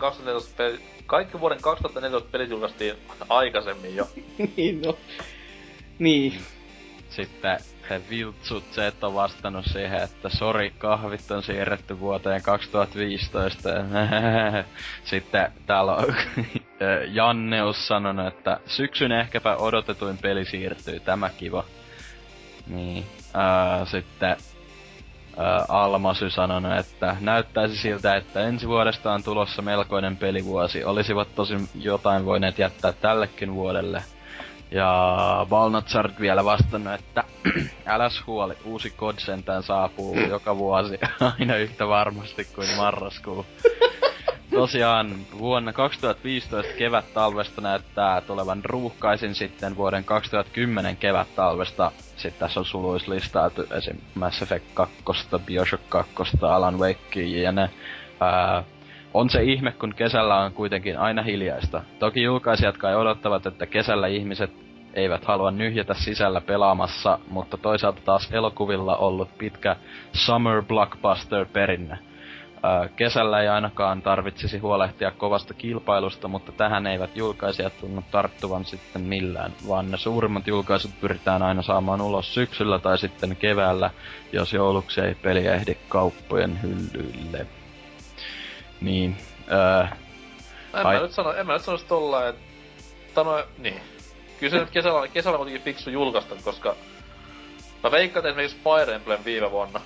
2014 pelit julkaistiin aikaisemmin jo. Niin no. Niin. Sitten he Viltsut Z on vastannut siihen, että sori, kahvit on siirretty vuoteen 2015. Sitten täällä on Janneus sanonut, että syksyn ehkäpä odotetuin peli siirtyy, tämä kiva. Niin. Sitten Almasy sanonut, että näyttäisi siltä, että ensi vuodesta on tulossa melkoinen pelivuosi. Olisivat tosin jotain voineet jättää tällekin vuodelle. Ja Balnatsard vielä vastannut, että äläs huoli, uusi kod sentään saapuu joka vuosi aina yhtä varmasti kuin marraskuu. Tosiaan vuonna 2015 kevät-talvesta näyttää tulevan ruuhkaisin, sitten vuoden 2010 kevät-talvesta. Sitten tässä on suluislistailtu esim. Mass Effect 2, Bioshock 2, Alan Wake ja ne. On se ihme, kun kesällä on kuitenkin aina hiljaista. Toki julkaisijat kai odottavat, että kesällä ihmiset eivät halua nyhjätä sisällä pelaamassa, mutta toisaalta taas elokuvilla ollut pitkä Summer Blockbuster-perinne. Kesällä ei ainakaan tarvitsisi huolehtia kovasta kilpailusta, mutta tähän eivät julkaisijat tunnu tarttuvan sitten millään, vaan ne suurimmat julkaisut pyritään aina saamaan ulos syksyllä tai sitten keväällä, jos jouluksi ei peliä ehdi kauppojen hyllyille. Niin, En mä nyt sanois tollain, että... niin. Kyllä se nyt kesällä kuitenkin fiksu julkaista, koska... Mä veikkaan, että esimerkiksi Fire Emblem viime vuonna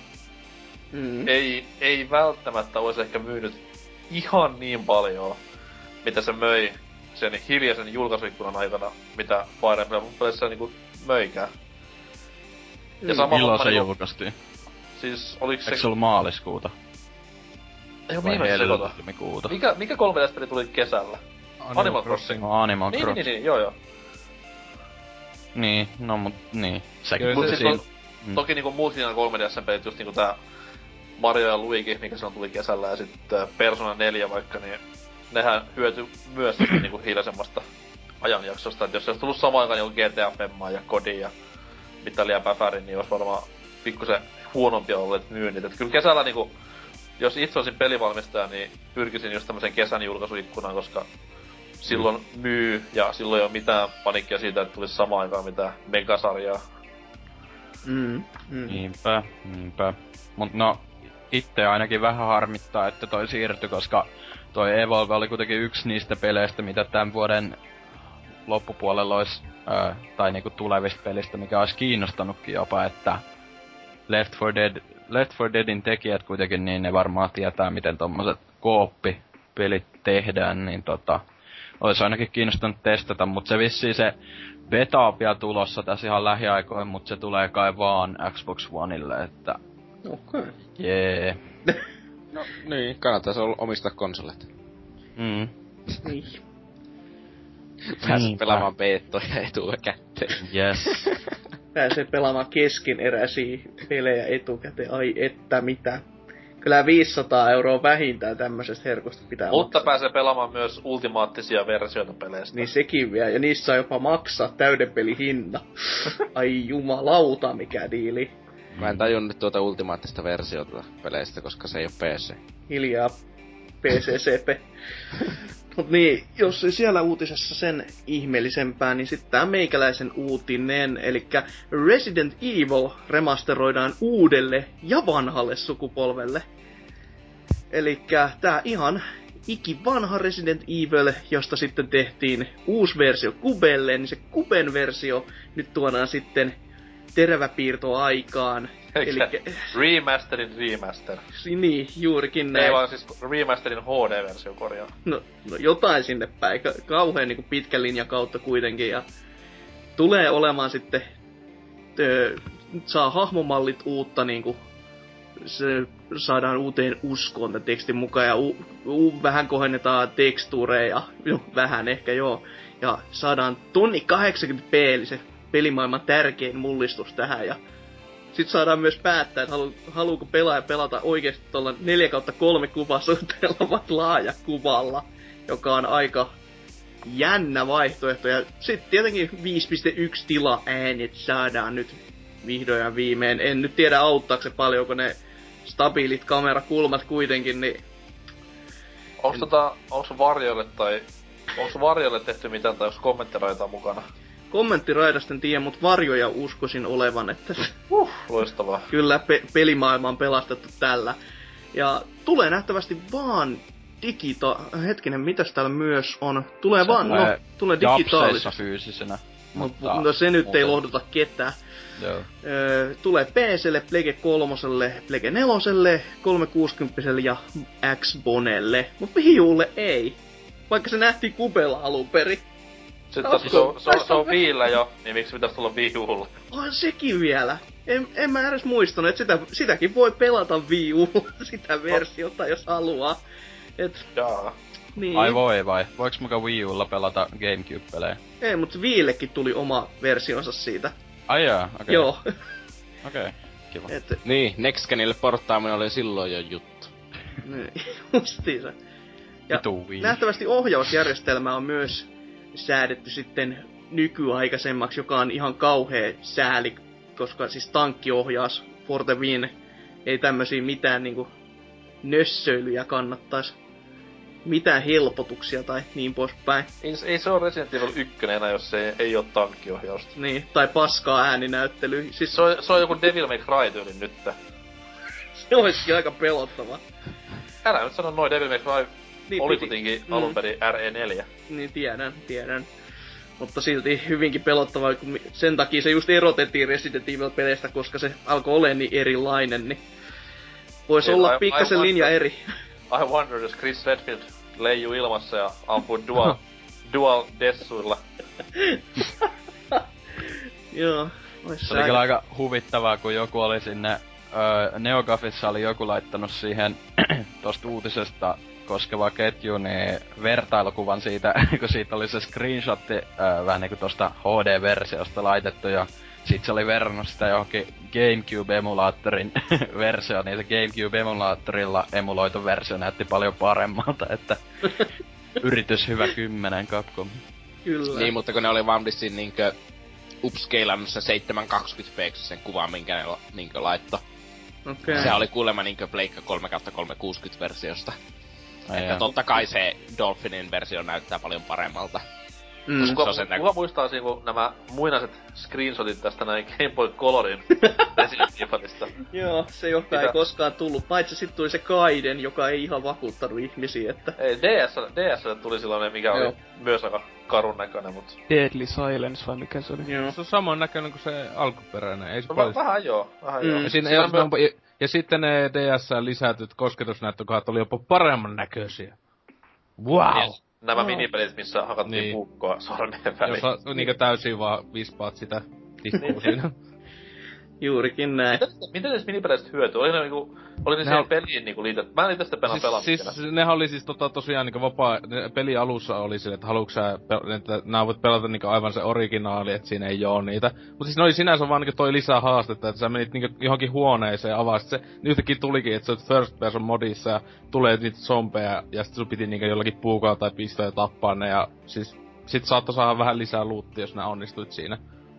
ei välttämättä olisi ehkä myynyt ihan niin paljon, mitä se möi sen hiljaisen julkaisuikkunan aikana, mitä Fire Emblem peleissä niinku möikään. Ja sama milloin se julkaistiin? Siis oliks se... Eikö se ollut maaliskuuta? Ei mihin mä sekoitan. Mikä 3DS-peli tuli kesällä? Animal Crossing. Animal Crossing. Niin, joo. Niin, no mut niin. Sekin mut sit toki niinku muut siinä 3DS-pelit, just niinku tää Mario ja Luigi, mikä silloin tuli kesällä, ja sitten Persona 4 vaikka, niin nehän hyöty myös niinku hiljaisemmasta ajanjaksosta. Et jos se olisi tullut samaan aikaan joku GTA Femmaa ja Kodi ja mitä liian päfärin, niin olisi varmaan pikkusen huonompia olleet myynnit. Et kyllä kesällä niinku, jos itse olisin pelivalmistaja, niin pyrkisin just tämmösen kesän julkaisuikkunan, koska silloin myy ja silloin ei ole mitään panikkia siitä, että tulisi samaan aikaan mitään megasarjaa. Niinpä. Mut no, itse ainakin vähän harmittaa, että toi siirtyi, koska toi Evolve oli kuitenkin yksi niistä peleistä, mitä tämän vuoden loppupuolella olisi, tai niinku tulevista pelistä, mikä olisi kiinnostanutkin jopa, että Left 4 Deadin tekijät kuitenkin, niin ne varmaan tietää, miten tommoset kooppi-pelit tehdään, niin olisi ainakin kiinnostanut testata, mut se vissiin se beta on vielä tulossa tässä ihan lähiaikoin, mut se tulee kai vaan Xbox Oneille, että okei. Jee. No niin, kannattaisi omistaa konsolet. Niin. Pääset pelaamaan beettoja etukäteen. Yes. Pääsee pelaamaan keskeneräisiä pelejä etukäteen. Ai että mitä. Kyllä 500 € vähintään tämmöisestä herkusta pitää Mutta maksaa. pääsee pelaamaan myös ultimaattisia versioita peleistä. Niin sekin vielä, ja niissä saa jopa maksaa täyden pelihinta. Ai jumalauta, mikä diili. Mä en tajunnut tuota ultimaattista versiota peleistä, koska se ei oo PC. Hiljaa PCCP. Mut niin, jos ei siellä uutisessa sen ihmeellisempää, niin sitten tää meikäläisen uutinen, elikkä Resident Evil remasteroidaan uudelle ja vanhalle sukupolvelle. Elikkä tää ihan ikivanha Resident Evil, josta sitten tehtiin uusi versio Cubelle, niin se Cuben versio nyt tuodaan sitten teräväpiirtoaikaan. Elikkä remaster. Niin, juurikin näin. Ei vaan siis remasterin HD-versio korjaa. No jotain sinne päin. Kauhean niinku pitkän linjan kautta kuitenkin. Ja tulee olemaan sitten, saa hahmomallit uutta niinku, se saadaan uuteen uskoon tämän tekstin mukaan ja vähän kohennetaan tekstuureja, vähän ehkä joo. Ja saadaan 1080p, eli se pelimaailman tärkein mullistus tähän ja sitten saadaan myös päättää, että haluuko pelaaja pelata oikeesti tuolla 4/3 kuvasuhteella vai laajakuvalla, joka on aika jännä vaihtoehto. Ja sitten tietenkin 5.1 tila äänet saadaan nyt vihdoin ja viimein. En nyt tiedä auttaako se paljonko ne stabiilit kamerakulmat kuitenkin, niin onko varjoille tehty mitään tai onko kommenttiraitaa mukana? Kommenttiraidasta en tiedä, mutta varjoja uskoisin olevan, että loistavaa. Kyllä pelimaailma on pelastettu tällä. Ja tulee nähtävästi vaan hetkinen, mitäs täällä myös on? Tulee digitaalisesti. Fyysisenä. No se nyt ei lohduta ketään. Joo. Tulee PC:lle, Plege 3:lle, Plege 4:lle, 360 ja Xbonelle. Mut Wii Ulle ei. Vaikka se nähtiin Cubella alun perin. Sitten se on Wiillä jo, niin miksi pitäis tulla Wii Ulla? On sekin vielä. En mä edes muistanut, että sitäkin voi pelata Wii Ulla, sitä versiota, jos haluaa. Jaa. Niin. Ai voi vai? Voiks muka Wii Ulla pelata GameCube-pelejä? Ei, mutta Wiillekin tuli oma versionsa siitä. Ai jaa, okei. Joo. Okei, kiva. Niin, Next Genille porttaaminen oli silloin jo juttu. Niin, justiinsa. Ja Wii. nähtävästi ohjausjärjestelmä on myös säädetty sitten nykyaikaisemmaksi, joka on ihan kauhea sääli, koska siis tankkiohjaus for the win. Ei tämmösiä mitään niinku nössöilyjä kannattais. Mitään helpotuksia tai niin poispäin. Ei se oo Resident Evil 1 enää, jos se ei oo tankkiohjausta. Niin, tai paskaa ääninäyttelyä. Siis se on joku Devil May Cry tyyli nyt. Se olisikin aika pelottava. Älä nyt sano noin, Devil May Cry niin, oli kuitenkin alunperin RE4. Niin, tiedän. Mutta silti hyvinkin pelottavaa, kun sen takia se just erotettiin Resident Evil-peleistä, koska se alkoi olemaan niin erilainen, niin vois olla pikkasen linja eri. I wonder, jos Chris Redfield leijuu ilmassa ja ampuu dual dessuilla. Joo. Se oli kyllä aika huvittavaa, kun joku oli sinne NeoGAFissa oli joku laittanut siihen tosta uutisesta koskeva ketju, niin vertailukuvan siitä, kun siitä oli se screenshotti vähän niinku tosta HD-versiosta laitettu, ja sit se oli verrannut sitä johonkin GameCube-emulaattorin versio, niin se GameCube-emulaattorilla emuloitu versio näytti paljon paremmalta, että yritys hyvä 10 Capcom. Kyllä. Niin, mutta kun ne oli vaan vissiin niinkö upscaleannut se 720p sen kuvan, minkä ne niinkö laitto. Okay. Se oli kuulemma niinkö Pleikka 3/360 versiosta. Että totta kai se Dolphinin versio näyttää paljon paremmalta. Kuka muistaa niinku nämä muinaiset screenshotit tästä näin Game Boy Colorin Resident Evilista? Joo, se joka ei koskaan tullut, paitsi sit tuli se Gaiden, joka ei ihan vakuuttanut ihmisiä, että... Ei, DS:lle tuli sellainen, mikä oli myös aika karun näköinen, mut... Deadly Silence vai mikä se oli? Joo. Se on saman näköinen kuin se alkuperäinen, ei se paljon... Vähän joo. Ja sitten ne DS:ään lisätyt kosketusnäyttökohdat oli jopa paremman näköisiä. Wow! Yes. Nämä minipelit, missä hakattiin puukkoa sormien väliin. Jos on niinkö täysin vaan vispaat sitä tikkuu siinä. Juurikin näin. Miten edes minipeleistä hyötyy? Oli ne siihen peliin niinku liitetty? Mä en itse sitä pelaa pelaamista. Siis nehän oli siis tosiaan niinku peli alussa oli sille, että haluuks sä, että nää voit pelata niinku aivan se originaali, et siinä ei oo niitä. Mut siis ne oli sinänsä vaan niinku toi lisää haastetta, että sä menit niinku johonkin huoneeseen ja avasit se. Niin yhtäkkiä tulikin, että sä oot first person modissa ja tulee niitä zombeja ja sit sun piti niinku jollakin puukalla tai pistoja tappaa ne ja siis sit saattoi saada vähän lisää loottia, jos nää onnistuit siinä.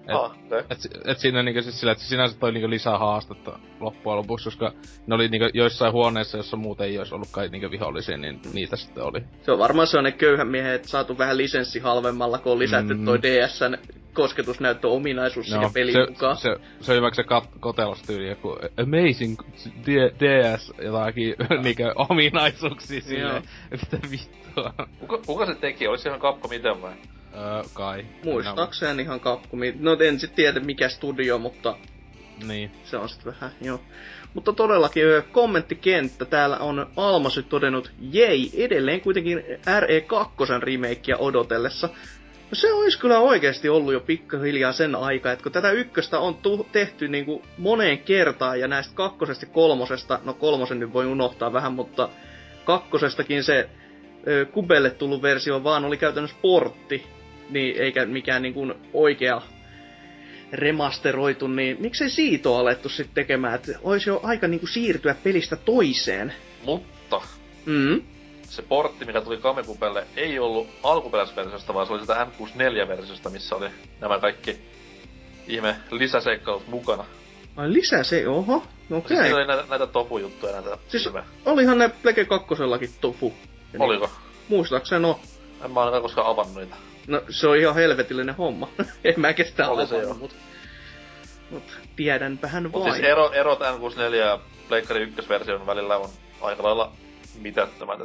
Et siinä niinku siis sillä, että sinänsä toi niinku lisää haastetta loppujen lopuksi, koska ne oli niinku joissain huoneissa, jossa muuten ei ois ollut kai niinku vihollisia, niin niitä sitten oli. Se on varmaan sellainen köyhän miehen, että saatu vähän lisenssi halvemmalla, kun on lisätty toi DS:n kosketusnäyttöominaisuus siihen peliin mukaan. Se oli vaikka se kotelostyyli, joku amazing DS jotakin niinku ominaisuuksia silleen, mitä vittua. Kuka se teki? Olis ihan Capcom ite vai? Kai. Muistaakseni ihan Capcom. No en sit tiedä mikä studio, mutta... Niin. Se on sit vähän, joo. Mutta todellakin kommenttikenttä. Täällä on Almasy todennut, jei, edelleen kuitenkin RE2 remakea odotellessa. No se olisi kyllä oikeesti ollut jo pikkuhiljaa sen aika, että kun tätä ykköstä on tehty niinku moneen kertaan, ja näistä kakkosesta ja kolmosesta, no kolmosen nyt voi unohtaa vähän, mutta kakkosestakin se Kubelle tullut versio vaan oli käytännössä portti, niin eikä mikään niinku oikea remasteroitu, niin miksei siitä ole alettu sit tekemään, että olisi jo aika niinku siirtyä pelistä toiseen. Mutta se portti, mikä tuli Gamecubelle, ei ollut alkuperäisversiosta, vaan se oli sitä N64-versiosta, missä oli nämä kaikki ihme lisäseikkailut mukana. Ai oho, okei. Okay. Siis oli näitä tofu-juttuja, näitä siis olihan ne Plege 2:llakin tofu. Oliko? Muistaakseni on. En mä ainakaan koskaan avannut niitä. No se on ihan helvetillinen homma. En mä kestä avannut, mut tiedänpähän vain. Mut siis erot N64 ja Pleikkari 1-version välillä on aika lailla mitättömät.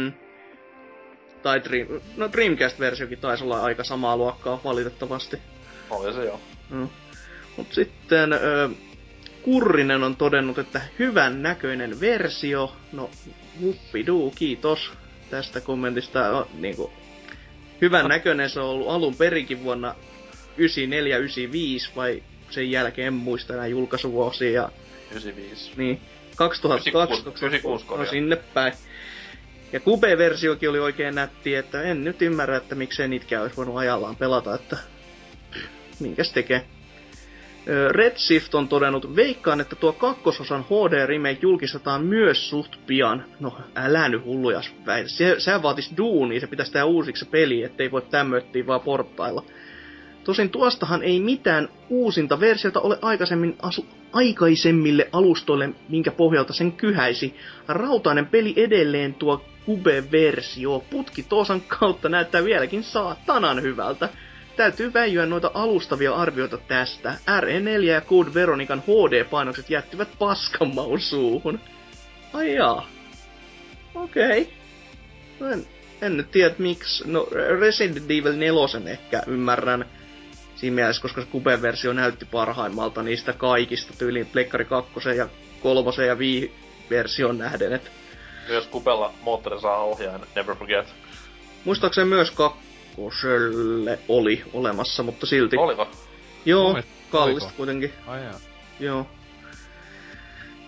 Tai Dreamcast-versiokin taisi olla aika samaa luokkaa valitettavasti. Oli se joo. Mut sitten Kurrinen on todennut, että hyvän näköinen versio. No huppiduu, kiitos tästä kommentista. Niinku, hyvän näköinen se on ollut alun perinkin vuonna 94-95 vai sen jälkeen, en muista enää julkaisuvuosia. Ja 95. Niin, 2002 on sinne päin. Ja Cube-versiokin oli oikein nätti, että en nyt ymmärrä, että miksei niitäkään olisi voinut ajallaan pelata, että minkäs tekee. Red Shift on todennut, veikkaan, että tuo kakkososan HD-remake julkistetaan myös suht pian. No, älä nyt hullujas väitä. Sehän vaatis duunia, se pitäisi tehdä uusiksi se peli, ettei voi tämmöttiä vaan porttailla. Tosin tuostahan ei mitään uusinta versiota ole aikaisemmille alustoille, minkä pohjalta sen kyhäisi. Rautainen peli edelleen tuo Cube-versio. Putki Toosan kautta näyttää vieläkin saatanan hyvältä. Täytyy väijyä noita alustavia arvioita tästä. RE4 ja Code Veronican HD-painokset jättivät paskanmaun suuhun. Ai jaa. Okei. Okay. En nyt tiedä miksi. No Resident Evil 4 ehkä ymmärrän siinä mielessä, koska se Cube-versio näytti parhaimmalta niistä kaikista tyyliin Pleikkari 2 ja 3 ja Wii-version nähden. Et... Myös Cubella moottori saa ohjaajan, never forget. Muistaakseni myös kakkoselle oli olemassa, mutta silti. Oliko? Joo, kallista kuitenkin. Ai jaa. Joo.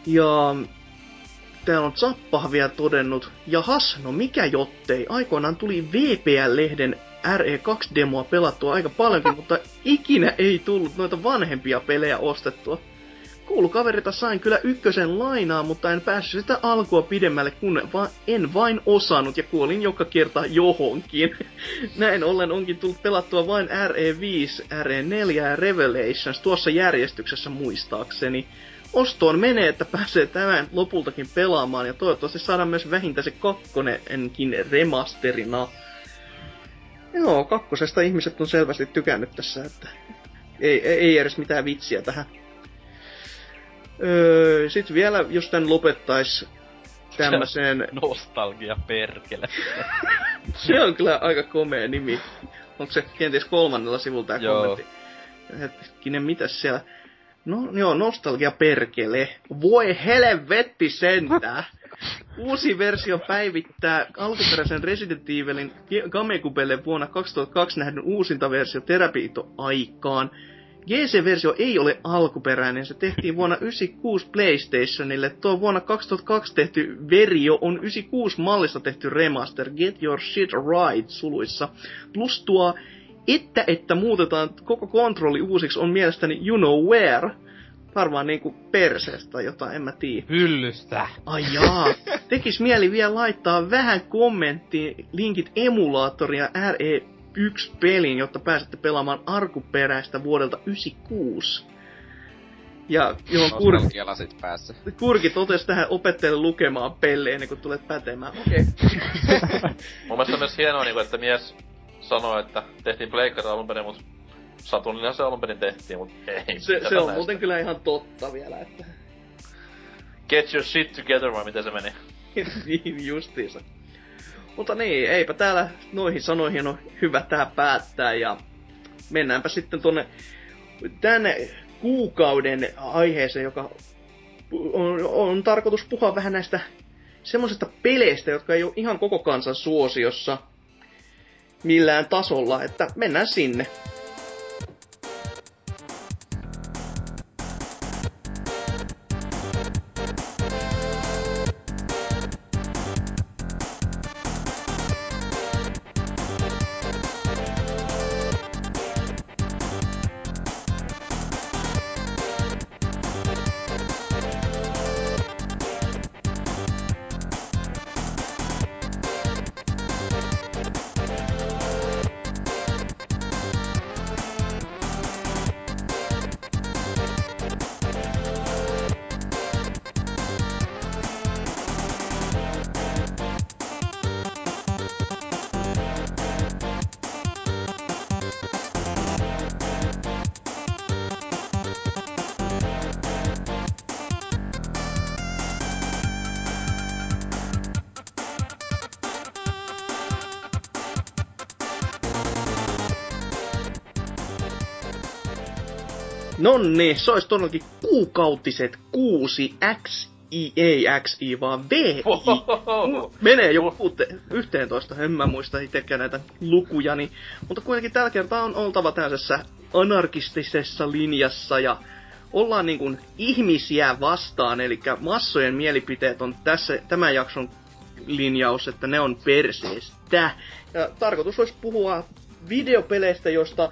Ja täällä on Zappah vielä todennut, jahas, no mikä jottei, aikoinaan tuli VPL-lehden RE2-demoa pelattua aika paljonkin, mutta ikinä ei tullut noita vanhempia pelejä ostettua. Koulukaverita sain kyllä ykkösen lainaa, mutta en päässyt sitä alkua pidemmälle, kun en vain osannut ja kuolin joka kerta johonkin. Näin ollen onkin tullut pelattua vain RE5, RE4 ja Revelations tuossa järjestyksessä muistaakseni. Ostoon menee, että pääsee tämän lopultakin pelaamaan ja toivottavasti saadaan myös vähintään se kakkonenkin remasterina. Joo, kakkosesta ihmiset on selvästi tykännyt tässä, että ei edes mitään vitsiä tähän. Sitten vielä, jos tän lopettais tämmöseen... Nostalgia perkele. Se on kyllä aika komea nimi. Onko se kenties 3. sivulla tää kommentti? Hetkinen, mitäs siellä... No joo, nostalgia perkele. Voi helvetti sentää! Uusi versio päivittää alkuperäisen Resident Evilin Gamecubelle vuonna 2002 nähdyn uusintaversio Terabito-aikaan. GC-versio ei ole alkuperäinen, se tehtiin vuonna 96 PlayStationille. Tuo vuonna 2002 tehty Verio on 96 mallista tehty remaster, Get Your Shit Right suluissa. Plus tuo, että muutetaan koko kontrolli uusiksi on mielestäni You Know Where. Varmaan niinku perseestä tai jotain, en mä tiedä. Hyllystä. Ai jaa. Tekis mieli vielä laittaa vähän kommenttiin linkit emulaattoria RE1-pelin, jotta pääsette pelaamaan alkuperäistä vuodelta 96. Ja johon Kurki totesi tähän opettajalle lukemaan pelle ennen kuin tulet pätemään. Okei. Mun mielestä on myös hienoa, että mies sanoo, että tehtiin pleikkari alun perin, mut Saturnilla se alun perin tehtiin, mut ei. Se on muuten kyllä ihan totta vielä, että... Get your shit together, vai miten se meni? Niin justiinsa. Mutta niin, eipä täällä noihin sanoihin on hyvä tää päättää ja mennäänpä sitten tonne tän kuukauden aiheeseen, joka on tarkoitus puhua vähän näistä semmosista peleistä, jotka ei ole ihan koko kansan suosiossa millään tasolla, että mennään sinne. Nonni, se olisi todellakin kuukautiset 6 ei XI, vaan VI. Menee jo 11, en mä muista itsekään näitä lukujani. Mutta kuitenkin tällä kertaa on oltava tällaisessa anarkistisessa linjassa ja ollaan niin kuin ihmisiä vastaan, eli massojen mielipiteet on tässä tämän jakson linjaus, että ne on perseestä. Ja tarkoitus olisi puhua videopeleistä, josta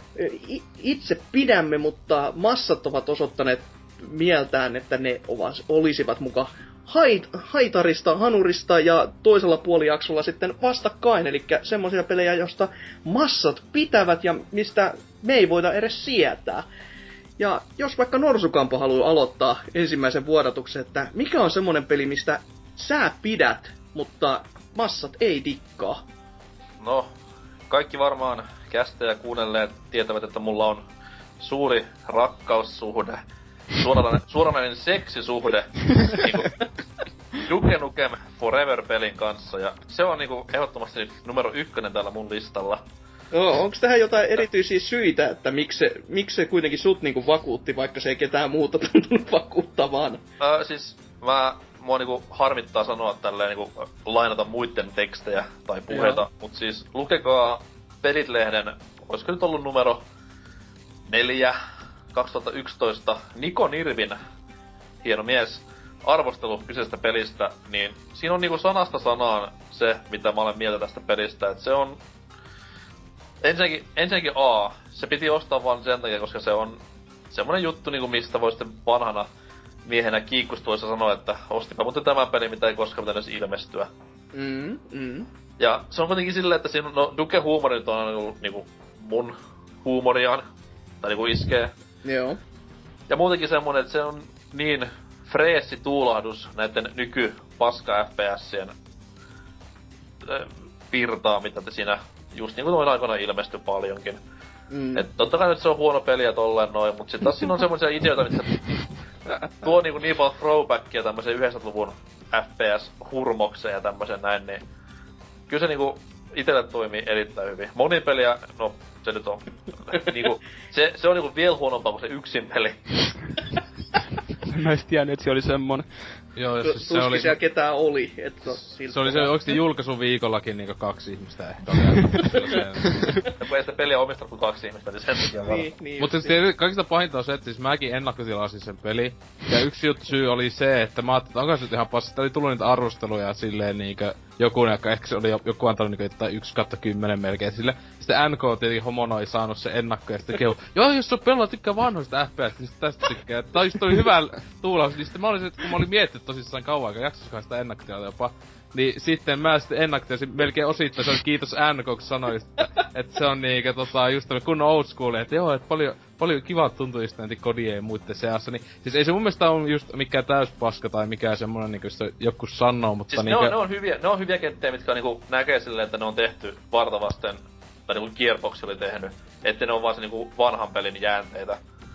itse pidämme, mutta massat ovat osoittaneet mieltään, että ne olisivat muka haitarista, hanurista ja toisella puolijaksolla sitten vastakkain, eli semmoisia pelejä, josta massat pitävät ja mistä me ei voida edes sietää. Ja jos vaikka Norsukampo haluaa aloittaa ensimmäisen vuodatuksen, että mikä on semmonen peli, mistä sä pidät, mutta massat ei dikkaa? No, kaikki varmaan kästejä kuunnelleet tietävät, että mulla on suuri rakkaussuhde, suoranainen seksisuhde niinku Duke Nukem Forever-pelin kanssa, ja se on niinku ehdottomasti numero 1 täällä mun listalla. No, onks tähän jotain erityisiä syitä, että miksi se kuitenkin sut niinku vakuutti, vaikka se ei ketään muuta tuntunut vakuuttavan? Siis mua niinku harmittaa sanoa tälleen niinku lainata muitten tekstejä tai puheita, mut siis lukekaa Pelit-lehden, olisiko nyt ollut numero 4 2011, Niko Nirvin, hieno mies, arvostelu kyseisestä pelistä, niin siinä on niinku sanasta sanaan se, mitä mä olen mieltä tästä pelistä, että se on... Ensinnäkin se piti ostaa vaan sen takia, koska se on semmonen juttu, niinku mistä voi sitten vanhana miehenä kiikkustuessa sanoa, että ostipa muuten tämän pelin, mitä ei koskaan pitänyt ilmestyä. Ja se on kuitenkin silleen, että siinä no Duke-huumori nyt on ollut niinku mun huumoriaan, tai niinku iskee. Joo. Ja muutenkin semmonen, että se on niin freessi tuulahdus näitten paska FPSien virtaa, mitä te siinä just niinku noin aikoina ilmestyi paljonkin. Et totta kai nyt se on huono peli ja tolleen noin, mut sit taas siinä on semmosia ideoita, mitkä tuo niinku niin paljon throwbackia tämmösen 90-luvun FPS-hurmokseen ja tämmösen näin, niin kyllä se niinku itelle toimii erittäin hyvin. Monipeliä, no se nyt on niinku, se on niinku vielä huonompaa kuin se yksin peli. Mä en tiennyt, että se oli semmonen. Joo, ja siis se oli... siellä ketään oli, että se oli se oikeesti julkaisun viikollakin niinku 2 ihmistä ehkä. kun ei sitä peliä omistanut kuin 2 ihmistä, niin sen takia niin, mutta siis kaikista pahinta on se, että siis mäkin ennakkotilasin sen peli. Ja yksi syy oli se, että mä ajattelin, että onko se nyt ihan passi. Oli tullut niitä arvosteluja silleen niinkö joku, ehkä se oli joku antanut niinku jotain 1/10 melkein sille. Sitten NK tietenkin homona ei saanut se ennakko ja sitten kehu, joo jos on pelaa tykkää vanhoista FPS, niin tästä tykkää. Tää oli hyvä tuulaus, niin sitten mä olisin, että kun mä olin miettinyt tosissaan kauan aikaa, jaksaskohan sitä ennakkotilata jopa. Niin sitten mä sitten ennakkotilasin melkein osittain, se oli kiitos NK, kun sanoi, että se on niinkö just tämmönen kunnon old school, että joo, että paljon kivat tuntuu just näitä kodien ja muitten seassa, niin siis ei se mun mielestä ole just mikään täyspaska tai mikään semmonen niinku sitä joku sanoo, mutta siis niinku... ne on hyviä kenttejä, mitkä niinku näkee silleen, että ne on tehty vartavasten, tai niinku Gearbox oli tehnyt, ettei ne on vaan se niinku vanhan pelin jäänteitä.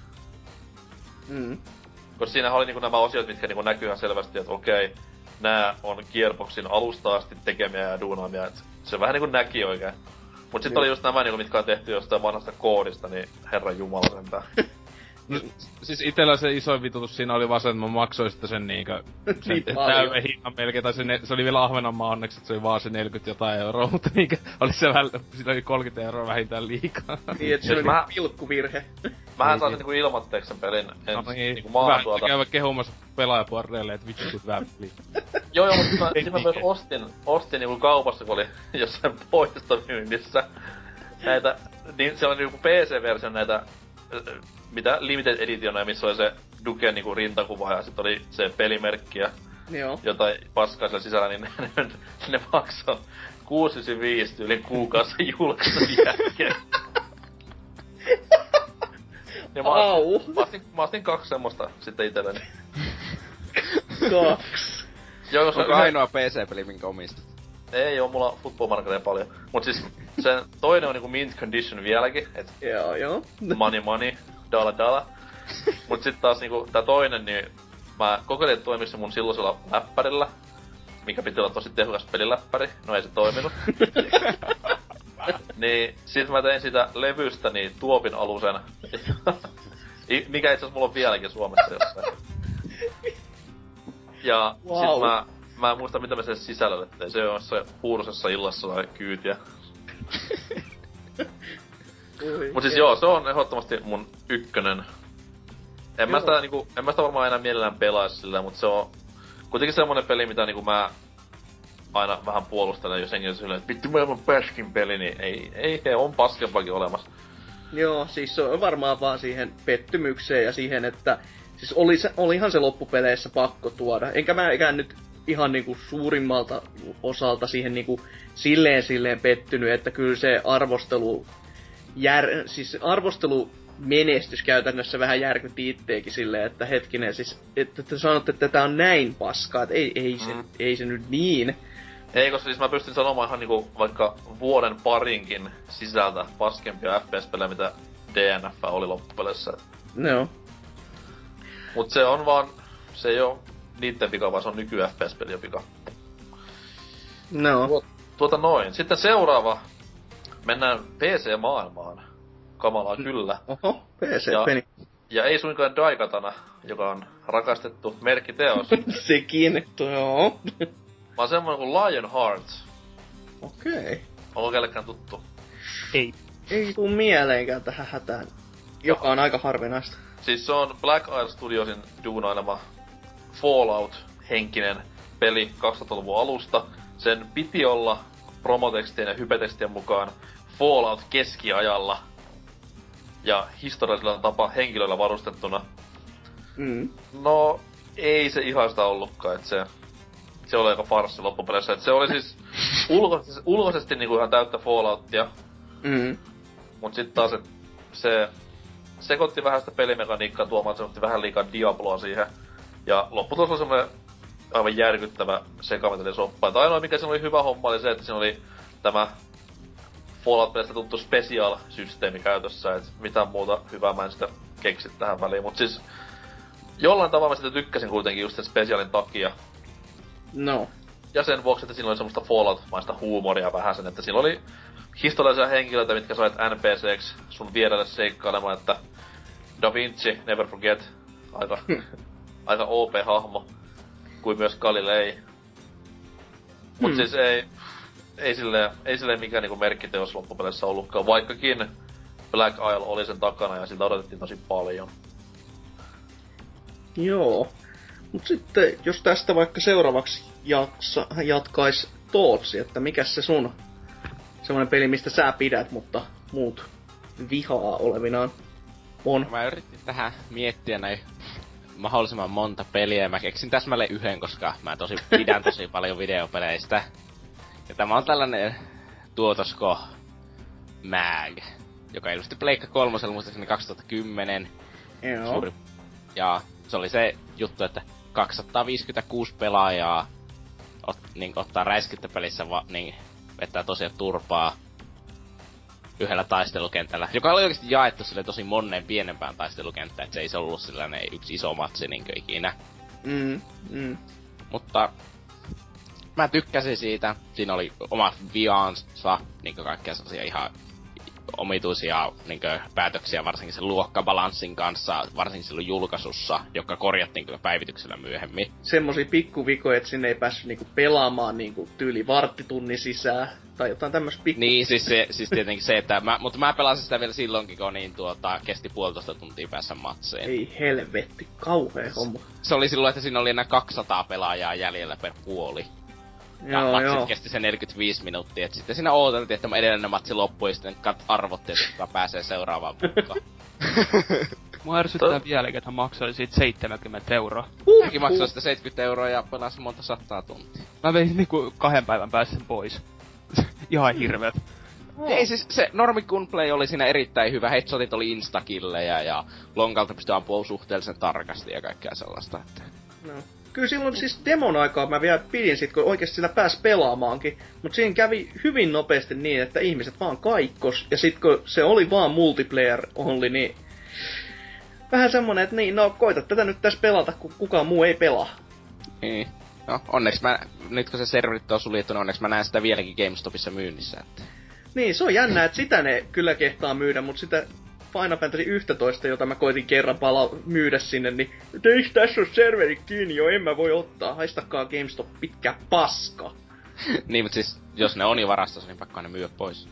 Koska siinähän oli niinku nämä osiot, mitkä niinku näkyy ihan selvästi, että okei, nää on Gearboxin alusta asti tekemiä ja duunaamia, et se vähän niinku näki oikein. Mut sit oli just nämä niinku, mitkä on tehty jostain vanhasta koodista, niin herran jumala sentään. No, siis itellä se isoin vitutus siinä oli vaan se, että mä maksoin sitten sen niinkö... sen täyden hinnan melkein, tai se oli vielä Ahvenanmaa onneksi, että se oli vaan se 40 jotain euroa, mutta niinkö... Oli se vähän... Siinä oli 30 euroa vähintään liikaa. Niin, et se oli pilkkuvirhe. Mähän saisin niinku ilmoitteeksi sen pelin niinku maahan tuolta. Käydä kehumassa pelaajapuolelle, et vittu hyvä peli. Joo, mutta sit mä myös ostin niinku kaupassa, kun oli jossain poistomyynnissä näitä... Niin se oli niinku PC-versio näitä... mitä limited editioneja, missä oli se Duken niinku rintakuva ja sit oli se pelimerkki ja jotain paskaa siellä sisällä, niin ne maksoi 6,95 yli kuukausi julkaisun jälkeen. Ja mä ostin 2 semmoista sitten itelleni. 2? Joo, onko ainoa PC-peli, minkä omistat? Ei oo mulla Football Manageria paljon. Mut siis sen toinen on niinku mint condition vieläkin, et joo. money, dala. Mut sit taas niinku tää toinen, niin mä kokeilin, että toimisi mun silloisella läppärillä, mikä piti olla tosi tehokas peliläppäri, no ei se toiminut. Niin sit mä tein sitä levystä niin tuopin alusen, mikä itse asiassa mulla on vieläkin Suomessa jossain. Ja sit mä en muista mitä me sen sisällölle tein, se on se huurusessa illassa vai kyytiä. Mut siis joo, se on ehdottomasti mun ykkönen. En mä sitä varmaan enää mielellään pelais sillä, mut se on kuitenkin semmonen peli, mitä niinku mä aina vähän puolustelen, jos hengen silleen, että vittu maailman paskin peli, niin ei on paskempakin olemassa. Joo, siis se on varmaan vaan siihen pettymykseen ja siihen, että siis olihan se loppupeleissä pakko tuoda. Enkä mä nyt ihan niinku suurimmalta osalta siihen niinku silleen pettynyt, että kyllä se arvostelumenestys käytännössä vähän järkytti itteekin silleen, että hetkinen, siis että te sanotte, että tää on näin paskaa, että ei se nyt niin. Ei, koska siis mä pystyn sanomaan ihan niinku vaikka vuoden parinkin sisältä paskempia FPS-pelejä, mitä DNF oli loppupeleissä. No. Mut se on vaan, se ei oo niitten vika, vaan se on nyky-FPS-pelien vika. No. Noin. Sitten seuraava. Mennään PC-maailmaan. Kamalaa kyllä. Oho, PC-peli. Ja ei suinkaan Daikatana, joka on rakastettu merkkiteos. Sekin, joo. Vaan semmonen kuin Lionheart. Okei. Onko kellekään tuttu? Ei tuu mieleenkään tähän hätään. Joka on aika harvinaista. Siis se on Black Isle Studiosin duunailema Fallout-henkinen peli 2000-luvun alusta. Sen piti olla promotekstien ja hypetekstien mukaan Fallout keskiajalla ja historiallisella tapa henkilöillä varustettuna. No, ei se ihan sitä ollutkaan, että se oli aika farssi loppupeleissä. Et se oli siis ulkoisesti niinku ihan täyttä Falloutia. Mut sit taas, et se sekoitti vähän sitä pelimekaniikkaa tuomaan, se otti vähän liikaa Diabloa siihen. Ja lopputulos oli semmonen aivan järkyttävä sekametelisoppa. Et ainoa mikä siinä oli hyvä homma oli se, että siinä oli tämä Fallout-pelistä tuttu special-systeemi käytössä, et mitään muuta hyvää mä en sitä keksi tähän väliin. Mut siis jollain tavalla mä sitä tykkäsin kuitenkin just sen specialin takia. No. Ja sen vuoksi, että siinä oli semmoista Fallout-maista huumoria vähäsen, että siinä oli historiallisia henkilöitä, mitkä sait NPC:ksi sun vierelle seikkailemaan, että Da Vinci, never forget, aika OP-hahmo, kuin myös Galilei. Mut siis ei silleen mikään niinku merkkiteos loppupeleissä ollutkaan, vaikkakin Black Isle oli sen takana ja siltä odotettiin tosi paljon. Joo. Mut sitten, jos tästä vaikka seuraavaksi jatkais Tootsi, että mikäs se sun semmonen peli, mistä sä pidät, mutta muut vihaa olevinaan on? Mä yritin tähän miettiä näin mahdollisimman monta peliä ja mä keksin täsmälleen yhden, koska mä pidän tosi paljon videopeleistä. Ja tämä on tällainen tuotosko Mag, joka ilmestyi Pleikka 3:lla muistaakseni 2010. Joo. Ja se oli se juttu, että 256 pelaajaa ottaa räiskintäpelissä vettää tosiaan turpaa yhdellä taistelukentällä, joka oli oikeesti jaettu sille tosi moneen pienempään taistelukenttään, että se ei ollut sellainen yksi iso matsi niinkö ikinä. Mutta mä tykkäsin siitä. Siinä oli omat viansa, niinkö kaikkea sellaisia ihan omituisia niinkö päätöksiä, varsinkin sen luokkabalanssin kanssa, varsinkin silloin julkaisussa, joka korjattiin kyllä päivityksellä myöhemmin. Semmosia pikkuvikoja, että sinne ei päässyt niinku pelaamaan niinku tyyli varttitunnin sisään, tai jotain tämmöstä Niin, siis tietenkin se, että mutta mä pelasin sitä vielä silloinkin, kun kesti 1,5 tuntia päässä matseen. Ei helvetti, kauhea homma. Se oli silloin, että siinä oli enää 200 pelaajaa jäljellä per puoli. Ja matsit kesti se 45 minuuttia, et sitten siinä ooteltiin, että edellinen matsi loppui, ja sitten arvottiin, että pääsee seuraavaan mukaan. Mua ärsyttää vieläkin, että hän maksoi siitä 70 €. Mäkin maksoin sitä 70 € ja pelasin monta 100 tuntia. Mä vein niinku 2 päivän päässä sen pois. Ihan hirveet. Ei siis, se normi gunplay oli siinä erittäin hyvä, headshotit oli instakillejä ja lonkalta pystyi ampua suhteellisen tarkasti ja kaikkea sellaista, että... No. Kyllä silloin siis demon aikaa mä vielä pidin sit, kun oikeesti sitä pääsi pelaamaankin. Mut siinä kävi hyvin nopeasti niin, että ihmiset vaan kaikkos. Ja sit kun se oli vaan multiplayer only, niin... Vähän semmonen, että niin, no koita tätä nyt tässä pelata, kun kukaan muu ei pelaa. Niin. No, onneksi nyt kun se serverit on suljettu, niin onneksi mä näen sitä vieläkin GameStopissa myynnissä, että... Niin, se on jännä, että sitä ne kyllä kehtaa myydä, mut sitä Final Fantasy 11, jota mä koitin kerran myydä sinne, niin eiks tässä on serverit kiinni jo, en mä voi ottaa, haistakaa GameStop pitkä paska. Niin, mut siis, jos ne on jo varastossa, niin pakko ne myydä pois.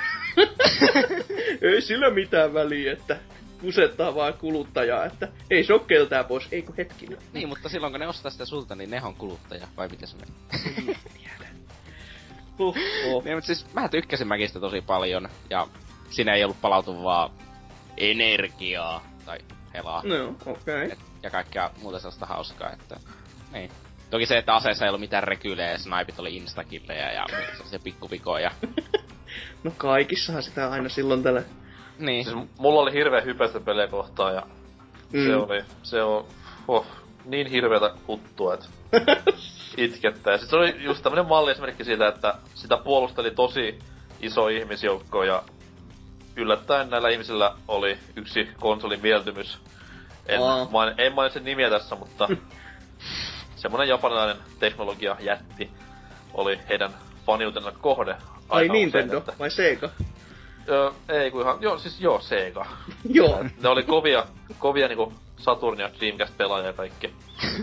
Ei sillä mitään väliä, että kusettaa vaan kuluttajaa, että ei se oo keltää pois, eikö hetkinen. Niin, mutta silloin kun ne ostaa sitä sulta, niin ne on kuluttaja, vai miten se meni? En tiedä. Niin, mutta siis mä tykkäsin Mäkistä tosi paljon, ja siinä ei ollut palautuvaa energiaa, tai helaa. No, okei. Okay. Ja kaikkea muuta sellaista hauskaa, että... Niin. Toki se, että aseessa ei ollut mitään rekylejä ja snaipit oli instakillejä ja sellaisia pikkuvikoja. No kaikissahan sitä aina silloin tällä. Niin. Siis mulla oli hirveä hypestä pelejä kohtaan ja se on niin hirveetä huttua, että itkettää. Sitten se oli just tämmönen malliesimerkki siitä, että sitä puolusteli tosi iso ihmisjoukko ja yllättäen näillä ihmisillä oli yksi konsolin mieltymys. En mainitse nimiä tässä, mutta semmonen japanilainen teknologia jätti oli heidän faniutensa kohde. Ai Nintendo usein, vai Sega? Ei kun ihan, Sega. Joo. Ne oli kovia niinku Saturn ja Dreamcast pelaajia ja kaikki.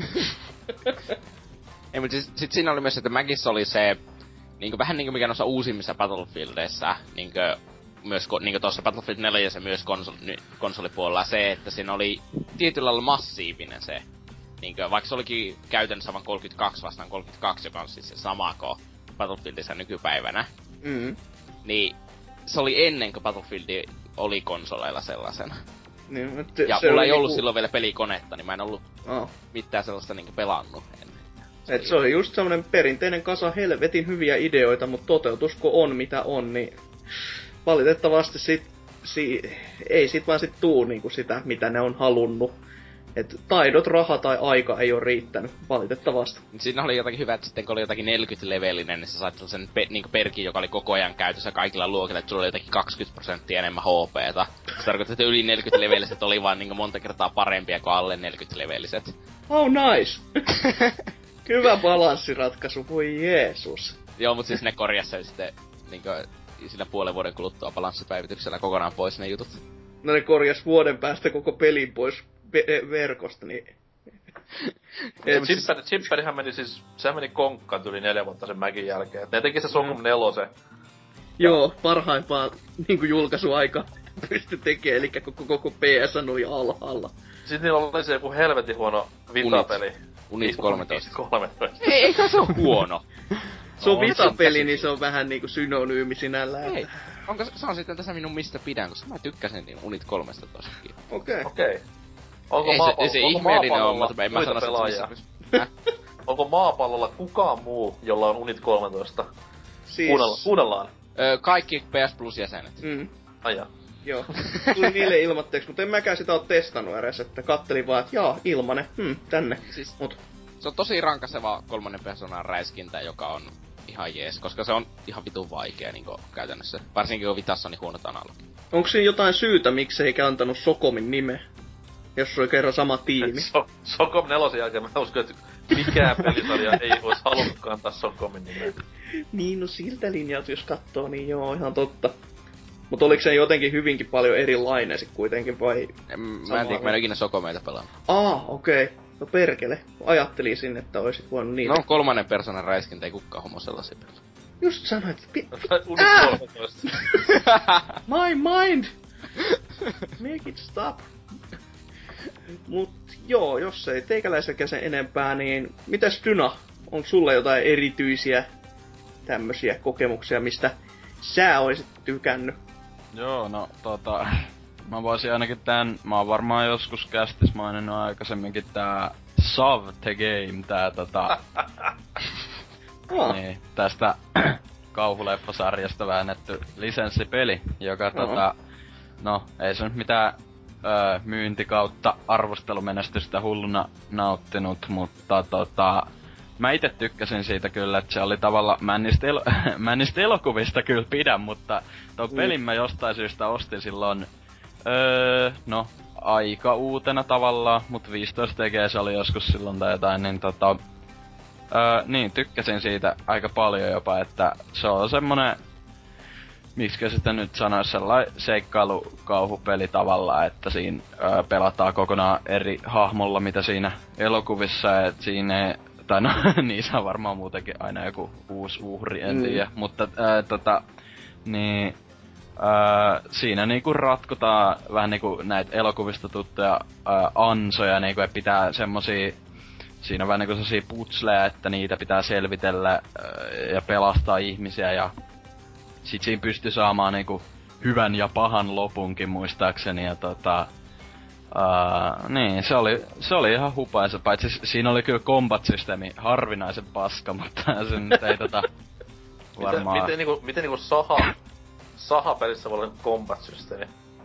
Ei, mutta siis, sit siinä oli myös, että Magissä oli se, niinku vähän niinku mikä noissa uusimmissa Battlefieldeissa, myös tuossa Battlefield 4 ja myös konsolipuolella se, että siinä oli tietyllä lailla massiivinen se niinkö, vaikka se olikin käytännössä sama 32 vastaan 32, joka on siis se sama kuin Battlefieldissa nykypäivänä. Niin se oli ennen kuin Battlefield oli konsoleilla sellaisena. Niin, ja mulla ei ollut silloin vielä pelikonetta, niin mä en ollut mitään sellaista niinku pelannut ennen. Se oli just semmonen perinteinen kasa helvetin hyviä ideoita, mutta toteutusko on mitä on, niin valitettavasti ei sit vaan sit tuu niinku sitä, mitä ne on halunnut. Et taidot, raha tai aika ei oo riittänyt, valitettavasti. Siinä oli jotakin hyvä, että sitten kun oli jotakin 40-levelinen, niin sä sait sellaisen niinku perkin, joka oli koko ajan käytössä kaikilla luokilla, että sulla oli jotakin 20% enemmän HP:ta. Se tarkoittaa, että yli 40-leveliset oli vaan niinku monta kertaa parempia kuin alle 40-leveliset. Oh nice! Hyvä balanssiratkaisu, voi Jeesus. Joo, mut siis ne korjasi sen sitten niinku sillä puolen vuoden kuluttua balanssipäivityksellä kokonaan pois ne jutut. No ne korjas vuoden päästä koko pelin pois verkosta, niin... Chipperihän meni siis, sehän meni konkkaan yli 4 vuotta sen mäkin jälkeen. Ne teki se Socom 4. Joo, parhaimpaa niinku julkaisuaika pysty tekemään, eli koko PS oli alhaalla. Sitten niillä oli se joku helvetin huono Vita-peli. Unit 13. Eikä se oo huono. Se on Vita-peli, niin se on vähän niinku synonyymi sinällään. Ei. Onko se on sitten tässä minun mistä pidän, koska mä tykkäsin niin Unit 13kin. Okei. Onko se ihmeellinen on, mutta en mä sano sitä onko maapallolla kukaan muu, jolla on Unit 13? Siis... Kuunnellaan. Kaikki PS Plus-jäsenet. Aijaa. Joo, tuli niille ilmoitteeksi, mutta en mäkään sitä oo testannut edes, että kattelin vaan, että jaa, ilmanen, tänne. Siis, se on tosi rankaseva kolmannen persoonan räiskintä, joka on ihan jees, koska se on ihan vitun vaikea niinku käytännössä. Varsinkin kun Vitassa on niin huonot analogi. Onko siinä jotain syytä, miksi eikä antanut Socomin nimeä? Jos se oli kerran sama tiimi. Socom 4 jälkeen mä uskon, että mikään pelisarja ei ois halunnutkaan antaa Socomin nimeä. Niin, no siltä linjalta jos kattoo, niin joo, ihan totta. Mut oliks se jotenkin hyvinkin paljon erilainen sit kuitenkin, vai... Mä en tiedä, mä en ikinä Socomeita pelannut. Okei. No perkele. Ajattelin sinne, että oisit voinut niitä. No kolmannen persoonan räiskintä, ei kukaan homo sellaisia pelaa. Just sanoit, Unit 13. My mind! Make it stop. Mut joo, jos ei teikäläiselläkään sen enempää, niin mitäs Dyna? On sulle jotain erityisiä tämmösiä kokemuksia, mistä sä oisit tykännyt? Joo, no mä voisin ainakin mä oon varmaan joskus kästis maininnut aikaisemminkin tää Sav the Game, niin, tästä kauhuleffasarjasta väännetty lisenssipeli, joka no, ei se nyt mitään myynti kautta arvostelumenestystä hulluna nauttinut, mutta mä ite tykkäsin siitä kyllä, että se oli tavallaan, mä en niistä elokuvista kyllä pidä, mutta ton pelin mä jostain syystä ostin silloin, no, aika uutena tavallaan, mut 15 tekee se oli joskus silloin tai jotain, niin niin, tykkäsin siitä aika paljon jopa, että se on semmonen, miksikä sitä nyt sanois, sellainen seikkailukauhupeli tavallaan, että siinä pelataan kokonaan eri hahmolla, mitä siinä elokuvissa, et siinä ei, tai no, niissä on varmaan muutenkin aina joku uusi uhri, en tiedä, mutta niin, siinä niinku ratkotaan vähän niinku näitä elokuvista tuttuja ansoja, niinku et pitää semmosia, siinä on vähän niinku semmosia putsleja, että niitä pitää selvitellä ja pelastaa ihmisiä ja sit siinä pystyi saamaan niinku hyvän ja pahan lopunkin muistaakseni ja niin, se oli ihan hupaisa, paitsi siinä oli kyllä combat-systeemi harvinaisen paska, mutta se nyt ei varmaan... Miten niinku Saha-pelissä voi olla combat-systeemi?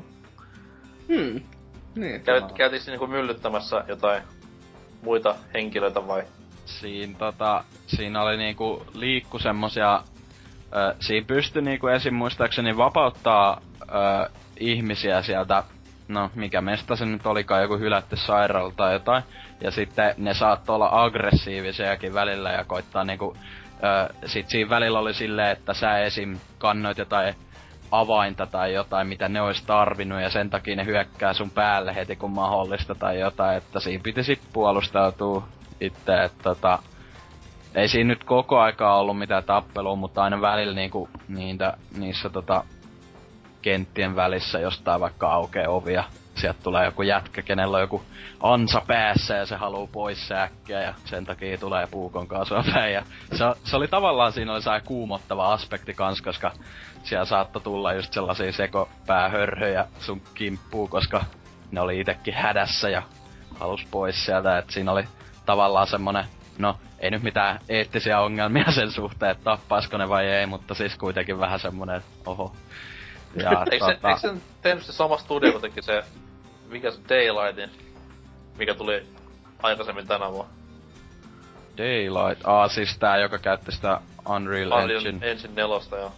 Niin. Käytiinkö niinku myllyttämässä jotain muita henkilöitä vai? Siinä oli niinku liikku semmosia... siinä pystyi niinku esim. Muistaakseni vapauttaa ihmisiä sieltä, no mikä mesta se nyt olikaan, joku hylätty sairaala tai jotain. Ja sitten ne saattoi olla aggressiivisiakin välillä ja koittaa niinku... sit siinä välillä oli silleen, että sä esim. Kannoit jotain avainta tai jotain, mitä ne ois tarvinnut ja sen takia ne hyökkää sun päälle heti kun mahdollista tai jotain, että siinä piti sit puolustautua itse, että ei siinä nyt koko aikaa ollut mitään tappelua, mutta aina välillä niissä kenttien välissä jostain vaikka aukee ovia sieltä tulee joku jätkä, kenellä on joku ansa päässä ja se haluu pois se äkkiä ja sen takia tulee puukon kaasua päin. Ja se oli tavallaan, siinä oli sellainen kuumottava aspekti kans, koska siellä saattoi tulla just sellaisia sekopäähörhöjä sun kimppuun, koska ne oli itekin hädässä ja halus pois sieltä, että siinä oli tavallaan semmonen, no ei nyt mitään eettisiä ongelmia sen suhteen, että tappaisko ne vai ei, mutta siis kuitenkin vähän semmonen, oho. Ja, eikö se tehnyt se sama studio, kun teki se, mikä se Daylightin, mikä tuli aikaisemmin tänä vuonna? Daylight, siis tää, joka käytti sitä Unreal Engine. Engine 4, joo.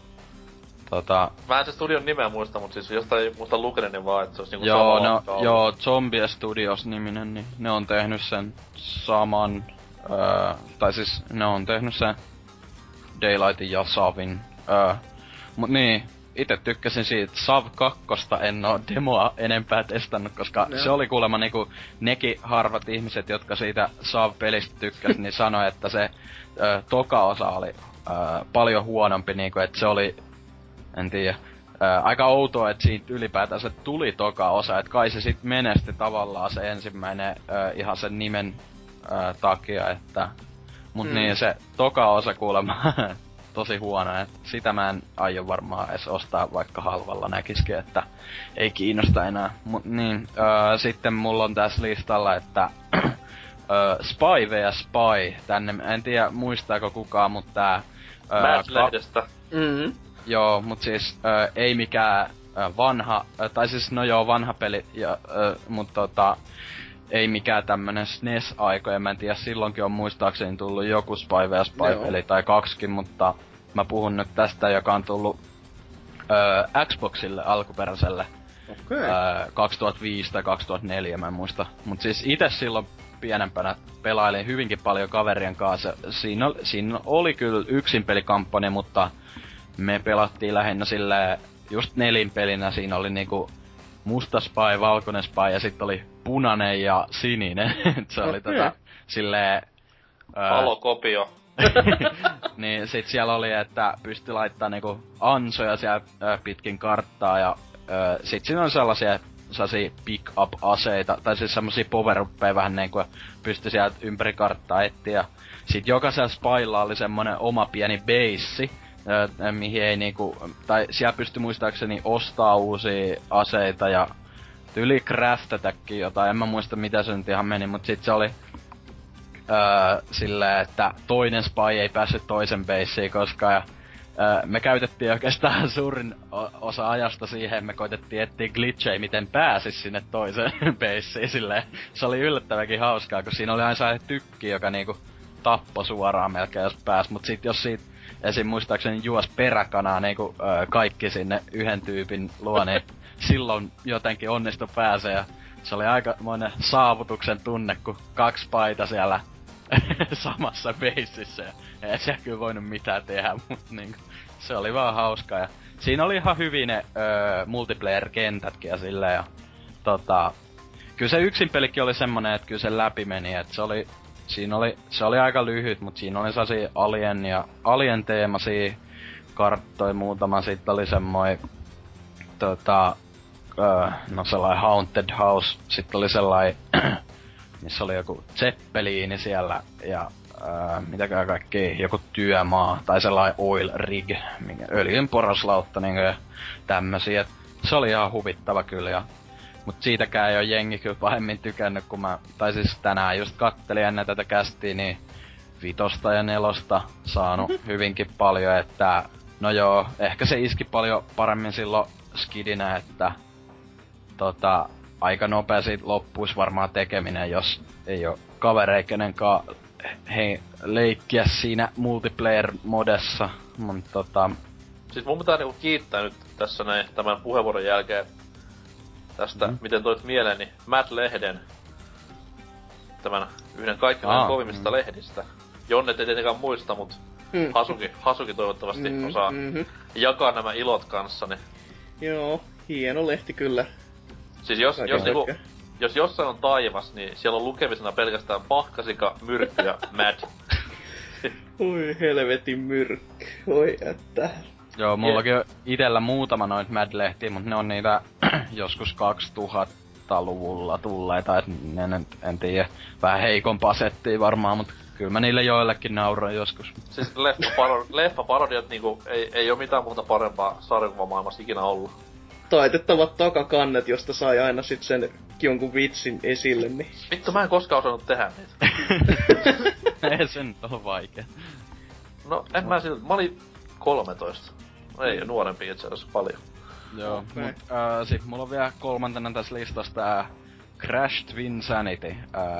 Mä en se studion nimeä muista, mut siis jostain muista lukeneeni vaan, että se olisi niinku sama. Joo, Zombie Studios niminen, niin ne on tehnyt sen saman, tai siis ne on tehnyt sen Daylightin ja Savin, mut niin, ite tykkäsin siitä. Sav 2 en oo demoa enempää testannut, koska se oli kuulemma niinku nekin harvat ihmiset, jotka siitä Sav-pelistä tykkäs, niin sanoi, että se toka osa oli paljon huonompi, niinku, että se oli, en tiedä, aika outoa, että siitä ylipäätään se tuli toka osa, että kai se sit menesti tavallaan se ensimmäinen ihan sen nimen takia, että mut niin se toka osa kuulemma tosi huono, että sitä mä en aio varmaan edes ostaa, vaikka halvalla näkisikin, että ei kiinnosta enää. Mut niin, sitten mulla on tässä listalla, että Spy vs Spy, tänne, en tiedä muistaako kukaan, mutta tää Match-lehdestä. Joo, mut siis ei mikään vanha, tai siis no joo, vanha peli, mut ei mikään tämmönen SNES-aikoja, mä en tiedä, silloinkin on muistaakseni tullut joku Spy vs Spy-peli tai kaksikin, mutta mä puhun nyt tästä, joka on tullut Xboxille alkuperäiselle 2005 tai 2004, mä en muista. Mut siis ite silloin pienempänä pelailin hyvinkin paljon kaverien kanssa. Siinä oli kyllä yksinpelikampanja, mutta me pelattiin lähinnä silleen just nelinpelinä. Siinä oli niinku musta spy, valkoinen spy ja sitten oli punainen ja sininen. Se oli silleen halokopio. Niin sit siellä oli, että pystyi laittamaan niinku ansoja siellä pitkin karttaa ja sit siinä on sellaisia pick-up-aseita, tai siis semmosia power-uppeja vähän niinku pystyi sieltä ympäri karttaa etsiä. Sit jokaisella spylla oli semmonen oma pieni beissi, mihin ei niinku, tai siellä pystyi muistaakseni ostaa uusia aseita ja tyli craftatakin jotain, en mä muista mitä se nyt ihan meni, mut sit se oli silleen, että toinen spy ei päässyt toisen beissiin koskaan ja me käytettiin oikeastaan suurin osa ajasta siihen, me koitettiin etsiä glitchejä, miten pääsis sinne toiseen beissiin silleen. Se oli yllättävänkin hauskaa, kun siinä oli aina sellainen tykki, joka niinku tappoi suoraan melkein jos pääs, mut sit jos siitä esim. Muistaakseni juos peräkanaa niinku kaikki sinne yhden tyypin luo, niin silloin jotenkin onnistui pääsee ja se oli aikamoinen saavutuksen tunne, kun 2 paita siellä samassa beississä ja ei siellä kyllä voinut mitään tehdä, mut niinku se oli vaan hauskaa ja siinä oli ihan hyvin ne multiplayer-kentätkin ja silleen ja kyllä se yksin pelikin oli semmonen, että kyllä se läpi meni, että se oli aika lyhyt, mut siinä oli sellaisia alien-teemaisia karttoja muutama, sitten oli semmoinen sellainen Haunted House, sitten oli sellainen missä oli joku Zeppeliini siellä ja mitäkään kaikkea, joku työmaa tai sellainen oil rig, öljyn poroslautta niinku ja tämmösiä. Se oli ihan huvittava kyllä ja mut siitäkään ei oo jengi kyllä pahemmin tykännyt, kun tai siis tänään just kattelin ennen tätä kästiä, niin 5 ja 4 saanut hyvinkin paljon, että no joo, ehkä se iski paljon paremmin silloin skidinä, että aika nopea siitä loppuis varmaan tekeminen, jos ei oo kavereikenenkaan leikkiä siinä multiplayer-modessa, mut Siis mun pitää niinku kiittää nyt tässä näin tämän puheenvuoron jälkeen tästä, miten toit mieleeni Mad-lehden, tämän yhden kaikkein kovimmista lehdistä. Jonne ei tietenkään muista, mut Hasuki toivottavasti osaa jakaa nämä ilot kanssani. Joo, hieno lehti kyllä. Siis jos jossain on taivas, niin siellä on lukemisena pelkästään Pahkasika, Myrkky ja Mad. Oi helvetin myrkky, oi että. Joo, mullakin on itellä muutama noit Mad-lehtiä, mut ne on niitä joskus 2000 2000-luvulla tulleita, et ne nyt, en tiedä, vähän heikompaa settiä varmaan, mut kyllä mä niille joillekin nauroin joskus. Siis leffaparodiat niinku ei oo mitään muuta parempaa sarjakuvamaailmassa ikinä ollut. Taitettavat takakannet, josta sai aina sit sen jonkun vitsin esille, niin... Vittu, mä en koskaan osannut tehdä niitä. Ei se nyt oo vaikea. No, mä siltä, mä olin 13. Ei, nuorempi itse asiassa paljon. Joo, mut sit mulla on vielä kolmantena tässä listassa tää Crash Twinsanity,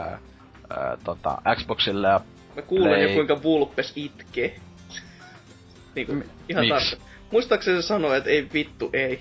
Xboxille ja mä kuulen jo kuinka Vulpes itkee. Niinku, ihan tarkka. Muistaakseni se sanoi, että ei vittu, ei.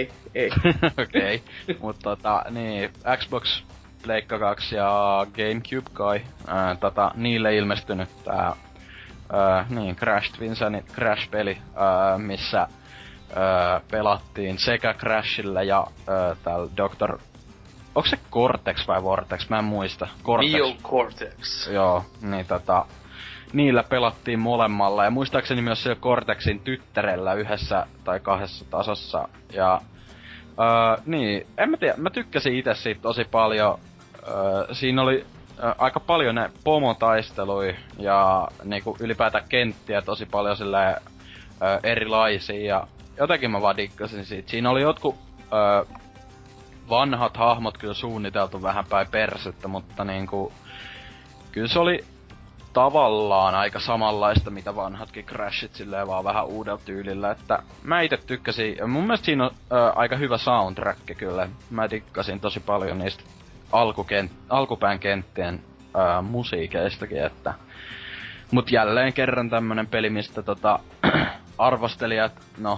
Okei. Mut niin, Xbox, Pleikka 2 ja GameCube kai, niille ilmestynyt tää, niin, Crash Twinsanity Crash-peli, missä pelattiin sekä Crashilla ja täällä Dr. Onko se Cortex vai Vortex? Mä en muista. Cortex. Neo Cortex. Joo, niin niillä pelattiin molemmalla ja muistaakseni myös siellä Cortexin tyttärellä yhdessä tai kahdessa tasossa. Ja niin, en mä tiedä, mä tykkäsin itse siitä tosi paljon. Siinä oli aika paljon ne pomotaistelui ja niinku ylipäätään kenttiä tosi paljon silleen erilaisia ja jotenkin mä vaan dikkasin siitä. Siinä oli jotkut vanhat hahmot kyllä suunniteltu vähän päin persettä, mutta niinku kyllä se oli tavallaan aika samanlaista mitä vanhatkin Crashit silleen vaan vähän uudella tyylillä, että mä ite tykkäsin. Mun mielestä siinä on aika hyvä soundtrack kyllä. Mä dikkasin tosi paljon niistä alkupään kenttien musiikeistakin, että mut jälleen kerran tämmönen peli, mistä arvostelijat,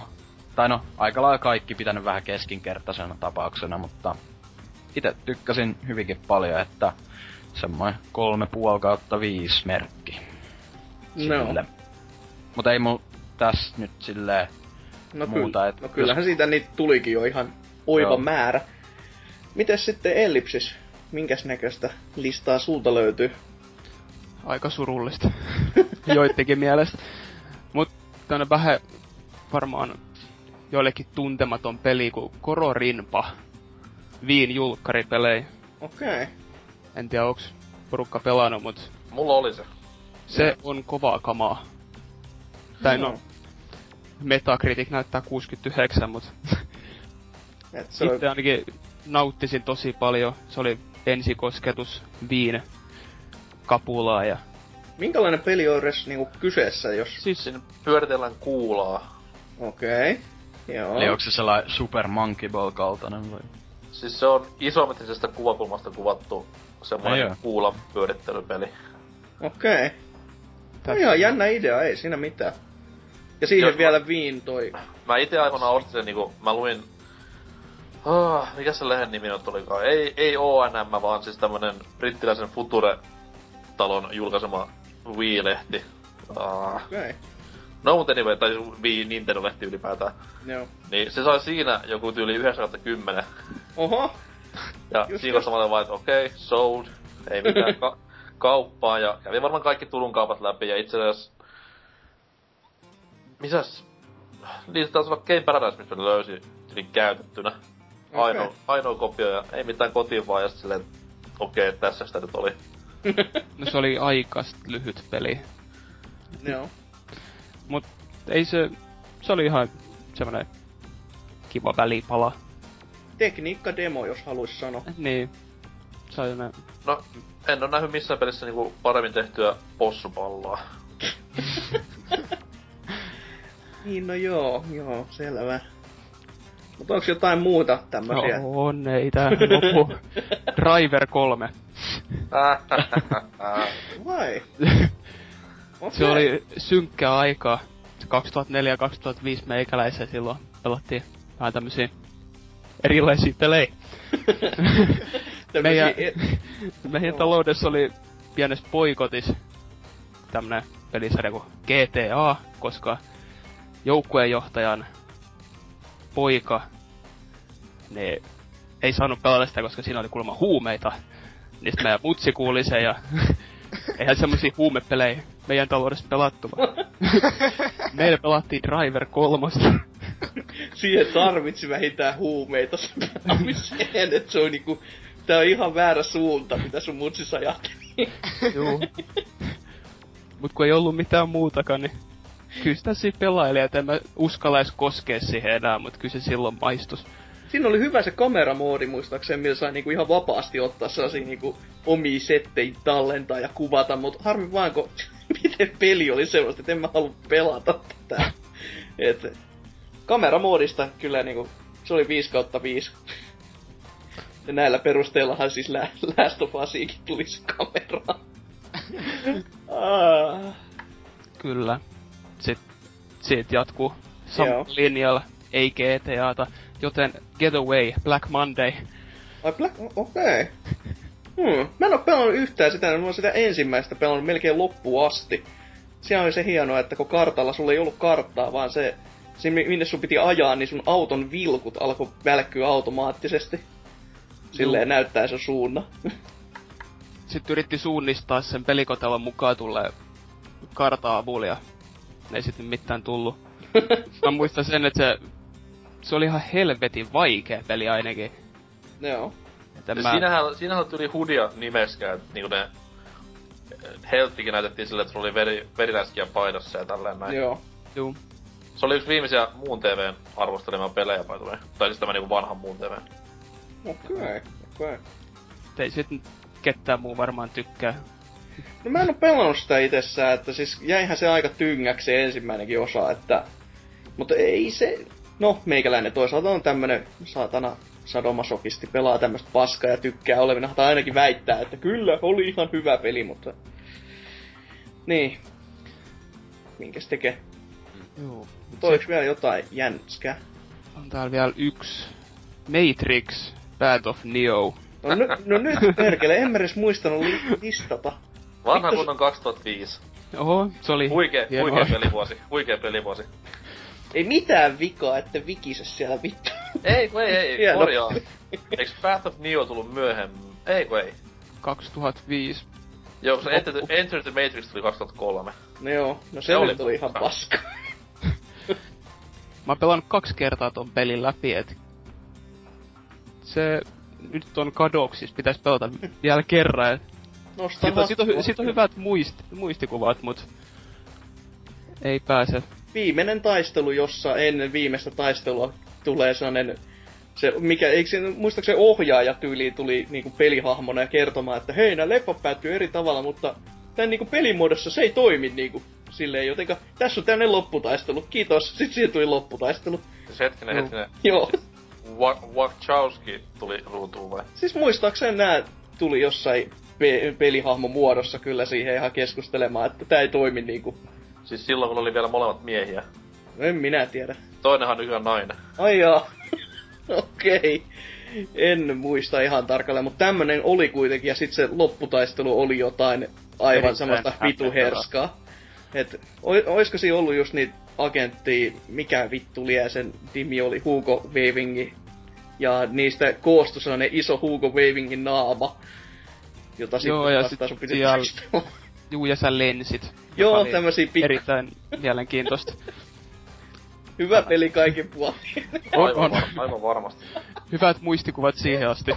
aika lailla kaikki pitänyt vähän keskinkertaisena tapauksena, mutta itse tykkäsin hyvinkin paljon, että semmoinen 3,5/5 merkki. Sille. Mut ei mulla tässä nyt silleen muuta, että... No kyllähän siitä niitä tulikin jo ihan oiva määrä. Mites sitten Ellipsis? Minkäs näköistä listaa sulta löytyy? Aika surullista. Joittekin mielestä. Mut tänne vähän varmaan joillekin tuntematon peli kuin Kororinpa. Viin julkkaripelejä. Okei. En tiedä onks porukka pelannut, mut... Mulla oli se. Se on kovaa kamaa. Tai Metacritic näyttää 69, mut... Itse ainakin nauttisin tosi paljon. Se oli ensikosketus Viin kapulaa ja... Minkälainen peli on edes niinku kyseessä, jos... Siis siinä pyöritellään kuulaa. Okei. Joo. Eli onko se sellainen Super Monkey Ball -kaltainen vai? Siis se on isometrisestä kuvakulmasta kuvattu semmoinen kuulan pyörittelypeli. Okei. No ihan jännä idea, ei siinä mitään. Ja siihen vielä Viin toi... Mä ite aikoinaan ostin sen niinku, mä luin... mikä se lehen nimi nyt olikaan? Ei ONM, vaan siis tämmönen brittiläisen Future-talon julkaisema Wii-lehti. Okei. No mut anyway, tai Wii Nintendo-lehti ylipäätään. Joo. Niin se sai siinä joku tyyli 9/10. Oho! Ja siinä samalla vaan, että okei, sold. Ei mitään kauppaa ja kävi varmaan kaikki Turun kaupat läpi ja itse asiassa... Misäs? Niistä taisi olla Game Paradise, mistä löysi käytettynä. Ainoa kopio ja ei mitään kotiin vaan ja sit silleen, okei, tässä sitä nyt oli. No se oli aikas lyhyt peli. Joo. Mut ei se oli ihan semmonen kiva välipala. Tekniikka-demo, jos haluais sanoa. Niin. Se on semmonen... No, en oo nähnyt missään pelissä niinku paremmin tehtyä possupalloa. Niin, no joo, selvä. Mutta onks jotain muuta tämmösiä? No on, ei tää lopu. Driver 3. Vai? Okay. Se oli synkkää aikaa. 2004-2005 meikäläisen silloin pelattiin vähän tämmösiä erilaisia pelejä. meidän taloudessa oli pienes boikotis tämmönen pelisarja kuin GTA, koska joukkueenjohtajan poika ne ei saanut pelata sitä, koska siinä oli kuulemma huumeita. Niin sit meidän mutsi kuuli sen ja eihän semmosia huumepelejä meidän taloudessa pelattu. Meillä pelattiin Driver 3. siihen tarvitsi vähintään huumeita sen pelaamiseen, että se on niinku, tää on ihan väärä suunta, mitä sun mutsis ajatteli. Juu. Mut kun ei ollut mitään muutakaan, niin kyllä sitä siinä pelailee, että en mä uskalla edes koskea siihen enää, mut kyllä se silloin maistus. Siinä oli hyvä se kameramoodi muistaakseni, millä sai niinku ihan vapaasti ottaa sellaisia niinku omia settejä tallentaa ja kuvata, mut harmi vaan kun miten peli oli sellaista, että en mä halua pelata tätä. Et kameramoodista kyllä niinku, se oli 5/5. Ja näillä perusteellahan siis Last of Usiinkin tuli se kamera. Kyllä. Siitä jatkuu samalla linjalla, ei GTAta, joten Getaway, Black Monday. Ai okei. Mä en oo pelannut yhtään sitä, mä oon sitä ensimmäistä pelannut melkein loppuun asti. Siellä oli se hienoa, että kun kartalla sulla ei ollut karttaa, vaan se minne sun piti ajaa, niin sun auton vilkut alkoi välkkyä automaattisesti. Silleen näyttää se suunnan. Sitten yritti suunnistaa sen pelikotelon mukaan tulee kartan avulla ja ei sitten mitään tullut. Mä muistan sen, että se oli ihan helvetin vaikea peli ainakin. Joo. Siinähän tuli Hudia nimeskään, niinku ne Helttikin näytettiin silleen, että sulla oli veriläskiä paidassa ja tälleen näin. Joo. Juu. Se oli yksi viimeisiä muun TVn arvostelemaan pelejä, by the way. Tai siis tämä niinku vanhan muun TVn. Okei. Ei sit ketään muu varmaan tykkää. No mä en oo pelannut sitä itsessään, että siis jäihän se aika tyngäksi se ensimmäinenkin osa, että... Mutta ei se... No, meikäläinen toisaalta on tämmönen saatana sadomasokisti, pelaa tämmöstä paskaa ja tykkää olevina, tai ainakin väittää, että kyllä, oli ihan hyvä peli, mutta... Niin. Minkäs tekee? Joo. Toiks vielä jotain jänskää? On täällä vielä yksi. Matrix, Path of Neo. No nyt perkele, en mä edes muistanut listata. Vanha kunnon 2005. Oho, se oli Huikee pelivuosi. Ei mitään vikaa, että vikise siellä vittu. Ei, korjaa. Eiks Path of Neo tullut myöhemmin? Ei. 2005. Joo, se Enter the Matrix tuli 2003. No joo, no se nyt oli ihan paska. Mä oon pelannut 2 kertaa ton pelin läpi, et... Se... Nyt on kadoksissa, pitäis pelata vielä kerran, et... Siitä on hyvät muistikuvat, mut... Ei pääse. Viimeinen taistelu, jossa ennen viimeistä taistelua tulee sellainen... Eikö se, muistaakseni ohjaaja tyyliin tuli niinku pelihahmona ja kertomaan, että hei, nää leffat päättyy eri tavalla, mutta tän niinku pelimuodossa se ei toimi niinku silleen, jotenka tässä on tämmönen lopputaistelu, kiitos, sit siihen tuli lopputaistelu. Siis hetkinen. Joo. Wachowski tuli ruutuun vai? Siis muistaakseni nää tuli jossain pelihahmon muodossa kyllä siihen ihan keskustelemaan, että tää ei toimi niinku. Siis silloin kun oli vielä molemmat miehiä. En minä tiedä. Toinenhan on nykyään nainen. Ai jaa. Okei. En muista ihan tarkalleen, mutta tämmönen oli kuitenkin, ja sit se lopputaistelu oli jotain aivan semmoista vitu herskaa. Et oisko siinä ollut just niitä agenttia, mikä vittu liää sen nimi oli, Hugo Weaving, ja niistä koostui sellainen iso Hugo Weavingin naama, jota sitten sun piti taistella. Juu, ja sä lensit. Joo, tämmösiä erittäin mielenkiintoista. Hyvä peli kaikin puolin. Aivan varmasti. Hyvät muistikuvat siihen asti.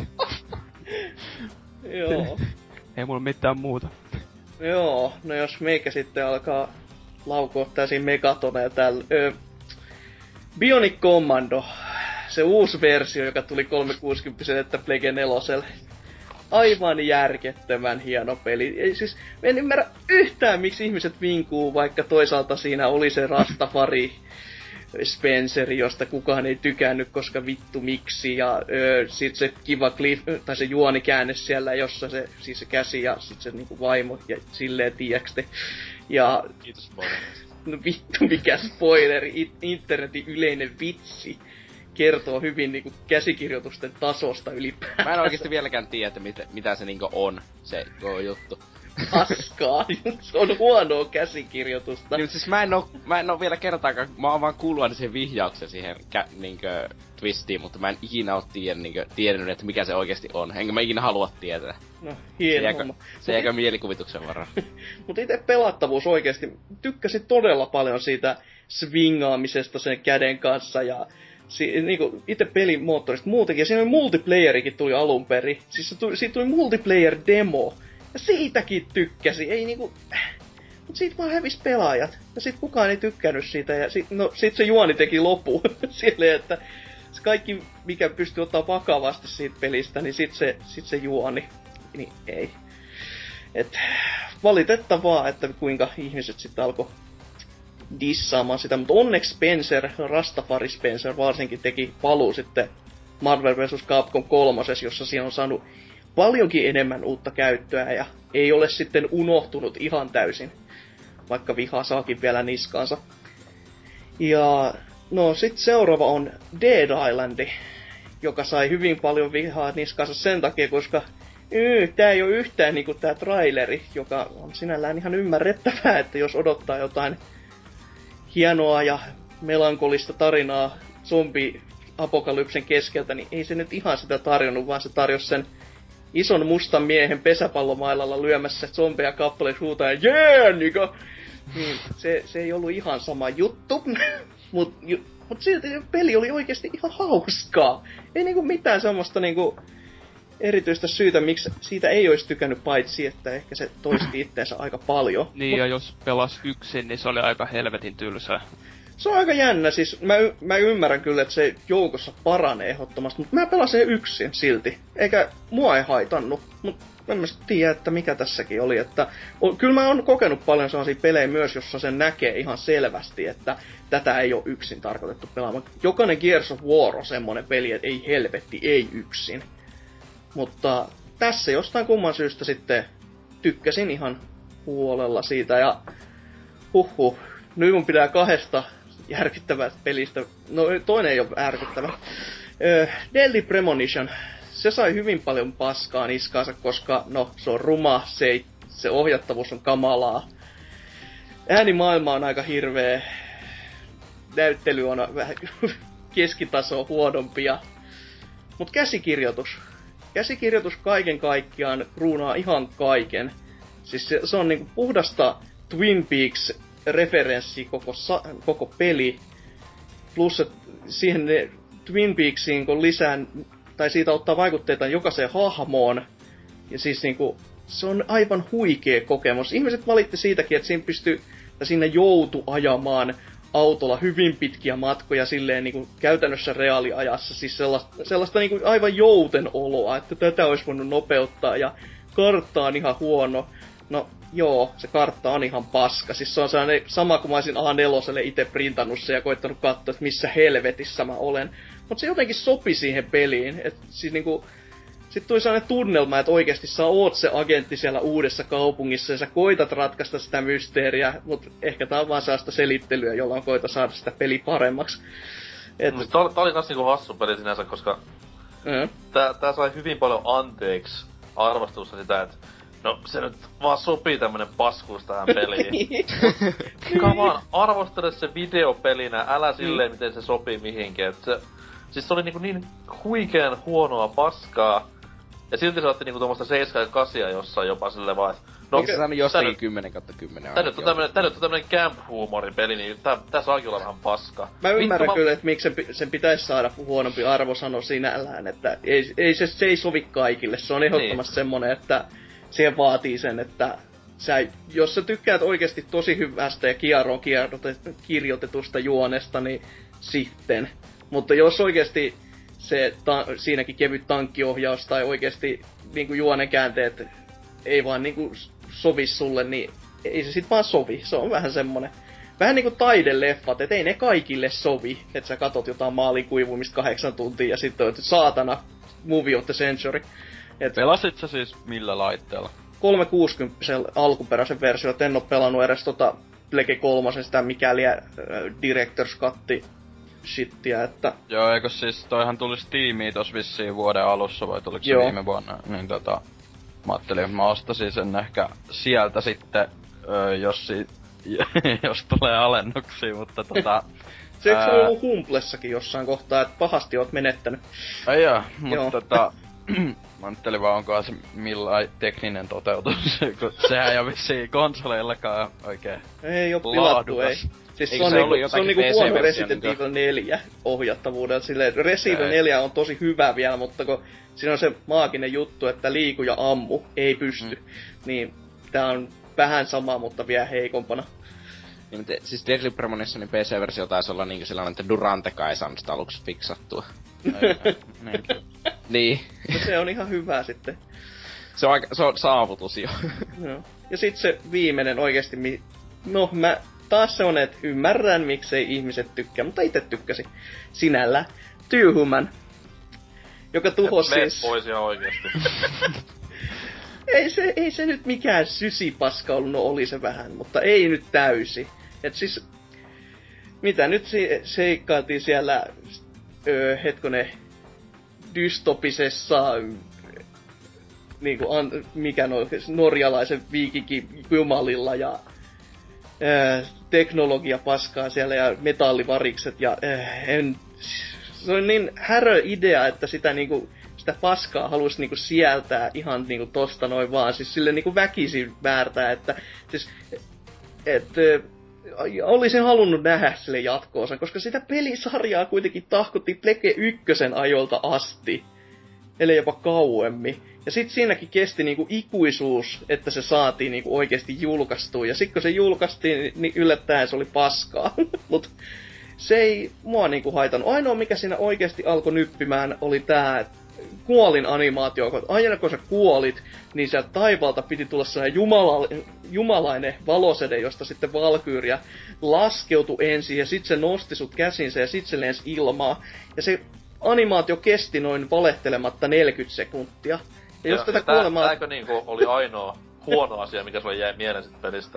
Joo. Ei mulla mitään muuta. Joo, no jos meikä sitten alkaa laukoa täysin megatoneja täällä. Bionic Commando. Se uusi versio, joka tuli 360 Plege 4. Aivan järjettömän hieno peli. Ei siis, en ymmärrä yhtään miksi ihmiset vinkuu, vaikka toisaalta siinä oli se Rastafari Spenceri, josta kukaan ei tykännyt, koska vittu miksi, ja sit se kiva tai se juonikäänne siellä, jossa se, siis se käsi ja sit se niinku vaimo, ja silleen tiiäksite. Ja... Kiitos spoiler. No vittu mikä spoileri, internetin yleinen vitsi kertoo hyvin niinku käsikirjoitusten tasosta ylipäätään. Mä en oikeesti vieläkään tiedä, että mitä se niinku on, se juttu. Paskaa, se on huonoa käsikirjoitusta. Niin, siis mä en oo vielä kertaakaan, mä oon vaan kuullut aina sen vihjauksen siihen niinkö twistiin, mutta mä en ikinä oo tiennyt, että mikä se oikeesti on. Enkä mä ikinä halua tietää. No, hieno homma. Se jääkö mielikuvituksen varaan. Mut ite pelattavuus oikeesti, tykkäsin todella paljon siitä swingaamisesta sen käden kanssa ja niinku itse pelimoottorista muutenkin, ja siinä multiplayerikin tuli alun perin. Siis siitä tuli multiplayer-demo, ja siitäkin tykkäsi, ei niinku... Mut siitä vaan hävis pelaajat, ja sit kukaan ei tykkännyt siitä, ja sit se juoni teki lopu silleen, että se kaikki, mikä pystyy ottaa vakavasti siitä pelistä, niin sit se juoni, niin ei. Et valitettavaa, että kuinka ihmiset sit alkoi dissaamaan sitä, mutta onneksi Spencer, Rastafari Spencer varsinkin teki paluu sitten Marvel vs. Capcom 3, jossa siinä on saanut paljonkin enemmän uutta käyttöä ja ei ole sitten unohtunut ihan täysin, vaikka viha saakin vielä niskaansa. Ja no sit seuraava on Dead Island, joka sai hyvin paljon vihaa niskaansa sen takia, koska tää ei oo yhtään niinku tää traileri, joka on sinällään ihan ymmärrettävää, että jos odottaa jotain hienoa ja melankolista tarinaa zombi-apokalypsen keskeltä, niin ei se nyt ihan sitä tarjonnut, vaan se tarjosi sen ison mustan miehen pesäpallomailalla lyömässä zombeja kappaleeksi huutaa jee, nigga! Niin, se ei ollut ihan sama juttu, mut silti peli oli oikeesti ihan hauskaa. Ei niinku mitään semmoista niinku erityistä syytä, miksi siitä ei olisi tykännyt, paitsi että ehkä se toisti itteensä aika paljon. Niin, ja jos pelas yksin, niin se oli aika helvetin tylsää. Se on aika jännä, siis mä ymmärrän kyllä, että se joukossa paranee ehdottomasti, mutta mä pelasin yksin silti. Eikä mua ei haitannut, mutta en mä tiedä, että mikä tässäkin oli. Että kyllä mä oon kokenut paljon sellaisia pelejä myös, jossa sen näkee ihan selvästi, että tätä ei ole yksin tarkoitettu pelaamaan. Jokainen Gears of War on semmonen peli, että ei helvetti, ei yksin. Mutta tässä jostain kumman syystä sitten tykkäsin ihan huolella siitä ja nyt mun pitää kahdesta järkyttävästä pelistä, no toinen ei ole järkyttävä. Deadly Premonition, se sai hyvin paljon paskaa niskaansa, koska no se on ruma, se ohjattavuus on kamalaa. Äänimaailma on aika hirveä, näyttely on vähän keskitasoa huonompia. Mut käsikirjoitus kaiken kaikkiaan kruunaa ihan kaiken. Siis se on niinku puhdasta Twin Peaks referenssi koko peli. Plus että siihen ne Twin Peaksiin kun lisään, tai siitä ottaa vaikutteita jokaiseen hahmoon. Ja siis niinku, se on aivan huikea kokemus. Ihmiset valitti siitäkin, että siinä joutu ajamaan autolla hyvin pitkiä matkoja silleen niinku käytännössä reaaliajassa. Siis sellaista niinku aivan jouten oloa, että tätä olisi voinut nopeuttaa ja kartta on ihan huono. No joo, se kartta on ihan paska. Siis se on sellainen sama kuin mä olisin A4 itse printannut se ja koittanut katsoa, että missä helvetissä mä olen. Mut se jotenkin sopi siihen peliin. Et siis niinku, sit tuli sellainen tunnelma, että oikeesti sä oot se agentti siellä uudessa kaupungissa ja sä koitat ratkaista sitä mysteeriä, mut ehkä tää on vaan sellaista selittelyä, jolla on koita saada sitä peli paremmaksi. Tää oli kans niinku hassu peli sinänsä, koska tää sai hyvin paljon anteeksi arvostusta sitä, että no se nyt vaan sopii tämmönen paskuus tähän peliin. Come on, arvostele se videopelinä, älä silleen miten se sopii mihinkin. Et siis se oli niinku niin huikean huonoa paskaa. Ja silti se otti niinku tommoista 7 ja 8 jossain jopa silleen vaan, et no eikö se saanut jossakin 10/10? Tää nyt on tämmönen camp-huumoripeli, niin tää saakin olla vähän paska. Mä ymmärrän kyllä, että miksi sen pitäisi saada huonompi arvosano sinällään, että se ei sovi kaikille. Se on ehdottomasti semmonen, että siihen vaatii sen, että jos sä tykkäät oikeesti tosi hyvästä ja kieroon kirjoitetusta juonesta, niin sitten. Mutta jos oikeesti siinäkin kevyt tankkiohjaus tai oikeesti niinku juonenkäänteet ei vaan niinku sovi sulle, niin ei se sit vaan sovi. Se on vähän semmonen. Vähän niinku taideleffat, et ei ne kaikille sovi. Et sä katot jotain maalin kuivumista 8 tuntia ja sit oot saatana movie of the century. Pelasit sä siis millä laitteella? 360 alkuperäisen versio, et en oo pelannut edes Plege 3 sitä mikäliä Director's Cut shittiä, että... Joo, eikö siis toihan tuli Steamiin tos vissiin vuoden alussa, vai tuliko se viime vuonna, niin mä ajattelin, että mä ostasin sen ehkä sieltä sitten, jos tulee alennuksia, mutta se eikö se ollut Humblessakin jossain kohtaa, että pahasti oot menettänyt? Ai joo, mutta Mä ajattelin vaan, onkohan se millai tekninen toteutus, kun sehän ei vissiin konsoleillakaan oikein ei oo pilattu, ei. Siis se on niinku huono Resident Evil 4 ohjattavuudella. Silleen, Resident 4 on tosi hyvä vielä, mutta kun siinä on se maaginen juttu, että liiku ja ammu ei pysty. Niin tää on vähän sama, mutta vielä heikompana. Niin, siis Deadly Premonitionin PC-versio taisi olla niinku sellainen, että Duranteka ei saanut sitä aluksi fiksattua. Niin. No se on ihan hyvä sitten. Se on saavutus jo. No. Ja sit se viimeinen oikeesti, mä taas se on, että ymmärrän miksei ihmiset tykkää, mutta itse tykkäsin sinällä. Tyyhuman, joka tuhosi siis... pois ihan oikeesti. ei se nyt mikään sysipaska ollut, no oli se vähän, mutta ei nyt täysi. Et siis, mitä nyt seikkailtiin siellä, dystopisessa, niinku, mikä norjalaisen viikinkijumalilla ja teknologia paskaa siellä ja metallivarikset ja se on niin härö idea, että sitä niinku sitä paskaa halusi niinku sieltää ihan niinku tosta noin vaan, siis sille niinku väkisin väärtää, että siis olisin halunnut nähdä sille jatkoosa, koska sitä pelisarjaa kuitenkin tahkottiin Plege 1 ajolta asti, eli jopa kauemmin. Ja sit siinäkin kesti niinku ikuisuus, että se saatiin niinku oikeesti julkaistua. Ja sit kun se julkaistiin, niin yllättäen se oli paskaa. Mut se ei mua niinku haitannut. Ainoa mikä siinä oikeesti alkoi nyppimään oli tää kuolin animaatio. Aina kun sä kuolit, niin sieltä taivaalta piti tulla sellainen jumalainen valosede, josta sitten Valkyria laskeutui ensin. Ja sit se nosti sut käsinsä ja sit se lensi ilmaa. Ja se animaatio kesti noin valehtelematta 40 sekuntia. Ja jos tätä kuolemaa... Tääkö niinku oli ainoa huono asia, mikä sulle jäi mieleen sit pelistä?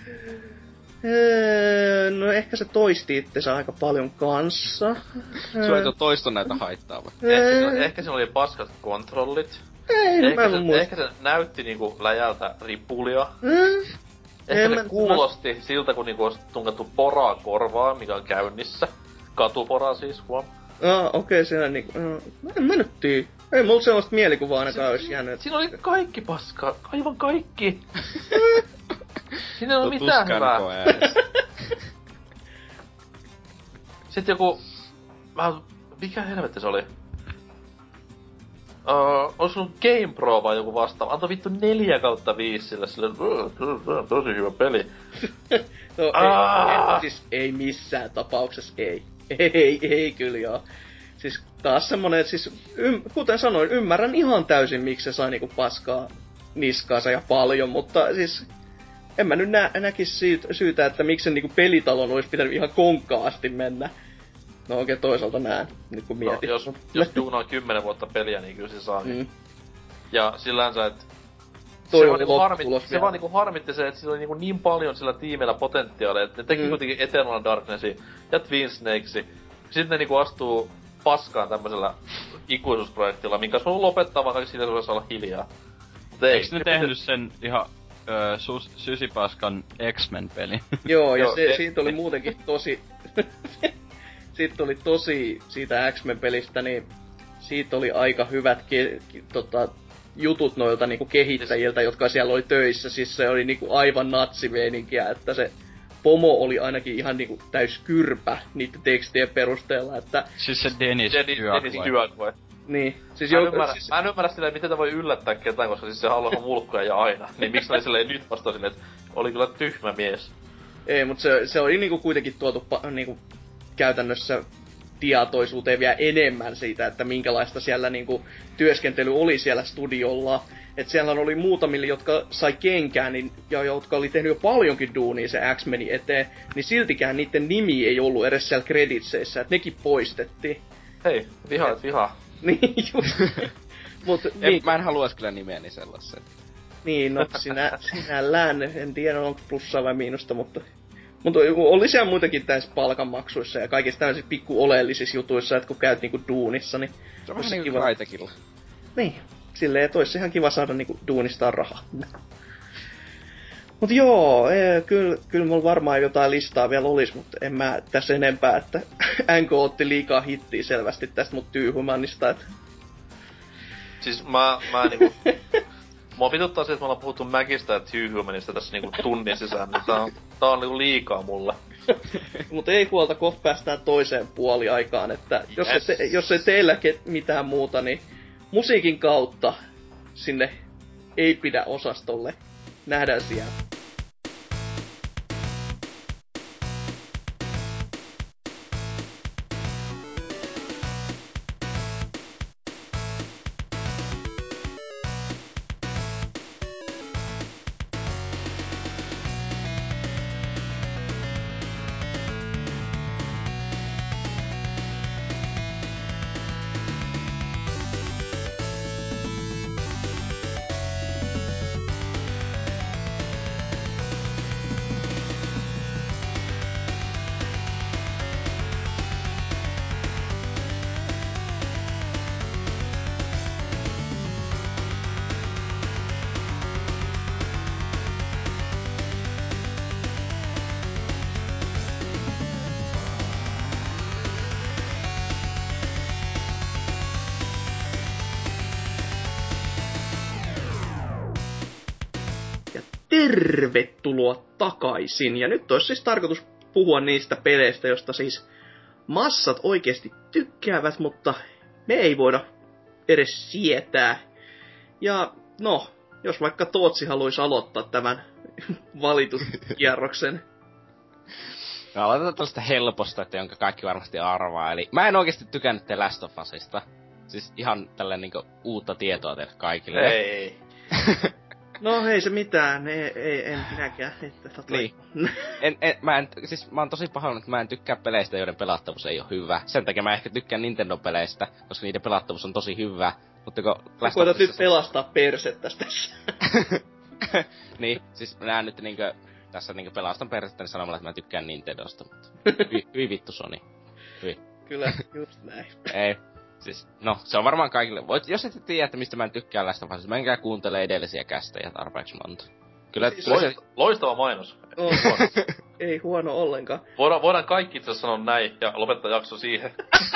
No ehkä se toisti itsensä aika paljon kanssa. Sulla ei oo toista näitä haittaa vai? Ehkä siinä oli paskat kontrollit. Ehkä se näytti niinku läjältä ripulia. Ehkä se kuulosti siltä, kun niinku olisi tunkattu poraa korvaa, mikä on käynnissä. Katuporaa siis, huom. Okei, siinä niinku... En mä nyt tii. Ei mulla sellaista mielikuvaa ainakaan olisi jäänyt. Siinä oli kaikki paskaa. Aivan kaikki. Siinä ei ole mitään hyvää. Sitten joku... Mikä helvetti se oli? Olis ollut Game Pro vai joku vastaava. Antoi vittu 4/5 sille tosi hyvä peli. No siis ei missään tapauksessa ei. Ei kyllä joo. Siis taas semmonen, että siis kuten sanoin, ymmärrän ihan täysin miksi se sai niinku paskaa niskaansa ja paljon, mutta siis en mä nyt näkis syytä, että miksi sen niinku pelitalon olisi pitänyt ihan konkkaasti mennä. No oikein toisaalta näen, nyt kun mietin. No, jos duunaa 10 vuotta peliä, niin kyllä se saa. Ja sillänsä, että se vaan niinku harmitti se, että sillä oli niinku niin paljon sillä tiimellä potentiaalia, että ne teki kuitenkin Eternal Darknessi ja Twin Snakesi. Sitten ne niinku astuu paskaan tämmöisellä ikuisuusprojektilla, minkä olisi voinut lopettaa, vaan kaikki siitä se voisi olla hiljaa. Eiks ne tehnyt sen ihan sysipaskan X-Men-peli? Joo, ja siitä oli muutenkin tosi... Sitten oli tosi siitä X-Men-pelistä, niin siitä oli aika hyvät jutut noilta niinku kehittäjiltä, jotka siellä oli töissä. Siis se oli niinku aivan natsimeininkiä, että se pomo oli ainakin ihan niinku täys kyrpä niiden tekstien perusteella, että... Siis se Dennis Duagway. Niin. Siis mä en ymmärrä silleen, miten tää voi yllättää ketään, koska siis se haluaa mulkkuja ja aina. Niin miksi ne silleen nyt vasta silleen, että oli kyllä tyhmä mies. Ei, mut se oli niinku kuitenkin tuotu niinku käytännössä tietoisuuteen vielä enemmän siitä, että minkälaista siellä niinku työskentely oli siellä studiolla. Et siellä oli muutamille, jotka sai kenkään, niin, ja jotka oli tehnyt jo paljonkin duunia se X-Menin eteen, niin siltikään niiden nimi ei ollut edes siellä kreditseissä, että nekin poistettiin. Hei, viha. Niin, just. Niin. Mä en haluais kyllä nimeäni sellaisen. Niin, no sinällään, en tiedä onko plussaa vai miinusta, mutta oli siellä muutenkin tässä palkanmaksuissa ja kaikissa tämmöisissä pikku oleellisissa jutuissa, että kun käyt niinku duunissa, niin... Se on vähän niinku Crytekilla. Niin, silleen olisi ihan kiva saada niinku duunistaan rahaa. Mut joo, kyllä mulla varmaan jotain listaa vielä olis, mutta en mä tässä enempää, että NK otti liikaa hittiä selvästi tästä mut Tyyhumanista, että... Siis mä niinku... Mua vituttaa se, että me ollaan puhuttu Mäkistä ja Humanista tässä niinku tunnin sisään, niin tää on niinku liikaa mulle. Mut ei huolta, kohta päästään toiseen puoliaikaan, että jos ei teillä mitään muuta, niin musiikin kautta sinne ei pidä osastolle. Nähdään siellä. Tervetuloa takaisin. Ja nyt olisi siis tarkoitus puhua niistä peleistä, josta siis massat oikeasti tykkäävät, mutta me ei voida edes sietää. Ja no, jos vaikka Tootsi haluaisi aloittaa tämän valituskierroksen. No aloitetaan tällaista helposta, että jonka kaikki varmasti arvaa. Eli mä en oikeasti tykännyt The Last of Usista. Siis ihan tällainen niinku uutta tietoa teille kaikille. Ei. No ei se mitään, en minäkään. Niin. Mä oon tosi pahoillani, että mä en tykkää peleistä, joiden pelattavuus ei ole hyvä. Sen takia mä ehkä tykkään Nintendo-peleistä, koska niiden pelattavuus on tosi hyvä. Mutta kun koetat nyt pelastaa persettä tässä. Niin, siis mä nyt niinkö tässä niinkö pelastan persettä sanomalla, että mä tykkään Nintendosta, mutta hyvin vittu Sony. Hyvin. Kyllä, just näin. Ei. Siis, no, se on varmaan kaikille. Jos ette tiedä, että mistä mä en tykkää Last of Usista, menkää kuuntele edellisiä kästejä tarpeeksi monta. Kyllä, loistava mainos. Ei huono ollenkaan. Voidaan kaikki itse sanoa näin ja lopettaa jakso siihen.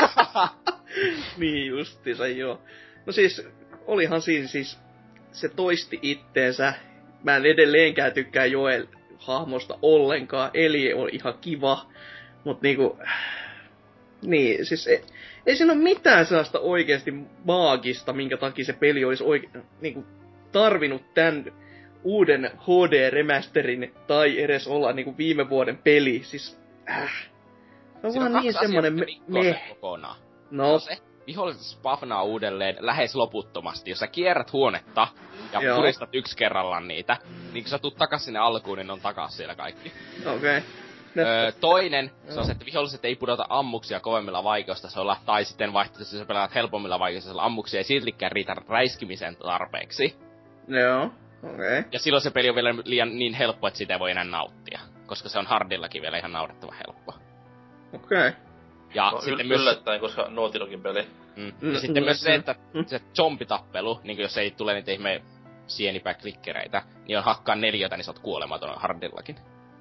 Niin justiinsa, joo. No siis, olihan siinä siis, se toisti itteensä. Mä en edelleenkään tykkää Joel-hahmosta ollenkaan. Eli on ihan kiva. Mut niinku... Niin, siis ei siinä ole mitään sellaista oikeesti maagista, minkä takia se peli olisi niinku tarvinnut tän uuden HD-remasterin tai edes olla niinku viime vuoden peli. Siis, se on vaan niin semmonen kokonaan. No. Se viholliset spavnaa uudelleen lähes loputtomasti. Jos sä kierrät huonetta ja puristat yksi kerrallaan niitä, niin kun sä tuut takas sinne alkuun, niin ne on takas siellä kaikki. Okei. Toinen, se on se, että viholliset ei pudota ammuksia kovemmilla vaikeustasoilla, tai sitten vaihtoehtoisesti sä pelaat helpommilla vaikeustasoilla, ammuksia ei siltikään riitä räiskimisen tarpeeksi. Joo, okei. Ja silloin se peli on vielä liian niin helppo, että sitä ei voi enää nauttia, koska se on hardillakin vielä ihan naurettavan helppo. Okei. Ja no, sitten myös... yllättäen, koska Naughty pelli. Ja sitten myös se, että se zombitappelu, niin jos ei tule niitä ihme sienipäklikkereitä, niin on hakkaa 4, niin sä oot kuolematon hardillakin.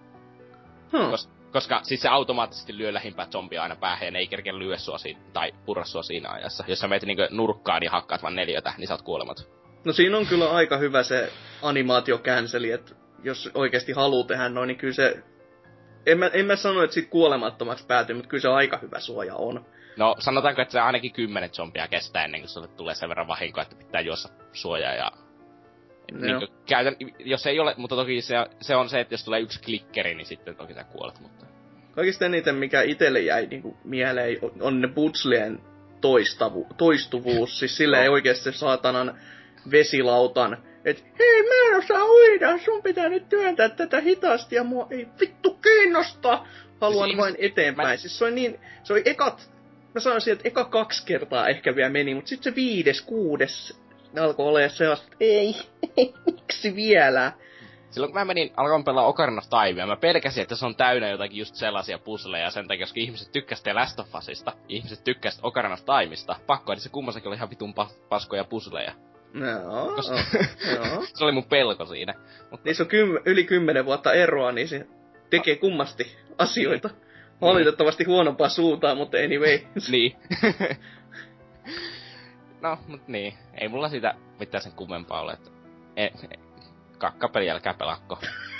Koska siis se automaattisesti lyö lähimpää zombia aina päähän ja ne ei kerkeä lyö sua tai purra sua siinä ajassa. Jos sä meet niinku nurkkaan ja hakkaat vaan 4, niin sä oot kuolematon. No siinä on kyllä aika hyvä se animaatiokänseli, että jos oikeesti haluu tehdä noin, niin kyllä se... En mä sano, että sit kuolemattomaksi päätyy, mutta kyllä se aika hyvä suoja on. No sanotaanko, että se ainakin 10 zombia kestää ennen kuin sulle tulee sen verran vahinkoa, että pitää juossa suojaa ja... Niin jos ei ole, mutta toki se on se, että jos tulee yksi klikkeri, niin sitten toki sä kuolet, mutta... Kaikista eniten, mikä itelle jäi niinku mieleen, on ne putslien toistuvuus. Siis sillä ei oikeesti se saatanan vesilautan, et hei mä en osaa uida, sun pitää nyt työntää tätä hitaasti ja mua ei vittu kiinnosta. Haluan siis vain eteenpäin. Siis se oli niin, se oli mä sanoisin, että eka 2 kertaa ehkä vielä meni, mut sit se 5., 6. alkoi olemaan sellaista, että ei, miksi vielä? Silloin kun mä alkoin pelaa Ocarina of Timea, mä pelkäsin, että se on täynnä jotakin just sellaisia puzzleja, sen takia, koska ihmiset tykkäs The Last of Usista, ihmiset tykkäs Ocarina of Timesta, pakko, että se kummassakin oli ihan vitun paskoja puzzleja. Joo. Se oli mun pelko siinä. Mutta... Niissä on yli 10 vuotta eroa, niin se tekee kummasti asioita. Valitettavasti huonompaa suuntaan, mutta anyway. Niin. No, mut niin. Ei mulla siitä mitään sen kummempaa ole, että... Kakkapeli jälkää pelakko.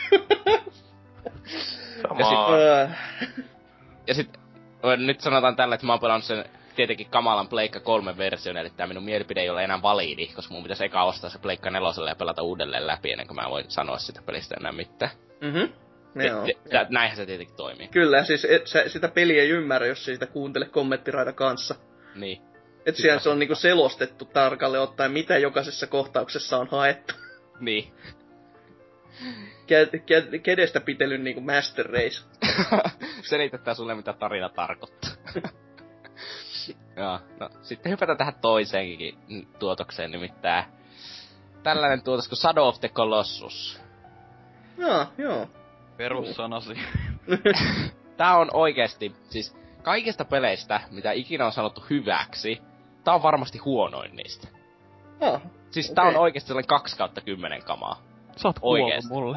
Ja sit nyt sanotaan tällä, että mä oon pelannut sen tietenkin kamalan Pleikka 3 version, eli tää minun mielipide ei ole enää validi, koska mun pitäisi eka ostaa se Pleikka 4 ja pelata uudelleen läpi, ennen kuin mä voin sanoa sitä pelistä enää mitään. Näinhän se tietenkin toimii. Kyllä, siis sitä peliä ei ymmärrä, jos ei sitä kuuntele kommenttiraida kanssa. Niin. Et siellä se on niinku selostettu tarkalleen ottaen, mitä jokaisessa kohtauksessa on haettu. Niin. Kedestä pitelyn niinku Master Race. Selitetään sulle, mitä tarina tarkoittaa. Joo, no sitten hypätään tähän toiseenkin tuotokseen, nimittäin tällainen tuotos kuin Shadow of the Colossus. Joo. Perussanasi. Tää on oikeesti, siis kaikista peleistä, mitä ikinä on sanottu hyväksi, tää on varmasti huonoin niistä. Siis tää on oikeesti sellainen 2/10 kamaa. Sä oot kuollut mulle.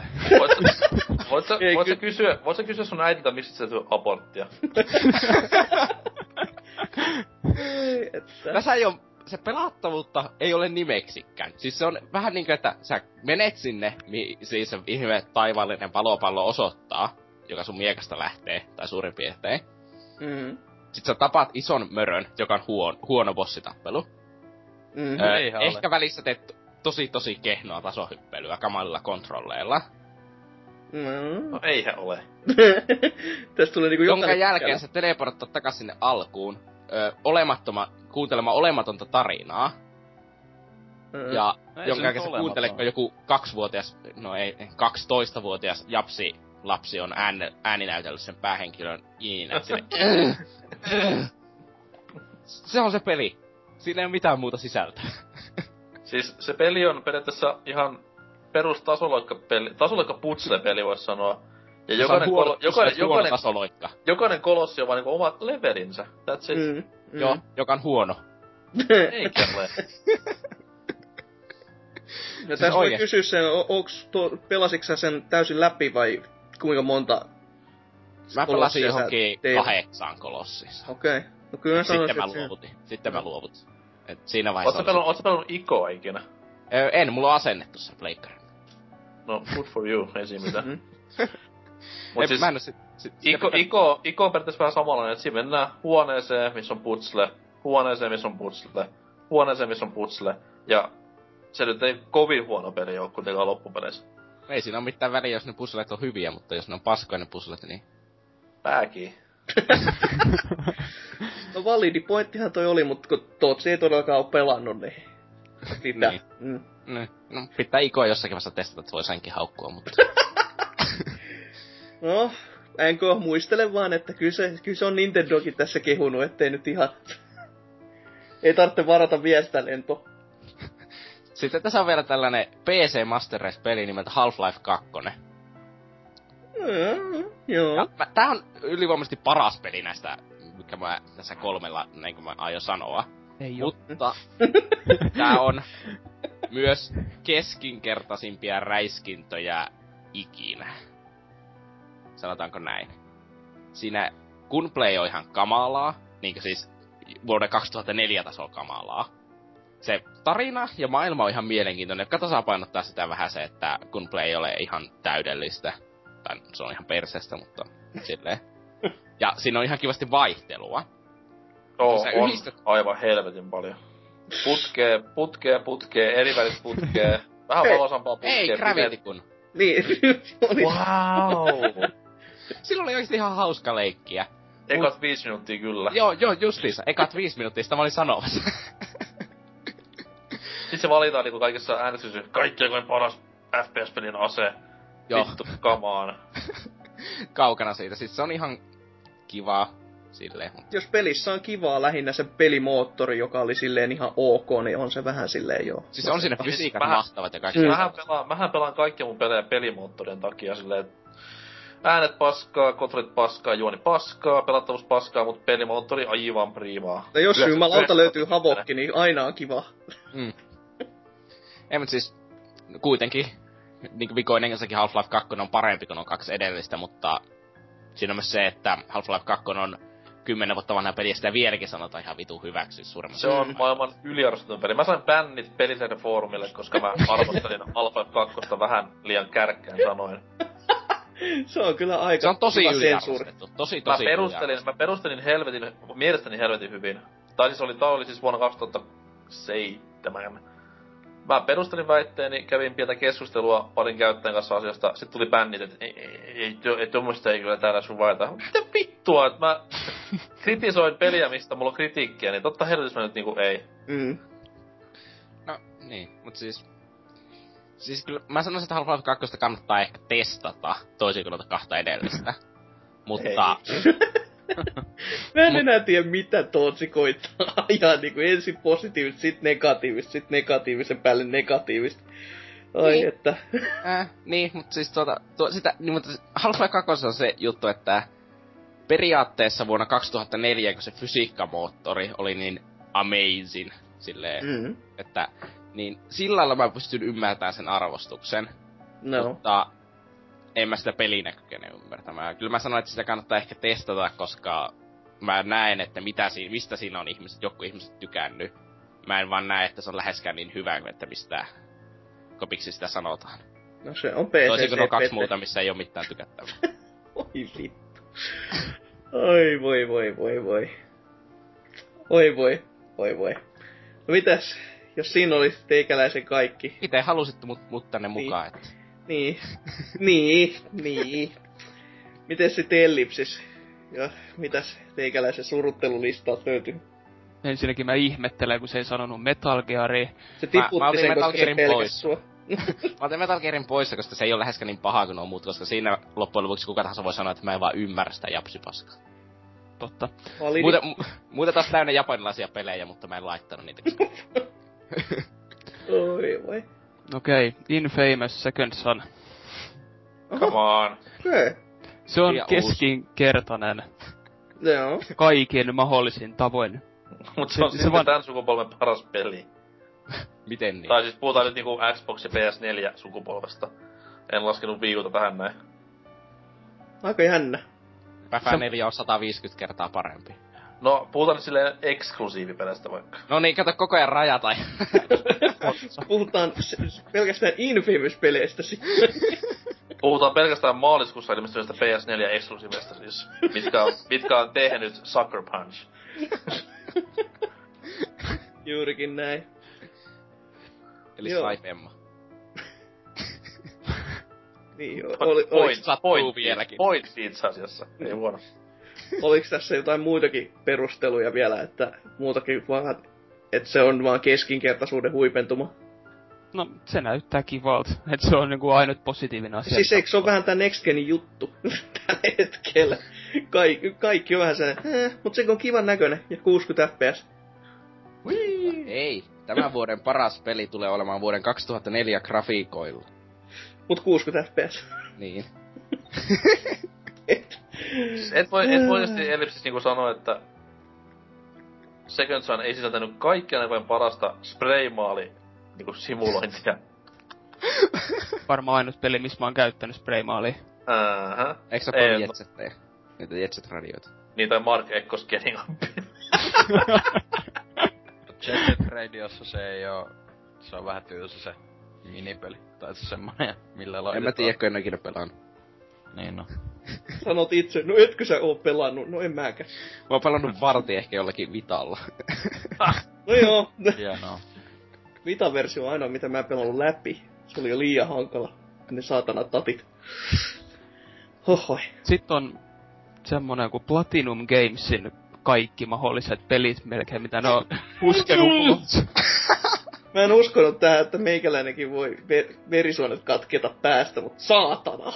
Voit sä kysyä sun äitiltä, mistä sä tuot aborttia? Tässä ei oo, se pelattavuutta ei ole nimeksikään. Siis se on vähän niinkö, että sä menet sinne, siis se ihme taivaallinen palopallo osoittaa, joka sun miekasta lähtee, tai suurin piirtein. Sit sä tapaat ison mörön, joka on huono bossitappelu. Ehkä välissä teet tosi kehnoa tasohyppelyä kamalilla kontrolleilla. No eihän ole. Tästä tulee niinku jonka jälkeen sä teleporttaa takas sinne alkuun, kuuntelemaan olematonta tarinaa. Ja jonka jälkeen sä kuuntelet, kun joku 2-vuotias, no ei, 12-vuotias lapsi on ääninäytellyt sen päähenkilön iinät sinne. Se on se peli. Siinä ei oo mitään muuta sisältöä. Siis se peli on periaatteessa ihan tasoloikka putsle-peli vois sanoa. Ja jokainen kolossi on vaan niinku omat levelinsä. That's it. Joo, joka on huono. Eikä ole. Ja tässä voi kysyä sen, pelasitko sä sen täysin läpi vai kuinka monta mä pelasin johonkin 8 kolossissa. Okei. No kyllä Sitten mä luovutin. Et siinä vaiheessa Oot sä pelannut Ikoa ikinä? En, mulla on asennettu se pleikkari. No, good for you, ei siinä mitään. Mut siis, Iko on periaatteessa vähän samanlainen, että siinä mennään huoneeseen, missä on putsle, huoneeseen, missä on putsle, huoneeseen, missä on putsle, ja se nyt ei kovin huono peli oo kuitenkaan loppupeleissä. Ei siinä oo mitään väliä, jos ne puzzlet on hyviä, mutta jos ne on paskoja ne puzzlet, niin... Pääkin. No validi pointtihan toi oli, mutta kun Tootsi ei todellakaan oo pelannut, niin... Mitä? Niin. No, pitää Ikoa jossakin vaiheessa testata, että voi senkin haukkua, mutta... No, enkö muistele vaan, että kyllä se on Nintendokin tässä kehunut, ettei nyt ihan... ei tarvitse varata vielä sitä lentoa. Sitten tässä on vielä tällainen PC Master Race-peli nimeltä Half-Life 2. Joo. Tää on ylivoimaisesti paras peli näistä, mikä mä tässä 3, niin kuin mä aion sanoa. Ei mutta tää on myös keskinkertaisimpia räiskintöjä ikinä. Sanotaanko näin. Siinä gunplay on ihan kamalaa, niinkö siis vuoden 2004 tasoa kamalaa. Se tarina ja maailma on ihan mielenkiintoinen, joka tasapainottaa sitä vähän se, että gunplay ei ole ihan täydellistä. Tai se on ihan perseestä, mutta silleen. Ja siinä on ihan kivasti vaihtelua. On aivan helvetin paljon. Putkee, eri välit putkee. Vähän valosampaa putkee. Ei, Gravitikun. Niin. Wow. Silloin oli oikeesti ihan hauska leikkiä. Ekat 5 minuuttia kyllä. Joo, justiinsa. Ekat 5 minuuttia, sitä mä olin sanomassa. Sitten se valitaan niinku kaikessa äänestyksissä kaikkein paras FPS-pelin ase. Joo. Vittu, kamaan. Kaukana siitä. Siis se on ihan kiva silleen. Jos pelissä on kivaa lähinnä se pelimoottori, joka oli silleen ihan ok, niin on se vähän silleen joo. Siis on siinä fysiikat mahtavat ja kaikki. Mähän pelaan kaikkia mun pelejä pelimoottorien takia silleen, äänet paskaa, kontrollit paskaa, juoni paskaa, pelattavuus paskaa, mut pelimoottori aivan priimaa. No jos jumalauta löytyy Havokki, niin aina on kiva. Ei mut siis, kuitenkin, niinku vikoinen ensinnäkin Half-Life 2 on parempi kuin on 2 edellistä, mutta siinä on myös se, että Half-Life 2 on 10 vuotta vanha peli, ja sitä vieläkin sanotaan ihan vitun hyväksi suuremmassa. Se on maailman yliarvostetun peli. Mä sain bännit Pelisäädön foorumille, koska mä arvostelin Alpha 2 vähän liian kärkkään sanoin. Se on kyllä aika... Se on tosi yliarvostettu. Tosi mä perustelin mielestäni helvetin hyvin. Tää oli siis vuonna 2007. Mä perustelin väitteeni, kävin pientä keskustelua parin käyttäjän kanssa asiasta, sit tuli bännit, et ei tommoista ei kyllä täällä suvaita. Mitä vittua, että mä kritisoin peliä, mistä mulla on kritiikkiä, niin totta helvetis mä nyt niinku ei. No, niin, mut siis kyllä mä sanoisin, että Half-Life 2 kannattaa ehkä testata, toisin kuin noita kahta edellistä. Mutta... Mä en enää tiedä, mitä Tootsi koittaa ajaa niinku ensin positiivista, sit negatiivisen päälle negatiivista. Ai niin. Että... niin, mutta siis mutta Half-Life 2 on se juttu, että periaatteessa vuonna 2004, kun se fysiikkamoottori oli niin amazing, silleen, että niin sillä lailla mä pystyn ymmärtämään sen arvostuksen. No. Mutta en mä sitä pelinä kykene ymmärtämään. Kyllä mä sanoin, että sitä kannattaa ehkä testata, koska mä näen, että mistä siinä on joku ihmiset tykännyt. Mä en vaan näe, että se on läheskään niin hyvä, että mistä kopiksi sitä sanotaan. No se on PC. Toisin kuin on 2 muuta, missä ei oo mitään tykättävää. Oi vittu. Oi voi. Oi voi. No mitäs, jos siinä olisi teikäläisen kaikki? Ite halusitte mut tänne mukaan, että... Niin. Mites sitten Ellipsis? Ja mitäs teikäläisen suruttelulistalta löytyy? Ensinnäkin mä ihmettelen, kun se ei sanonut Metal Gearia. Se tiputti sen, koska se pelkäs sua. Mä otin Metal Gearin pois, koska se ei ole läheskään niin paha kuin nuo muut, koska siinä loppujen lopuksi kuka tahansa voi sanoa, että mä en vaan ymmärrä sitä japsipaskaa. Totta. Muuten taas täynnä japanilaisia pelejä, mutta mä en laittanut niitä. Oi voi. Okei, Infamous Second Son. Come on. Okay. Se on keskinkertainen. Joo. Kaikin mahdollisin tavoin. Mut se on siis tän sukupolven paras peli. Miten niin? Tai siis puhutaan nyt niinku Xbox ja PS4 sukupolvesta. En laskenut Wii Uta tähän näin. Aika jännä. Päfä 4 on 150 kertaa parempi. No, puhutaan nyt silleen eksklusiivipeleistä vaikka. No niin, kato koko ajan rajata. Puhutaan pelkästään Infamous-peleistä sitten. Puhutaan pelkästään maaliskuussa ilmestyneestä PS4-eksklusiivista siis. Mitkä on tehnyt Sucker Punch. Juurikin näin. Eli Slife Emma. Niin, point itse asiassa. Ei huono. Oliks tässä jotain muitakin perusteluja vielä, että muutakin vaan, että se on vaan keskinkertaisuuden huipentuma? No, se näyttää kivalta, että se on niinku ainut positiivinen asia. Siis eikö se on vähän tää Next Genin juttu tällä hetkellä? Kaikki on vähän se, mut se on kivan näköinen ja 60 fps. Ei, tämän vuoden paras peli tulee olemaan vuoden 2004 grafiikoilla. Mut 60 fps. Niin. Et voi oikeesti Ellipsis niinku sanoa, että Second Son ei sisältänyt kaikkea aikojen parasta spraymaali niinku simulointia. Varmaan ainut peli, missä mä oon käyttänyt spraymaalia. Eikö sä paljon jetsetteja? Niitä jetset-radioita. Niin, tai Mark Ekkos Getting Up. Jetset Radiossa se ei oo... Se on vähän tylsä se minipeli. Tai se semmonen, millä laitetaan. En mä tiedä, kun en ikinä pelannut. Niin no. Sanot itse, no etkö sä oo pelannut? No en mäkään. Mä oon pelannut vartin ehkä jollakin Vitalla. No joo. Hienoa. Vita-versio on ainoa, mitä mä en pelannut läpi. Se oli jo liian hankala. Ne saatana tatit. Hohoi. Sitten on semmonen kuin Platinum Gamesin kaikki mahdolliset pelit melkein, mitä ne on puskenut ulos. Mä en uskonut tähän, että meikäläinenkin voi verisuonet katketa päästä, mut saatana!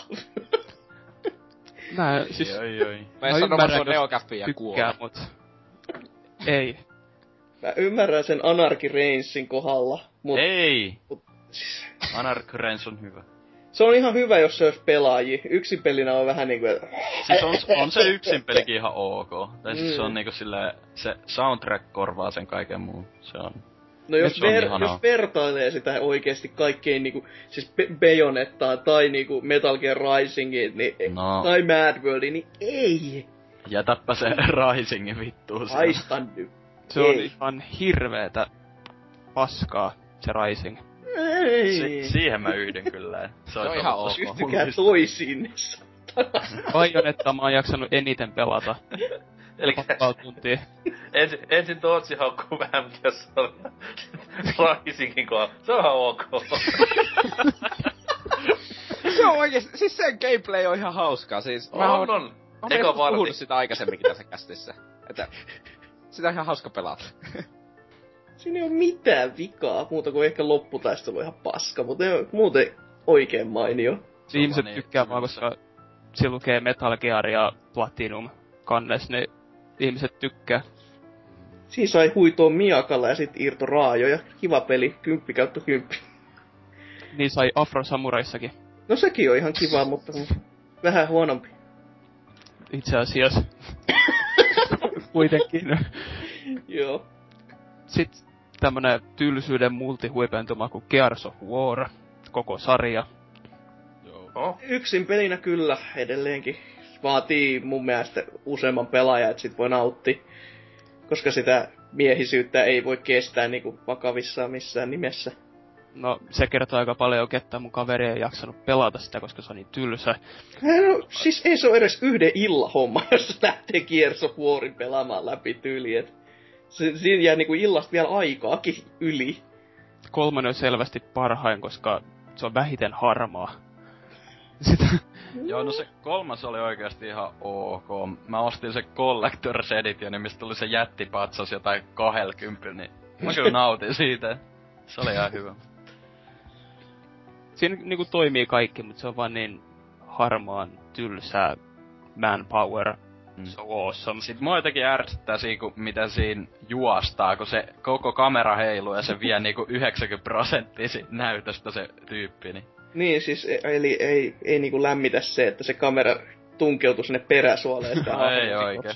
Mä siis... Mä en sano, että neokäppiä kuolee. Mut... Ei. Mä ymmärrän sen Anarchy Reignsin kohdalla, mut... Ei! Anarchy Reigns on hyvä. Se on ihan hyvä, jos se olisi pelaajia. Yksin pelinä on vähän niinku... Siis on se yksin pelikin ihan ok. Tai siis se on niinku silleen... Se soundtrack korvaa sen kaiken muun. Se on... No jos vertailee sitä oikeesti kaikkein niinku... Siis Bayonettaan tai niinku Metal Gear Risingiin, niin... No. Tai Mad Worldiin, niin ei! Jätäpä se Risingin vittuun. Haistan nyt. Se on ihan hirveetä paskaa, se Rising. Ei. Siihen mä yhdyn kyllä. Se on ihan ok. Yhtykää toisiin. Bajonetta mä oon jaksanut eniten pelata. Elikkä tuntia. ensin Tootsi haukkuu vähän mikä se oli. Risingin kohdalla. Se on ihan ok. Se on oikeesti, siis sen gameplay on ihan hauskaa, siis On. Mä oon puhunut sitä aikaisemminkin tässä kästissä. Että sitä on ihan hauska pelata. Siinä ei oo mitään vikaa, muuta kuin ehkä lopputaistelu ihan paska, mutta muuten oikein mainio. Ihmiset tykkää vaan, koska se lukee Metal Gear ja Platinum kannes, niin ihmiset tykkää. Siinä sai huitoa miakalla ja sit irto raajoja. Kiva peli, 10/10. Niin sai Afro Samuraissakin. No sekin on ihan kiva, mutta vähän huonompi. Itse asiassa. Kuitenkin. Joo. Sitten tämmönen tylsyyden multihuipentuma kuin Gears of War. Koko sarja. Joo. Yksin pelinä kyllä edelleenkin. Vaatii mun mielestä useamman pelaajan, että sit voi nauttia. Koska sitä miehisyyttä ei voi kestää niinku vakavissaan missään nimessä. No, se kertoo aika paljon, että mun kaveri ei jaksanut pelata sitä, koska se on niin tylsä. No, siis ei se ole edes yhden illan homma, jos lähtee Gears of Warin pelaamaan läpi tyyli, et siinä jää niinku illasta vielä aikaakin yli. 3 on selvästi parhain, koska se on vähiten harmaa. Joo, no se 3 oli oikeasti ihan ok. Mä ostin se Collector's Edition, mistä tuli se jättipatsas jotain 20, niin mä kyllä nautin siitä. Se oli ihan hyvä. Siinä niinku toimii kaikki, mutta se on vaan niin harmaan tylsää manpower. Se on awesome. Sitten mua jotenkin ärsyttää siinä, mitä siinä juostaa, kun se koko kamera heiluu ja se vie niinku 90% näytöstä se tyyppi. Niin, siis eli ei niinku lämmitä se, että se kamera tunkeutuu sinne peräsuoleen. No ei oikein.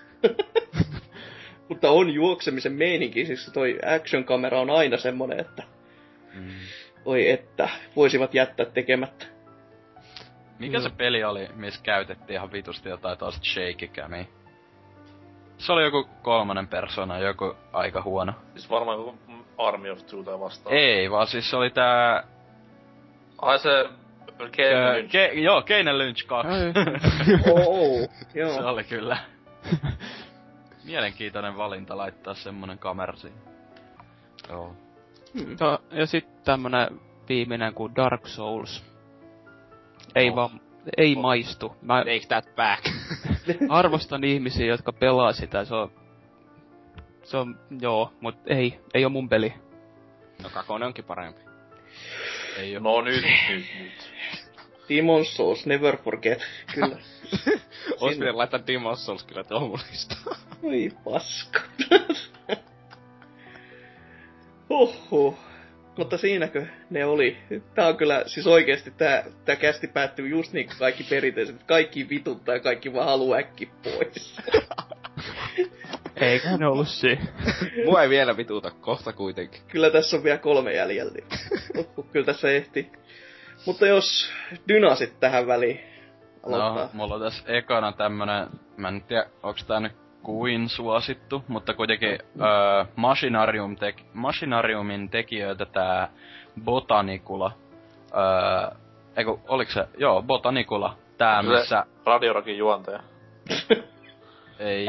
Mutta on juoksemisen meininki, siis toi action-kamera on aina semmonen, että oi että, voisivat jättää tekemättä. Mikä se peli oli, missä käytettiin ihan vitusti jotain tosta shaky-camia? Se oli joku 3. persona, joku aika huono. Siis varmaan joku Army of Two tai vastaan. Ei, vaan siis se oli tää... Ai se... Kane Lynch. Joo, Kane Lynch 2. Joo. Se oli kyllä. Mielenkiintoinen valinta laittaa semmonen kamera siihen. Joo. Ja sit tämmönen viimeinen kuin Dark Souls. Ei maistu. Mä Take that back. arvostan ihmisiä, jotka pelaa sitä. Se on joo, mut ei oo mun peli. No Kakone onkin parempi. Ei oo. No nyt. Demon's Souls, never forget. Kyllä. Ois pitänyt laittaa Demon's Souls kyllä tuohon mun listaan. Oi paska. Oho. Mutta siinäkö ne oli? Tää on kyllä, siis oikeesti tää kästi päättyy just niinku kaikki perinteiset. Kaikki vituttaa ja kaikki vaan haluu äkki pois. Eikä ne ollut siinä. Mua ei vielä vituta, kohta kuitenkin. Kyllä tässä on vielä 3 jäljellä. Kyllä tässä ehti. Mutta jos Dynasit tähän väliin aloittaa. No, mulla on tässä ekana tämmönen, mä en tiedä, onks tää nyt kuin suosittu, mutta kuitenkin Machinariumin tekijöitä tää Botanicula. Eiku, oliks se? Joo, Botanicula. Tää missä... Radiorakin juontaja. Ei.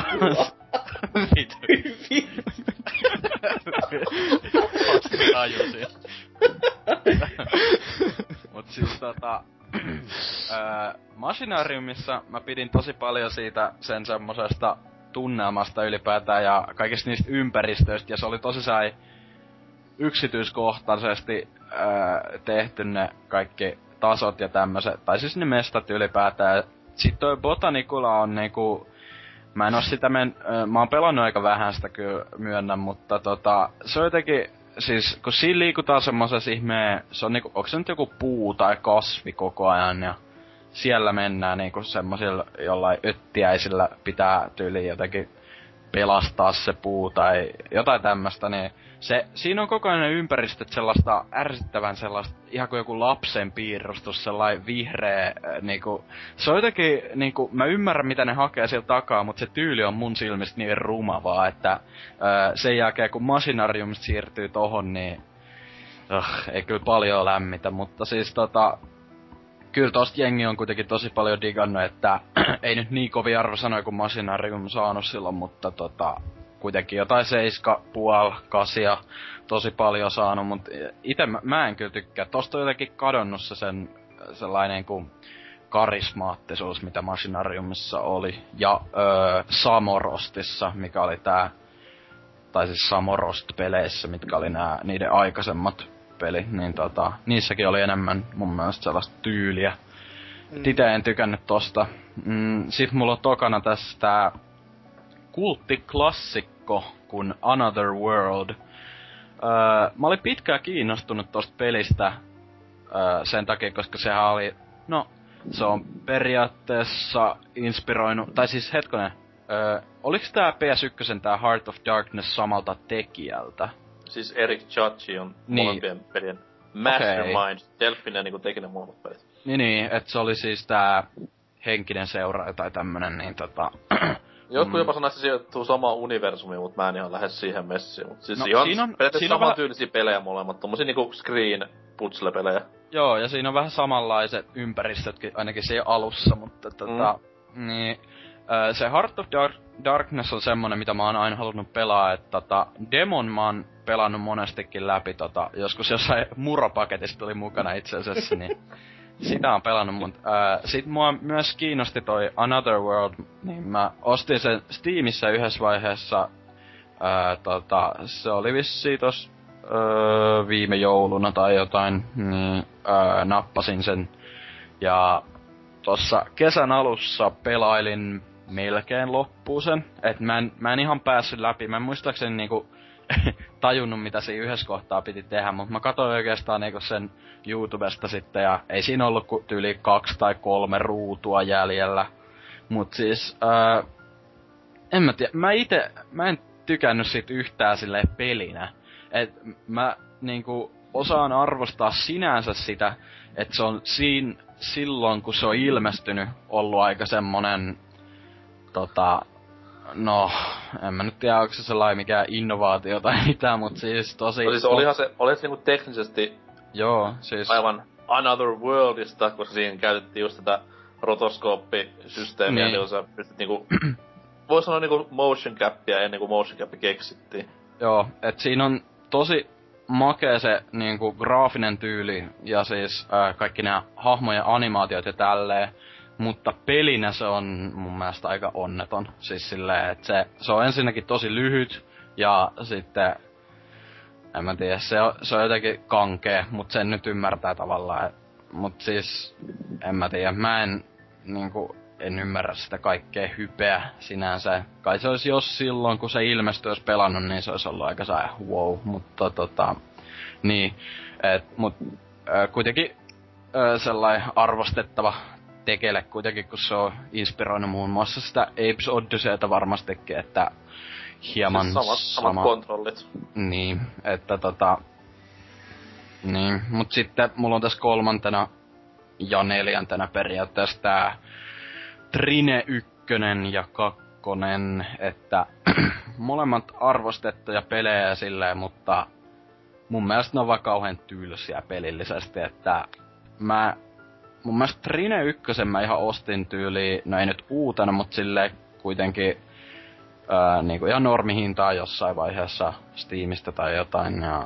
Tajusin. Mut siis Machinariumissa mä pidin tosi paljon siitä sen semmosesta tunnelmasta ylipäätään ja kaikista niistä ympäristöistä ja se oli tosi yksityiskohtaisesti tehty ne kaikki tasot ja tämmöset, tai siis ne mestat ylipäätään. Sit toi Botanicula on niinku, mä en oo sitä mä oon pelannut aika vähän sitä kyllä myönnän, mutta se on jotenkin, siis kun siinä liikutaan semmoses ihmeen, se on niinku, onks se nyt joku puu tai kasvi koko ajan ja siellä mennään niinku semmosilla jollain öttiäisillä pitää tyyliin jotenkin pelastaa se puu tai jotain tämmöstä, niin siinä on kokonainen ympäristö sellaista ärsyttävän sellaista, ihan kuin joku lapsen piirustus, sellainen vihreä, niinku, se on jotenkin, niinku, mä ymmärrän mitä ne hakee sieltä takaa, mutta se tyyli on mun silmistä niin rumavaa, että sen jälkeen kun Machinariumista siirtyy tohon, niin ei kyllä paljon lämmitä, mutta siis kyllä tosta jengi on kuitenkin tosi paljon digannut, että ei nyt niin kovin arvosanoja kuin Machinarium saanut silloin, mutta kuitenkin jotain 7,5, 8 tosi paljon saanut, mutta ite mä en kyllä tykkää. Tosta on jotenkin kadonnut se sen sellainen kuin karismaattisuus, mitä Machinariumissa oli. Ja Samorostissa, mikä oli tai siis Samorost-peleissä, mitkä oli niiden aikaisemmat pelit, niin niissäkin oli enemmän mun mielestä sellaista tyyliä. Itse en tykännyt tosta. Sit mulla on tokana tästä kulttiklassikko kun Another World. Mä olin pitkään kiinnostunut tosta pelistä sen takia, koska sehän oli, se on periaatteessa inspiroinut, tai siis hetkonen, oliks tää PS1 tää Heart of Darkness samalta tekijältä? Siis Eric Chachi on molempien pelien mastermind, Delphinen niinku teki ne molemmat pelit. Niin, et se oli siis tää henkinen seuraaja tai tämmönen, niin Jotkut jopa sanoo, että se sijoittuu samaan universumiin, mut mä en ihan lähde siihen messiin. Mut siis ihan periaatteessa samantyylisiä pelejä molemmat, tommosia niinku screen puzzle-pelejä. Joo, ja siinä on vähän samanlaiset ympäristötkin, ainakin siinä alussa, mutta niin, se Heart of Darkness on semmonen, mitä mä oon aina halunnut pelaa, että Demon mä oon pelannut monestikin läpi, joskus jossain muropaketissa tuli mukana itse asiassa, niin sitä on pelannut, mut sit mua myös kiinnosti toi Another World, niin mä ostin sen Steamissa yhdessä vaiheessa, se oli vissiin tos viime jouluna tai jotain, niin nappasin sen, ja tossa kesän alussa pelailin melkein loppuun sen, et mä en ihan päässyt läpi, mä en muistaakseni niinku tajunnut mitä siinä yhdessä kohtaa piti tehdä, mutta mä katsoin oikeastaan niinku sen YouTubesta sitten ja ei siinä ollut kuin tyyli 2 tai 3 ruutua jäljellä. Mut siis, en mä tiedä, mä en tykännyt siitä yhtään silleen pelinä. Et mä niinku osaan arvostaa sinänsä sitä, että se on silloin kun se on ilmestynyt ollut aika semmonen en mä nyt tiedä, onko se sellainen mikään innovaatio tai mitään, mut siis tosi... No siis olihan se niinku teknisesti... Joo, siis... Aivan Another Worldista, koska siinä käytettiin just tätä rotoskooppisysteemiä, niin sä pystyt niinku... Vois sanoa niinku motion capia ennen kuin motion cap keksittiin. Joo, et siinä on tosi makea se niinku graafinen tyyli ja siis kaikki nämä hahmojen animaatiot ja tälleen. Mutta pelinä se on mun mielestä aika onneton. Siis silleen, että se on ensinnäkin tosi lyhyt ja sitten en mä tiedä, se on jotenkin kankee, mut sen nyt ymmärtää tavallaan. Mut siis en mä tiedä, mä en ymmärrä sitä kaikkea hypeä sinänsä. Kai se olisi jos silloin kun se ilmestyi olisi pelannut, niin se olisi ollut aika wow, mutta niin, kuitenkin sellainen arvostettava tekele kuitenkin, kun se on inspiroinut muun muassa sitä Apes Odysseyta varmastikin, että hieman siis samat kontrollit. Niin, että niin, mut sitten mulla on tässä 3. ja 4. periaatteessa tää Trine 1 ja 2, että molemmat arvostettuja pelejä silleen, mutta mun mielestä ne on vaan kauhean tylsiä pelillisesti, että mun mielestä Trine 1 mä ihan ostin tyyliin, no ei nyt uutena, mut silleen kuitenkin niinku ihan normihintaa jossain vaiheessa Steamista tai jotain, ja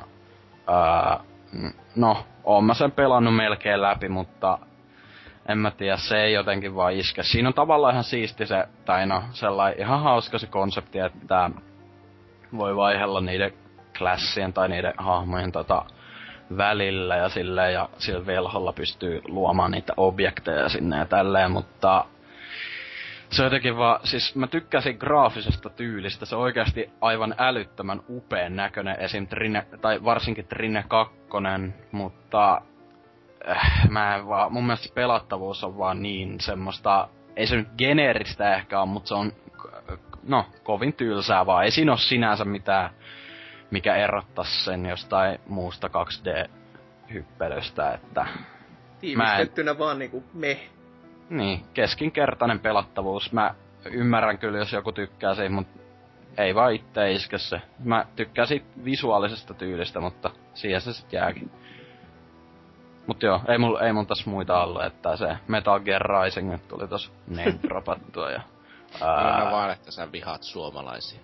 oon mä sen pelannut melkein läpi, mutta en mä tiedä, se ei jotenkin vaan iske. Siinä on tavallaan ihan siisti se, tai sellainen ihan hauska se konsepti, että voi vaihella niiden klassien tai niiden hahmojen välillä ja silleen, ja sillä velholla pystyy luomaan niitä objekteja sinne ja tälleen, mutta se on jotenkin vaan, siis mä tykkäsin graafisesta tyylistä, se on oikeasti aivan älyttömän upean näköinen, esim. Varsinkin Trine 2, mutta mä en vaan, mun mielestä pelattavuus on vaan niin semmoista, ei se nyt geneeristä ehkä on, mutta se on, kovin tylsää vaan, ei siinä oo sinänsä mitään mikä erottais sen jostain muusta 2D-hyppelystä, että... Tiivistettynä vaan niinku Niin, keskinkertainen pelattavuus. Mä ymmärrän kyllä, jos joku tykkää siitä, mut ei vaan itse iske se. Mä tykkään siitä visuaalisesta tyylistä, mutta siihen se sit jääkin. Mut joo, ei mun taas muita ollut, että se Metal Gear Rising tuli tos name dropattua ja... Anna vaan, että sä vihaat suomalaisia.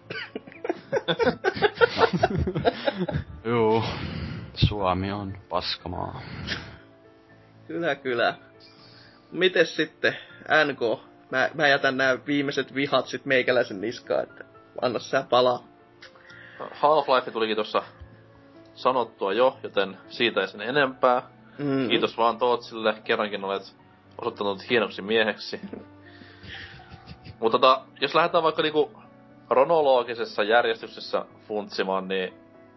Juu, Suomi on paskamaa. Kyllä. Mites sitten, NK? Mä jätän nämä viimeiset vihat sit meikäläisen niskaan, että anna sä palaa. Half-Life tulikin tossa sanottua jo, joten siitä ei sen enempää. Kiitos vaan Tootsille, kerrankin olet osoittanut hienoksi mieheksi. Mutta jos lähdetään vaikka niinku kronologisessa järjestyksessä funtsimaan, niin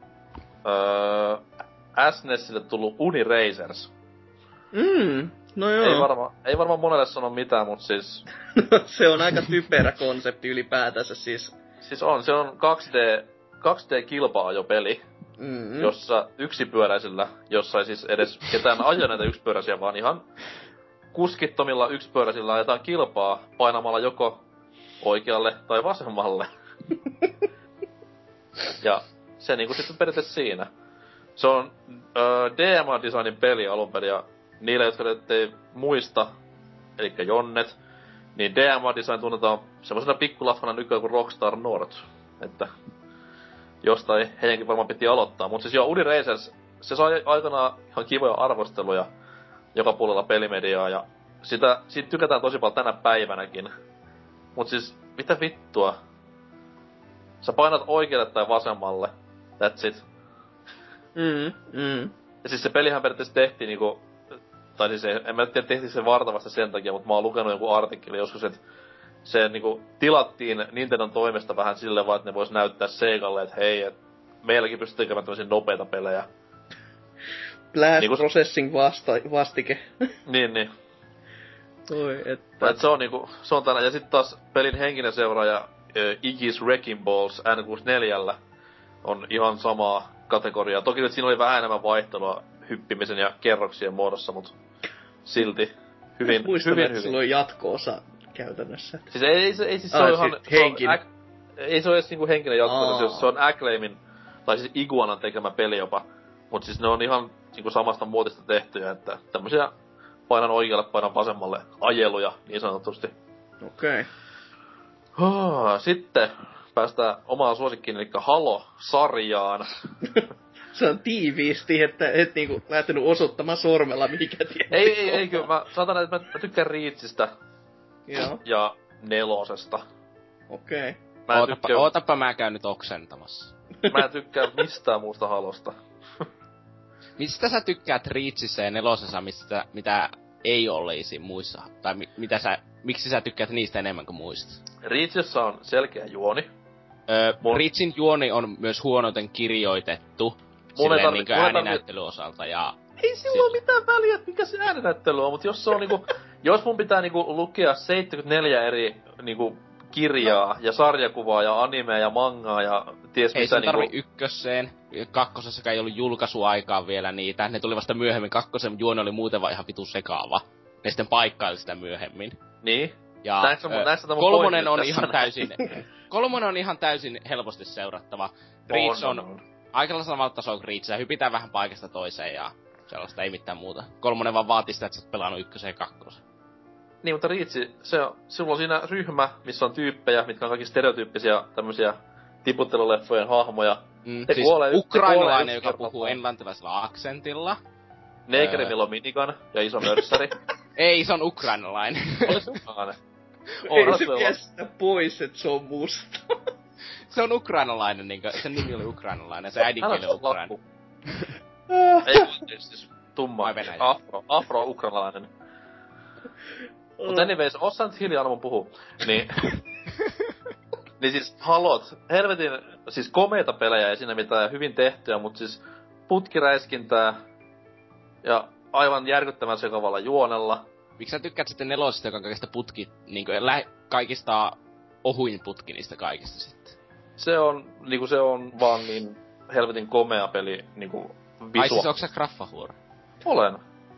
SNESille tullut Uniracers. No joo. Ei varmaan monelle sano mitään, mut siis... Se on aika typerä konsepti ylipäätänsä siis. Siis se on 2D-kilpa-ajopeli, jossa yksipyöräisillä, jossa ei siis edes ketään aja näitä yksipyöräisiä, vaan ihan kuskittomilla yksipyöräisillä ajetaan kilpaa painamalla joko oikealle tai vasemmalle. Ja se niinku sitten periaatteessa siinä. Se on DMA-designin peli alunperin, ja niille, jotka ei muista, elikkä Jonnet, niin DMA-design tunnetaan semmosena pikkulafana nykyään kuin Rockstar North. Että jostain heidänkin varmaan piti aloittaa. Mut siis joo, Uniracers, se sai aikanaan ihan kivoja arvosteluja joka puolella pelimediaa, ja siitä tykätään tosi paljon tänä päivänäkin. Mut siis, mitä vittua? Sä painat oikealle tai vasemmalle. That's it. Ja siis se pelihän periaatteessa tehtiin niinku... Tai siis en mä tiedä, tehtiin se vartavasti sen takia, mutta mä oon lukenut joku artikkeli joskus, että se niinku tilattiin Nintendon toimesta vähän silleen vaan, että ne vois näyttää Segalle, että hei, et meilläkin pystyy tekemään tämmösiä nopeita pelejä. Blast niinku Processing vastike. Niin. Oi, että... Et se on niinku, se on tänä. Ja sit taas pelin henkinen seuraaja Iggy's Wrecking Balls N64 on ihan samaa kategoriaa. Toki nyt siinä oli vähän enemmän vaihtelua hyppimisen ja kerroksien muodossa, mut silti hyvin. Muistan, että sillä on jatko-osa käytännössä. Siis ei siis se on ihan... Henkinen. Ei se oo edes niinku henkinen jatko, se on Acclaimin, tai siis Iguanan tekemä peli jopa. Mut siis ne on ihan niinku samasta muotista tehtyjä, että tämmösiä painan oikealle, painan vasemmalle ajeluja, niin sanotusti. Okei. Sitten päästään omaan suosikkiin, eli Halo-sarjaan. Se on tiiviisti, että et niinku lähtenyt osoittamaan sormella mikä tietää. Ei, kyllä. Mä saatan, että mä tykkään Reachistä. Joo. Ja 4. Okei. Ootapa mä käyn nyt oksentamassa. Mä en tykkää mistään muusta Halosta. Mistä sä tykkäät Reachissä ja 4, mitä ei olisi muissa? Tai miksi sä tykkäät niistä enemmän kuin muista? Reachissä on selkeä juoni. Reachin juoni on myös huonoten kirjoitettu. Silleen niinku ääninäyttelyn osalta ja... Ei sillä oo mitään väliä, mikä se ääninäyttely on, mut jos se on niinku... jos mun pitää niinku lukea 74 eri niinku kirjaa ja sarjakuvaa ja animea ja mangaa ja ties ei mitä niinku... Ei se tarvi 1, 2 ei ollut julkaisuaikaan vielä niitä. Ne tuli vasta myöhemmin, 2 juoni oli muuten vaan ihan vitun sekaava. Ne sitten paikkaili sitä myöhemmin. Niin. Ja kolmonen on ihan täysin... Kolmonen on ihan täysin helposti seurattava. Reach on aika samalla tasolla kuin Reach. Hypitään vähän paikasta toiseen ja sellaista, ei mitään muuta. Kolmonen vaan vaatii sitä, että sä oot pelannut 1 ja 2. Niin, mutta Reach, sulla on siinä ryhmä, missä on tyyppejä, mitkä on kaikki stereotyyppisiä tämmösiä tiputteluleffojen hahmoja. Siis ukrainalainen, joka puhuu englantilaisella aksentilla. Negeri, millä on minigun ja iso mörssäri. Ei, se on ukrainalainen. Olis ukrainalainen? Ei se kestä pois, et se on musta. Se on ukrainalainen, niinkö, sen nimi oli ukrainalainen, se äidinkieli on ukrainalainen. Ei, siis tumma, afro-ukrainalainen. Mut anyways, ossa nyt hiljaa mun puhuu. Niin... niin siis Halot, helvetin, siis komeita pelejä ei siinä mitään hyvin tehtyä, mut siis putkiräiskintää ja aivan järkyttävän sekavalla juonella. Miksi sä tykkäät sitten 4, joka on kaikista putki, niinkö kaikista ohuin putki niistä kaikista sitten? Se on, niinku se on vaan niin helvetin komea peli niinku Ai siis onks sä graffahuora? Olen.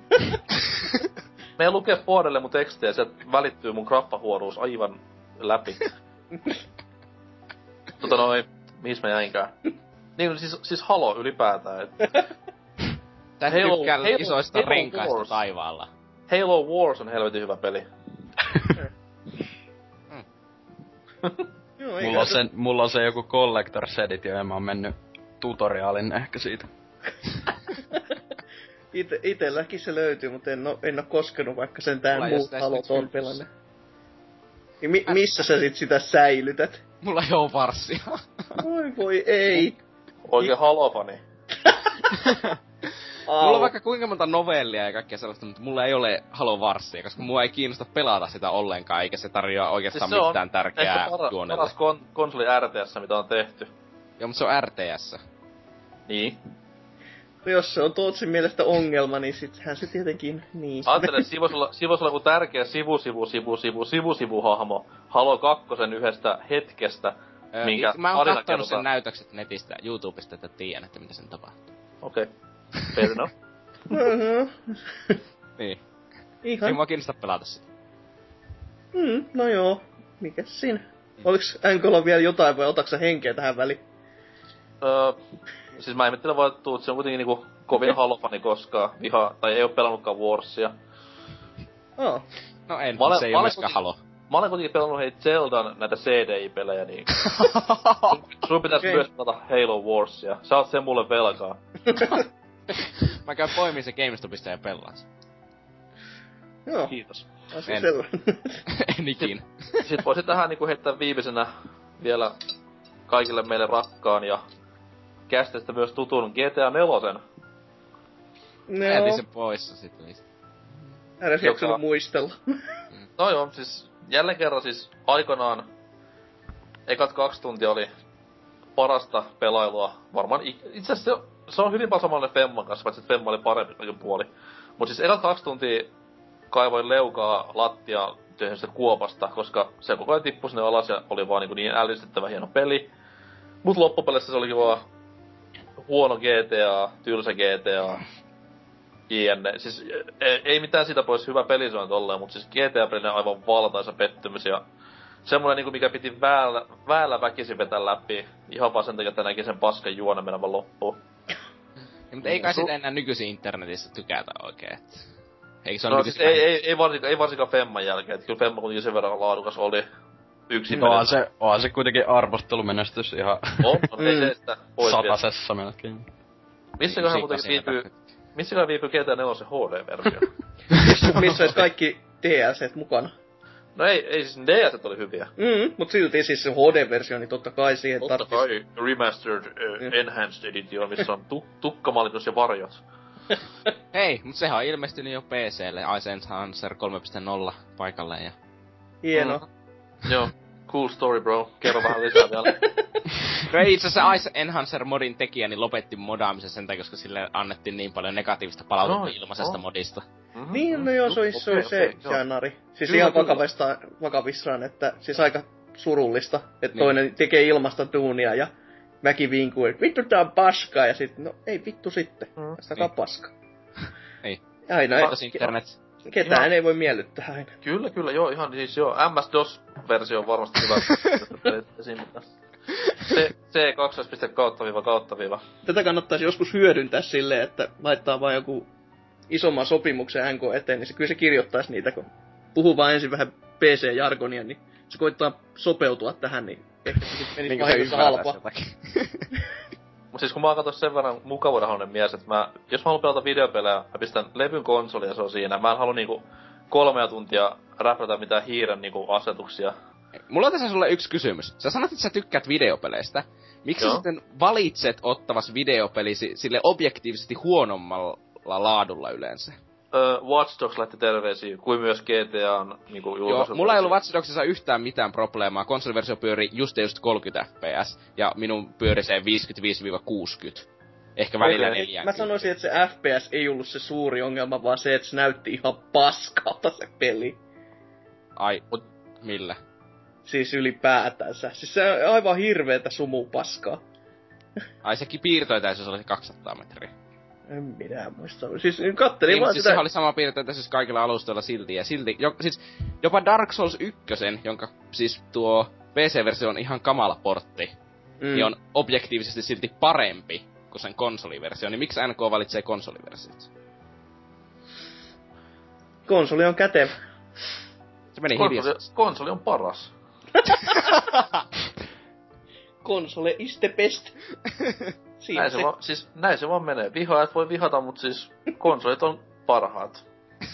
Me lukee vuodelle mun tekstejä ja sieltä välittyy mun graffahuoruus aivan läpi. Mihin mä jäinkään? Niin, siis Halo ylipäätään, et... Tää tykkää isoista renkaista taivaalla. Halo Wars on helvetin hyvä peli. Mulla on se joku Collector's Edition ja mä oon mennyt tutoriaalin ehkä siitä. Itelläkin se löytyy, mutta en oo koskenut, vaikka sen tää muut Halot on pelannut. Missä sä sit sitä säilytät? Mulla ei oo varssia. Voi ei. Oikein Halo-fani. Mulla on vaikka kuinka monta novellia ja kaikkea sellaista, mutta mulla ei ole Halo Warsia, koska mua ei kiinnosta pelata sitä ollenkaan, eikä se tarjoa oikeastaan siis mitään tärkeää juonelle. Se on paras konsoli RTS, mitä on tehty. Joo, mutta se on RTS. Niin. No jos se on Tootsin mielestä ongelma, niin sittenhän se tietenkin niin. Ajattele, sivussa on joku tärkeä sivuhahmo Halo 2 yhdestä hetkestä, minkä mä oon kattonut sen näytökset netistä, YouTubesta, että tiedän, että mitä sen tapahtuu. Okei. Fair enough. Niin. Ihan. Ei mua kiinnosta pelata sitä. No joo. Mikäs siinä? Oliks NK:lla vielä jotain vai otaksä henkeä tähän väliin? Siis mä ihmettelen vaan, että se on kuitenkin niinku kovin Halo-fani koskaan. Tai ei oo pelannutkaan Warsia. No en, se ei oo myöskään Halo. Mä olen kuitenkin pelannut Zeldan näitä CDI-pelejä, niin... sun pitäis myös pelata Halo Warsia. Sä oot sen mulle velkaa. Mä käyn poimiin se GameStopista ja pelaan sen. Joo. Kiitos. En ikin. Sit voisit tähän niinku heittää viimeisenä vielä kaikille meille rakkaan ja kästestä myös tutun GTA 4. Jätin sen poissa sit niistä. Edes jaksanut muistella. No joo, siis jälleen kerran siis aikanaan ekat 2 tuntia oli parasta pelailua. Varmaan itse asiassa se on hyvin paljon samanlainen Femman kanssa, paitsi että Femma oli parempi kaiken puoli. Mut siis ekat 2 tuntia kaivoin leukaa lattia tyhjästä kuopasta, koska se koko ajan tippui sinne alas ja oli vaan niin ällistettävä hieno peli. Mut loppupeleissä se olikin vaan huono GTA, tylsä GTA, jne. Siis ei mitään sitä pois, hyvä peli se on tolleen, mut siis GTA-pelinä aivan valtaisa pettymys ja semmonen niinku mikä piti väällä väkisin vetää läpi, ihan vaan sen takia, että näki sen paskan juonen menevän loppuun. Mutta ei kai sitä enää nykyisin internetissä tykätä oikein, eikö se no siis ei varsinkaan Femman jälkeen, että kyllä Femma kuitenkin sen verran laadukas oli yksin. No onhan se kuitenkin arvostelumenestys ihan... ei se sitä pois satasessa melkein. Missäköhän viipyy GTA 4 HD-versio? Missä olisi kaikki DLCt mukana? No ei siis DLCt oli hyviä. Mut silti siis se HD-versio, niin totta kai siihen tarvitsis... Totta kai Remastered Enhanced Edition, missä on tukkamalitus ja varjot. Hei, mut sehän on ilmestynyt jo PC:lle, Ice Enhancer 3.0 paikalle ja... Hieno. Joo, cool story bro. Kerro vähän lisää vielä. No itse asiassa Ice Enhancer modin tekijä niin lopetti modaamisen sen takia, koska sille annettiin niin paljon negatiivista palautetta ilmaisesta modista. Niin, no joo, se on se janari. Siis kyllä, ihan vakavissaan, että siis aika surullista, että toinen tekee ilmasta duunia ja väki vinkuu, että vittu tää on paskaa, ja sit, no ei vittu sitten, tästäkään paskaa. Ei. Aina internet. Ketään ei voi miellyttää aina. Kyllä, joo, ihan siis joo, MS-DOS-versio on varmasti hyvä. C2.kautta-. Tätä kannattaisi joskus hyödyntää silleen, että laittaa vaan joku isomman sopimuksen NK eteen, niin se kyllä se kirjoittaisi niitä, kun puhuu vaan ensin vähän PC-jargonia, niin se koittaa sopeutua tähän, niin ehkä se sitten menisi vahingossa halpaa. Mut siis kun mä oon katos sen verran mukavuudenhaluinen mies, että jos mä haluan pelata videopelejä, mä pistän levyn konsoli ja se on siinä. Mä en halua niinku 3 tuntia räplätä mitään hiiren niinku asetuksia. Mulla on tässä sulle yksi kysymys. Sä sanot, että sä tykkäät videopeleistä. Miksi sä sitten valitset ottavas videopelisi sille objektiivisesti huonommalla laadulla yleensä? Watch Dogs lähti terveisiin, kuin myös GTAn niinku julkaisu. Joo, mulla ei ollut Watch Dogsissa yhtään mitään probleemaa. Konsoliversio pyöri just 30 fps, ja minun pyöri se 55-60. Ehkä välillä 40. Mä sanoisin, että se FPS ei ollut se suuri ongelma, vaan se, että se näytti ihan paskalta se peli. Ai, millä? Siis ylipäätänsä. Siis se on aivan hirveetä sumupaskaa. Ai sekin piirtoetäisyys oli 200 metriä. En minä muista. Siis kattelin niin, vaan siis sitä... sehän oli sama piirtoetäisyys kaikilla alustoilla silti, ja silti... siis jopa Dark Souls 1, jonka siis tuo PC-versio on ihan kamala portti, niin on objektiivisesti silti parempi kuin sen konsoliversio, niin miksi NK valitsee konsoliversiot? Konsoli on kätevä. Se meni hiljaisesti. Konsoli on paras. Konsole is the best. Näin se vaan menee. Vihaajat voi vihata, mut siis konsolit on parhaat.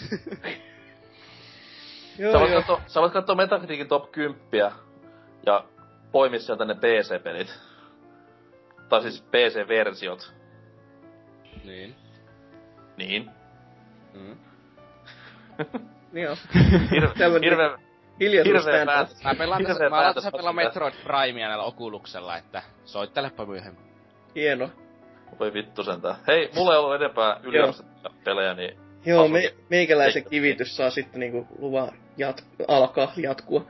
Sä voit kattoo Metacriticin top 10 ja poimi sieltä ne PC-pelit. Tai siis PC-versiot. Niin. Niin. Joo. Hirveä Hiljaisuus. Mä alan tässä pelaa Metroid Primea näillä Oculuksella, että soittelepa myöhemmin. Hieno. Voi vittu sentään. Hei, mulla ei ollut enempää yliarvostettuja pelejä, niin... Joo, meikäläisen kivitys saa sitten niinku luvan jatkua.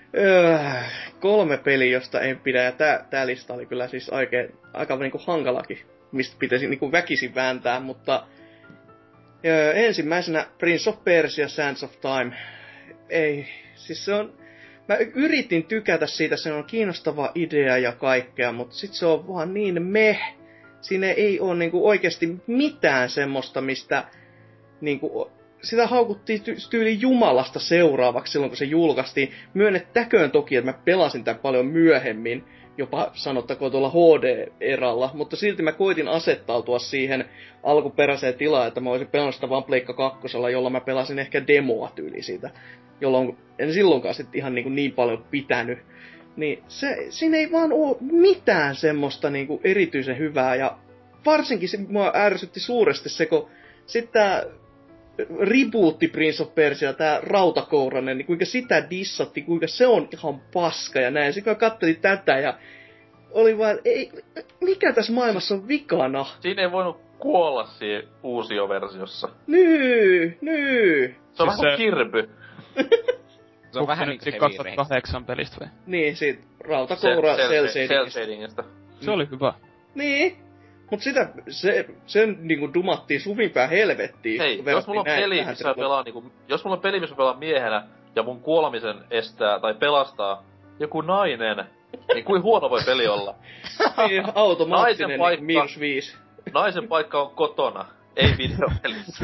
3 peliä, josta en pidä, ja tää lista oli kyllä siis aika niinku hankalakin, mistä pitäisi niinku väkisin vääntää, mutta... ensimmäisenä Prince of Persia Sands of Time. Ei, siis se on... Mä yritin tykätä siitä, se on kiinnostava idea ja kaikkea, mutta sit se on vaan niin Siinä ei oo niinku oikeesti mitään semmoista, mistä niinku... Sitä haukuttiin tyyli Jumalasta seuraavaksi silloin, kun se julkaistiin. Myönnettäköön toki, että mä pelasin tämän paljon myöhemmin, jopa sanottakoon tuolla HD-eralla, mutta silti mä koitin asettautua siihen alkuperäiseen tilaan, että mä olisin pelannut sitä vaan Pleikka 2, jolla mä pelasin ehkä demoa tyyli siitä, jolloin en silloinkaan sit ihan niin paljon pitänyt. Niin siinä ei vaan oo mitään semmoista niinku erityisen hyvää, ja varsinkin se mua ärsytti suuresti se, kun sit tää rebootti Prince of Persia, tää Rautakouranen, niin kuinka sitä dissatti, kuinka se on ihan paska ja näin. Sitten kun katselin tätä ja oli vaan, mikä tässä maailmassa on vikana? Siinä ei voinut kuolla siinä uusioversiossa. Se on vähän kuin Kirby. Se on vähän niin kuin 2008 pelistä vai? Niin, siitä Rautakoura Cell-shadingista. Se oli hyvä. Niin. Mut sen niinku dumattiin suvimpää helvettiin. Hei, jos mulla on peli, missä pelaa miehenä, ja mun kuolemisen estää tai pelastaa joku nainen, niin kuin huono voi peli olla? Niin, automaattinen -5. Naisen paikka on kotona, ei videopelissä.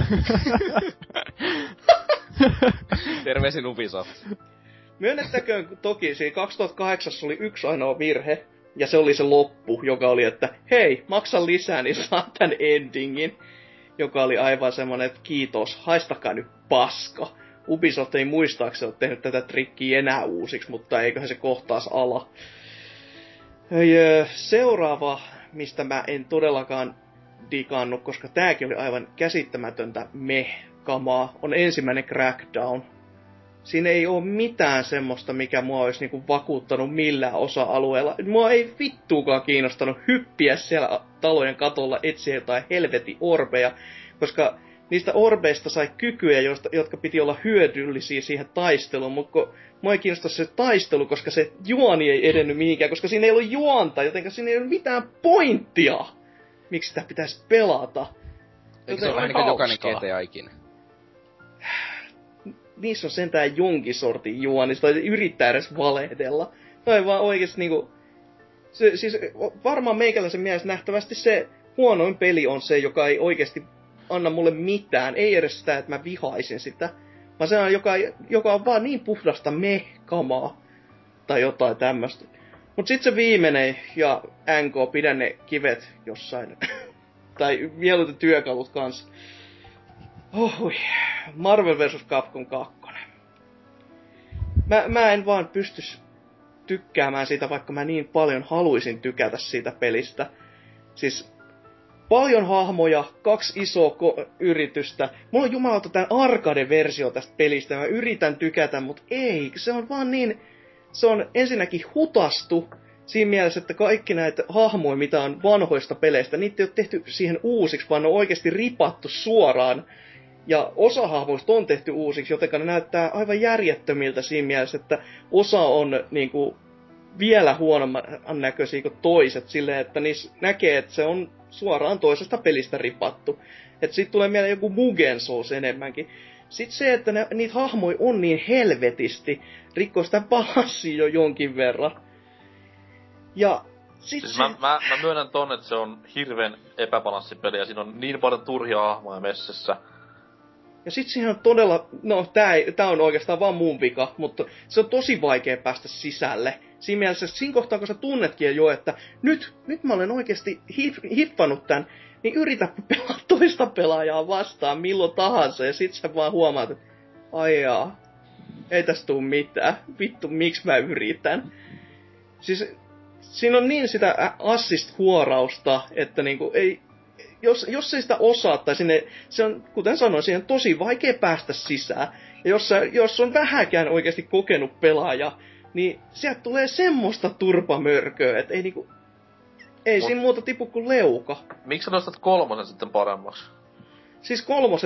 Terveisin Ubisoft. Myönnettäköön toki, siinä 2008 oli yksi ainoa virhe, ja se oli se loppu, joka oli, että hei, maksa lisää, niin saa tän endingin. Joka oli aivan semmonen, että kiitos, haistakaa nyt paska. Ubisoft ei muistaakseni ole tehnyt tätä trikkiä enää uusiksi, mutta eiköhän se kohtaas ala. Seuraava, mistä mä en todellakaan digannut, koska tääkin oli aivan käsittämätöntä kamaa, on ensimmäinen Crackdown. Siinä ei oo mitään semmoista, mikä mua olisi niinku vakuuttanut millään osa-alueella. Mua ei vittuukaan kiinnostanut hyppiä siellä talojen katolla etsiä jotain helvetin orbeja, koska niistä orbeista sai kykyjä, jotka piti olla hyödyllisiä siihen taisteluun, mutta mua ei kiinnosta se taistelu, koska se juoni ei edennyt mihinkään, koska siinä ei ollut juonta, jotenka siinä ei ollut mitään pointtia, miksi sitä pitäisi pelata. Eikö se ole vähän niin kuin jokainen GTA ikinä? Niissä on sentään jonkin sortin juonista, tai yrittää edes valehdella. Tai vaan oikeesti niinku... Siis varmaan meikäläisen mielestä nähtävästi se huonoin peli on se, joka ei oikeesti anna mulle mitään. Ei edes sitä, että mä vihaisin sitä. Vaan se on, joka on vaan niin puhdasta kamaa. Tai jotain tämmöstä. Mut sit se viimeinen, ja NK, pidä ne kivet jossain. Tai mieluiten työkalut kanssa. Ohui. Marvel vs. Capcom 2. Mä en vaan pystys tykkäämään siitä, vaikka mä niin paljon haluaisin tykätä siitä pelistä. Siis paljon hahmoja, 2 isoa yritystä. Mulla on jumalauta tän arcade-versio tästä pelistä. Mä yritän tykätä, mut ei. Se on vaan niin... Se on ensinnäkin hutastu. Siinä mielessä, että kaikki näitä hahmoja, mitä on vanhoista peleistä, niitä ei ole tehty siihen uusiksi, vaan ne on oikeasti ripattu suoraan. Ja osa hahmoista on tehty uusiksi, joten ne näyttää aivan järjettömiltä siinä mielessä, että osa on niinku vielä huonomman näköisiä kuin toiset, silleen, että niissä näkee, että se on suoraan toisesta pelistä ripattu. Että sit tulee mieleen joku Mugen Souls enemmänkin. Sitten se, että niitä hahmoja on niin helvetisti, rikkoo sitä balanssia jo jonkin verran. Ja sit siis se... mä myönnän ton, että se on hirveän epäbalanssipeli ja siinä on niin paljon turhia hahmoja messissä. Ja sit siihen on todella, no tää on oikeastaan vaan mun vika, mutta se on tosi vaikea päästä sisälle. Siinä mielessä, siinä kohtaa kun sä tunnetkin jo, että nyt mä olen oikeesti hiffannut tän, niin yritä pelaa toista pelaajaa vastaan milloin tahansa, ja sit sä vaan huomaat, että aijaa, ei tästä tuu mitään, vittu, miksi mä yritän. Siis siinä on niin sitä assist-huorausta, että niinku ei, jos ei sitä osaa, tai se on, kuten sanoin, siihen on tosi vaikea päästä sisään. Ja jos on vähäkään oikeasti kokenut pelaaja, niin sieltä tulee semmoista turpamörköä, että ei niinku... Ei siinä muuta tipu kuin leuka. Miksi sä nostat 3 sitten paremmaksi? Siis 3.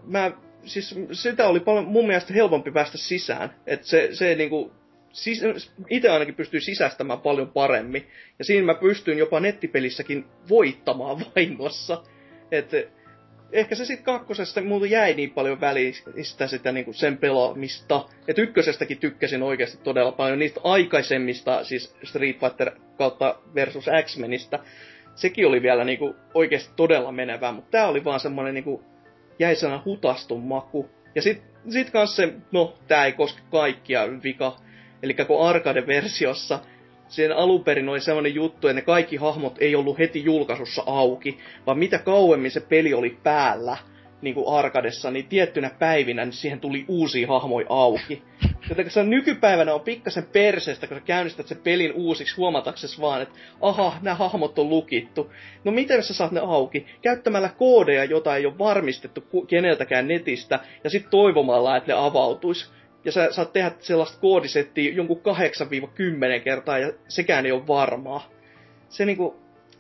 Sitä oli paljon mun mielestä helpompi päästä sisään. Että se niinku... Itse ainakin pystyy sisäistämään paljon paremmin. Ja siinä mä pystyin jopa nettipelissäkin voittamaan vahingossa. Että ehkä se sit 2. muuta jäi niin paljon välistä sitä niinku sen pelaamista. Että 1. tykkäsin oikeasti todella paljon niistä aikaisemmista, siis Street Fighter kautta versus X-Menistä. Sekin oli vielä niinku oikeasti todella menevää, mutta tää oli vaan semmonen niinku jäi sellainen hutastun maku. Ja sit kans se, no tää ei koske kaikkia vika. Elikkä kun arcade-versiossa sen alunperin oli sellainen juttu, että ne kaikki hahmot ei ollut heti julkaisussa auki, vaan mitä kauemmin se peli oli päällä, niin kuin arcadessa, niin tiettynä päivinä niin siihen tuli uusia hahmoja auki. Joten kun se nykypäivänä on pikkasen perseestä, kun sä käynnistät sen pelin uusiksi huomataksesi vaan, että aha, nämä hahmot on lukittu. No miten sä saat ne auki? Käyttämällä koodeja, jota ei ole varmistettu keneltäkään netistä, ja sitten toivomalla, että ne avautuisi. Ja sä saat tehdä sellaista koodisettiä jonkun 8-10 kertaa, ja sekään ei ole varmaa. Se niinku...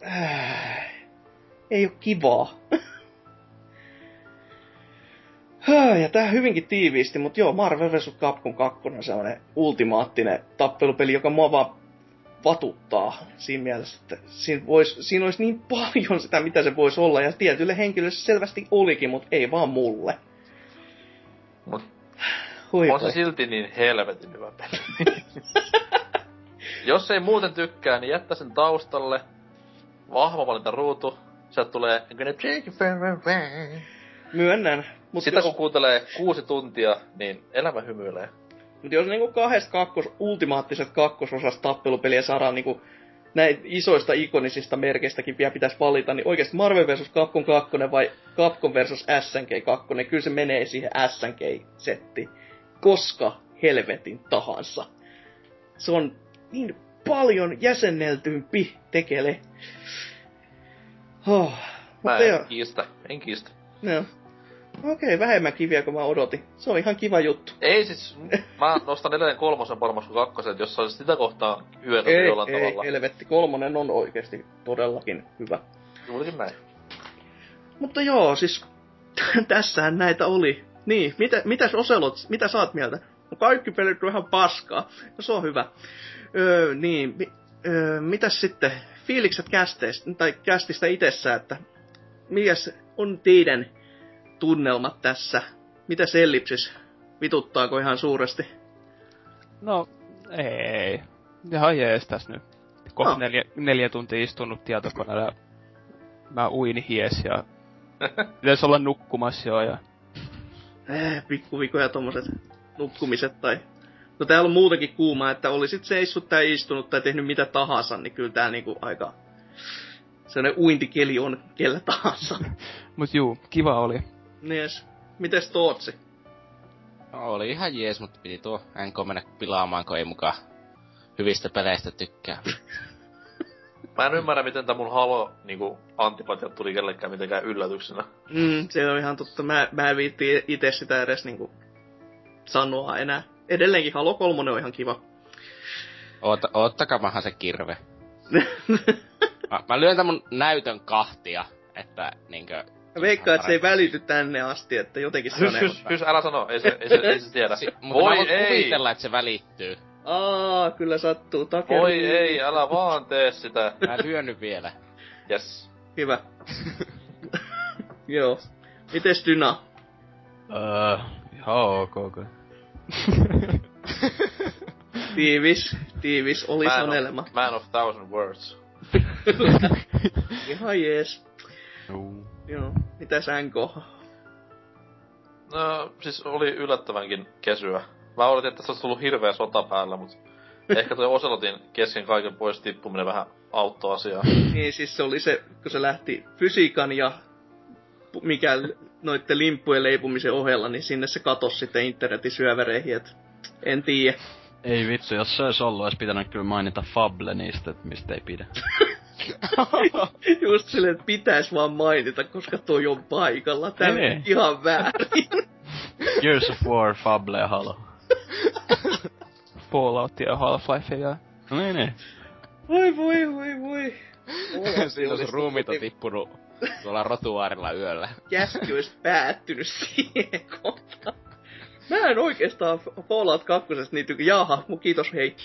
ei oo kivaa. Ja tää hyvinkin tiiviisti, mutta joo, Marvel vs. Capcom 2 on sellainen ultimaattinen tappelupeli, joka mua vaan vatuttaa siinä mielessä, että siinä olisi niin paljon sitä, mitä se voisi olla, ja tietylle henkilölle se selvästi olikin, mutta ei vaan mulle. On se silti niin helvetin hyvä peli. Jos ei muuten tykkää, niin jättä sen taustalle. Vahva valinta ruutu. Sieltä tulee... Myönnän. Sitä kun kuuntelee 6 tuntia, niin elämä hymyilee. Mut jos niinku 2 ultimaattiset kakkososasta tappelupeliä saadaan niinku näin isoista ikonisista merkeistäkin vielä pitäisi valita, niin oikeesti Marvel vs. Capcom 2 vai Capcom vs. SNK 2, kyllä se menee siihen SNK-settiin. Koska helvetin tahansa. Se on niin paljon jäsenneltympi tekele. En kiistä. No. Okei, vähemmän kiviä kuin mä odotin. Se on ihan kiva juttu. Ei siis, mä nostan edelleen 3 paremmaksi kuin 2, että jos olisi sitä kohtaa hyödynnetty jollain tavalla. Ei, helvetti. 3 on oikeesti todellakin hyvä. Juurikin näin. Mutta joo, siis tässähän näitä oli. Niin, mitäs Oselot, mitä sä oot mieltä? No kaikki pelit on ihan paskaa. No se on hyvä. Mitäs sitten fiilikset kästistä itsessään, että mikäs on teidän tunnelmat tässä? Mitäs Ellipsis? Vituttaako ihan suuresti? No, ei. Ihan jees tässä nyt. Kohta 4 tuntia istunut tietokoneella. Mä uin hies ja pitäis olla nukkumassa jo ja... Pikkuvikoja tommoset nukkumiset tai... No täällä on muutenkin kuuma, että olisit seissut tai istunut tai tehnyt mitä tahansa, niin kyllä tää niinku aika... Sellainen uintikeli on kellä tahansa. Mut juu, kiva oli. Yes. Mites Tootsi? No, oli ihan jees, mutta piti tuo NK mennä pilaamaan, kun ei mukaan hyvistä peleistä tykkää. Mä en ymmärrä, miten tää mun Halo niinku antipatiat tuli kellekään mitenkään yllätyksenä. Se on ihan totta. Mä en viitti ite sitä edes niinku sanoa enää. Edelleenkin Halo 3 on ihan kiva. Oottakamahan se kirve. Mä lyön tän mun näytön kahtia, että niinkö... Veikkaan, että se ei välity tänne asti, että jotenkin se on... Hys, älä sano, ei se tiedä. Mutta mä voin kuvitella, että se välittyy. Kyllä sattuu. Takeru. Oi ei, älä vaan tee sitä. Mä lyönnyt vielä. Yes. Hyvä. Joo. Mites Dyna? Ihan ok kai. Tiivis oli sanelema. Man of thousand words. Ihan jees. Joo. Mitäs NK? No, siis oli yllättävänkin kesyä. Mä oletin, että tässä olisi tullut hirveä sota päällä, mut ehkä toi Ocelotin kesken kaiken pois tippuminen vähän auttoi asiaa. Niin, siis se oli se, kun se lähti fysiikan ja mikä noitte limppujen leipumisen ohella, niin sinne se katosi sitten internetin syövereihin, et en tiedä. Ei vitsi, jos se olisi ollut, olisi pitänyt kyllä mainita Fable niistä, että mistä ei pidä. Just silleen, että pitäis vaan mainita, koska toi on paikalla. Tää on ihan väärin. Gears of War, Fable ja Halo. Fallout ja Half-Life ja... Niin. Voi. Siinä olisi ruumiita tippunut tuolla rotuaarilla yöllä. Käsky olisi päättynyt siihen kohtaan. Mä en oikeastaan Fallout 2 niitä, jaha, kiitos hei.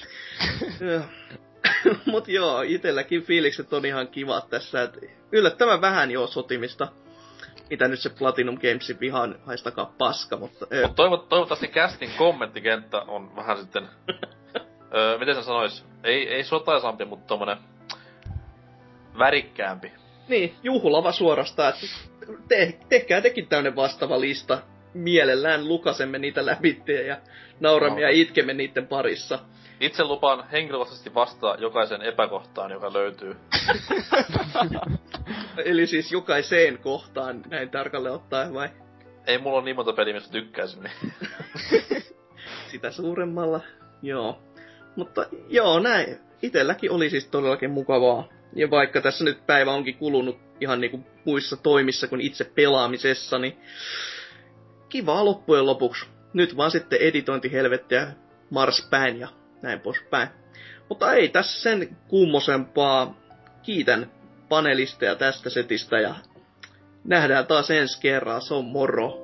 Mut joo, itelläkin fiilikset on ihan kivat tässä, et yllättävän vähän jo sotimista. Mitä nyt se Platinum Gamesin vihan, haistakaa paska, mutta... Toivottavasti castin kommenttikenttä on vähän sitten... miten sen sanois? Ei sotaisampi, mutta tommonen... värikkäämpi. Niin, juhlava suorastaan, että tehkää tekin tämmönen vastaava lista. Mielellään lukasemme niitä läpitteen ja nauramme ja itkemme niiden parissa. Itse lupaan henkilökohtaisesti vastaa jokaisen epäkohtaan, joka löytyy. Eli siis jokaiseen kohtaan näin tarkalleen ottaen vai? Ei mulla ole niin monta peliä, mistä tykkäisin. Niin. Sitä suuremmalla, joo. Mutta joo, näin. Itelläkin oli siis todellakin mukavaa. Ja vaikka tässä nyt päivä onkin kulunut ihan niinku muissa toimissa kuin itse pelaamisessa, niin kivaa loppujen lopuksi. Nyt vaan sitten editointihelvettiä Mars päin ja näin poispäin. Mutta ei tässä sen kummosempaa. Kiitän panelisteja tästä setistä ja nähdään taas ensi kerran. Se on moro.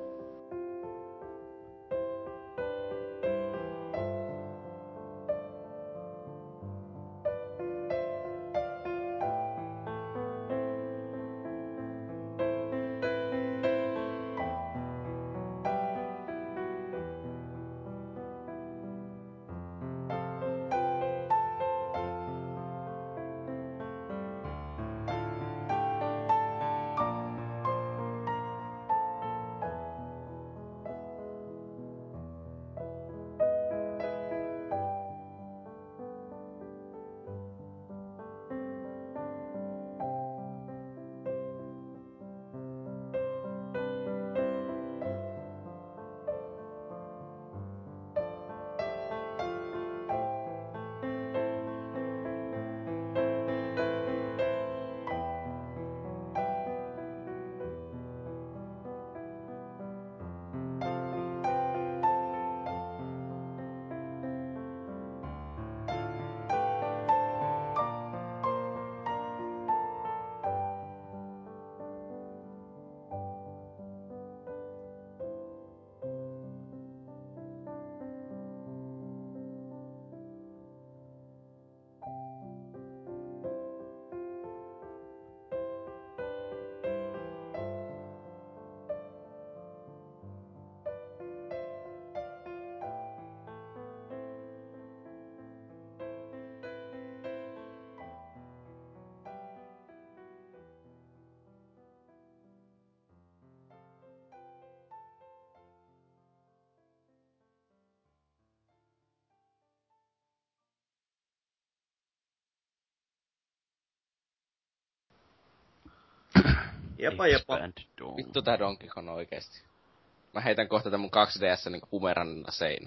Jepa. Vittu tää Donkey Kong oikeesti. Mä heitän kohta tän mun 2DS niinku bumerangilla seinä.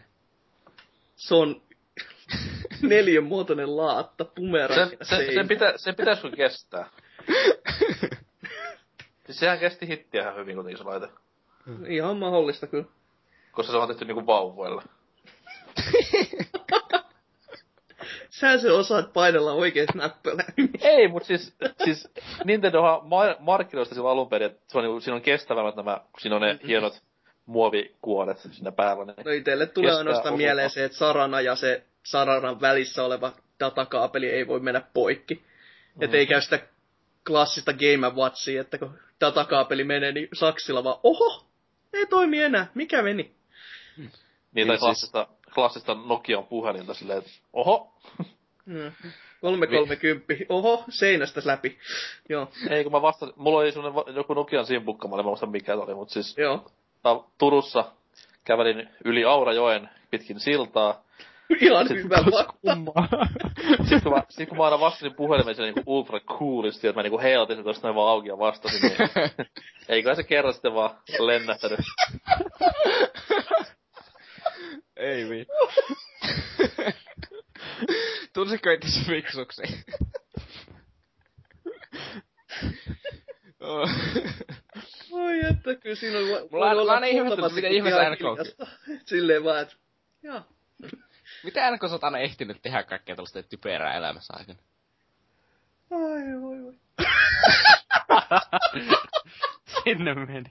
Se on 4-muotoinen laatta bumerangilla seinä. Sen pitäis kun kestää. Siis sehän kesti hittiä ihan hyvin kuitenkin se laite. Ihan mahdollista kyllä. Koska se on tehty niinku vauvoilla. Sä se osaat painella oikeet näppäimet. Ei, mut siis Nintendohan markkinoista silloin alun perin, että se on niinku, siinä on kestävämmät nämä, kun siinä on ne hienot muovikuoret siinä päällä. Niin no itelle tulee ainoastaan mieleen se, että Sarana ja se sararan välissä oleva datakaapeli ei voi mennä poikki. Että ei käy sitä klassista Game & Watchia, että kun datakaapeli menee, niin saksilla vaan, oho, ei toimi enää, mikä meni? Niin, tai klassista Nokian puhelinta silleen, että oho. 330, oho, seinästä läpi. Joo. Ei, kun mä vastasin, mulla oli semmonen joku Nokian simpukka, mä en muista mikä se oli, mut siis Joo. Turussa kävelin yli Aurajoen pitkin siltaa. Ihan hyvä vasta. Sitten kun mä aina vastasin puhelimeen niinku ultra coolisti, että mä niinku heilatin sen tosta noin vaan auki ja vastasin, niin eiköhän se kerran sitten vaan lennähtänyt. Ei vittu. Tunsitko itse fiksuksi? Oi että, kyllä siinä on... Mulla on aina ihmettänyt, miten ihmeessä NK... Silleen vaan, että... Joo. Miten NK sä oot aina ehtinyt tehdä kaikkea tällaista typerää elämässä aikana? Ai voi. Sinne meni.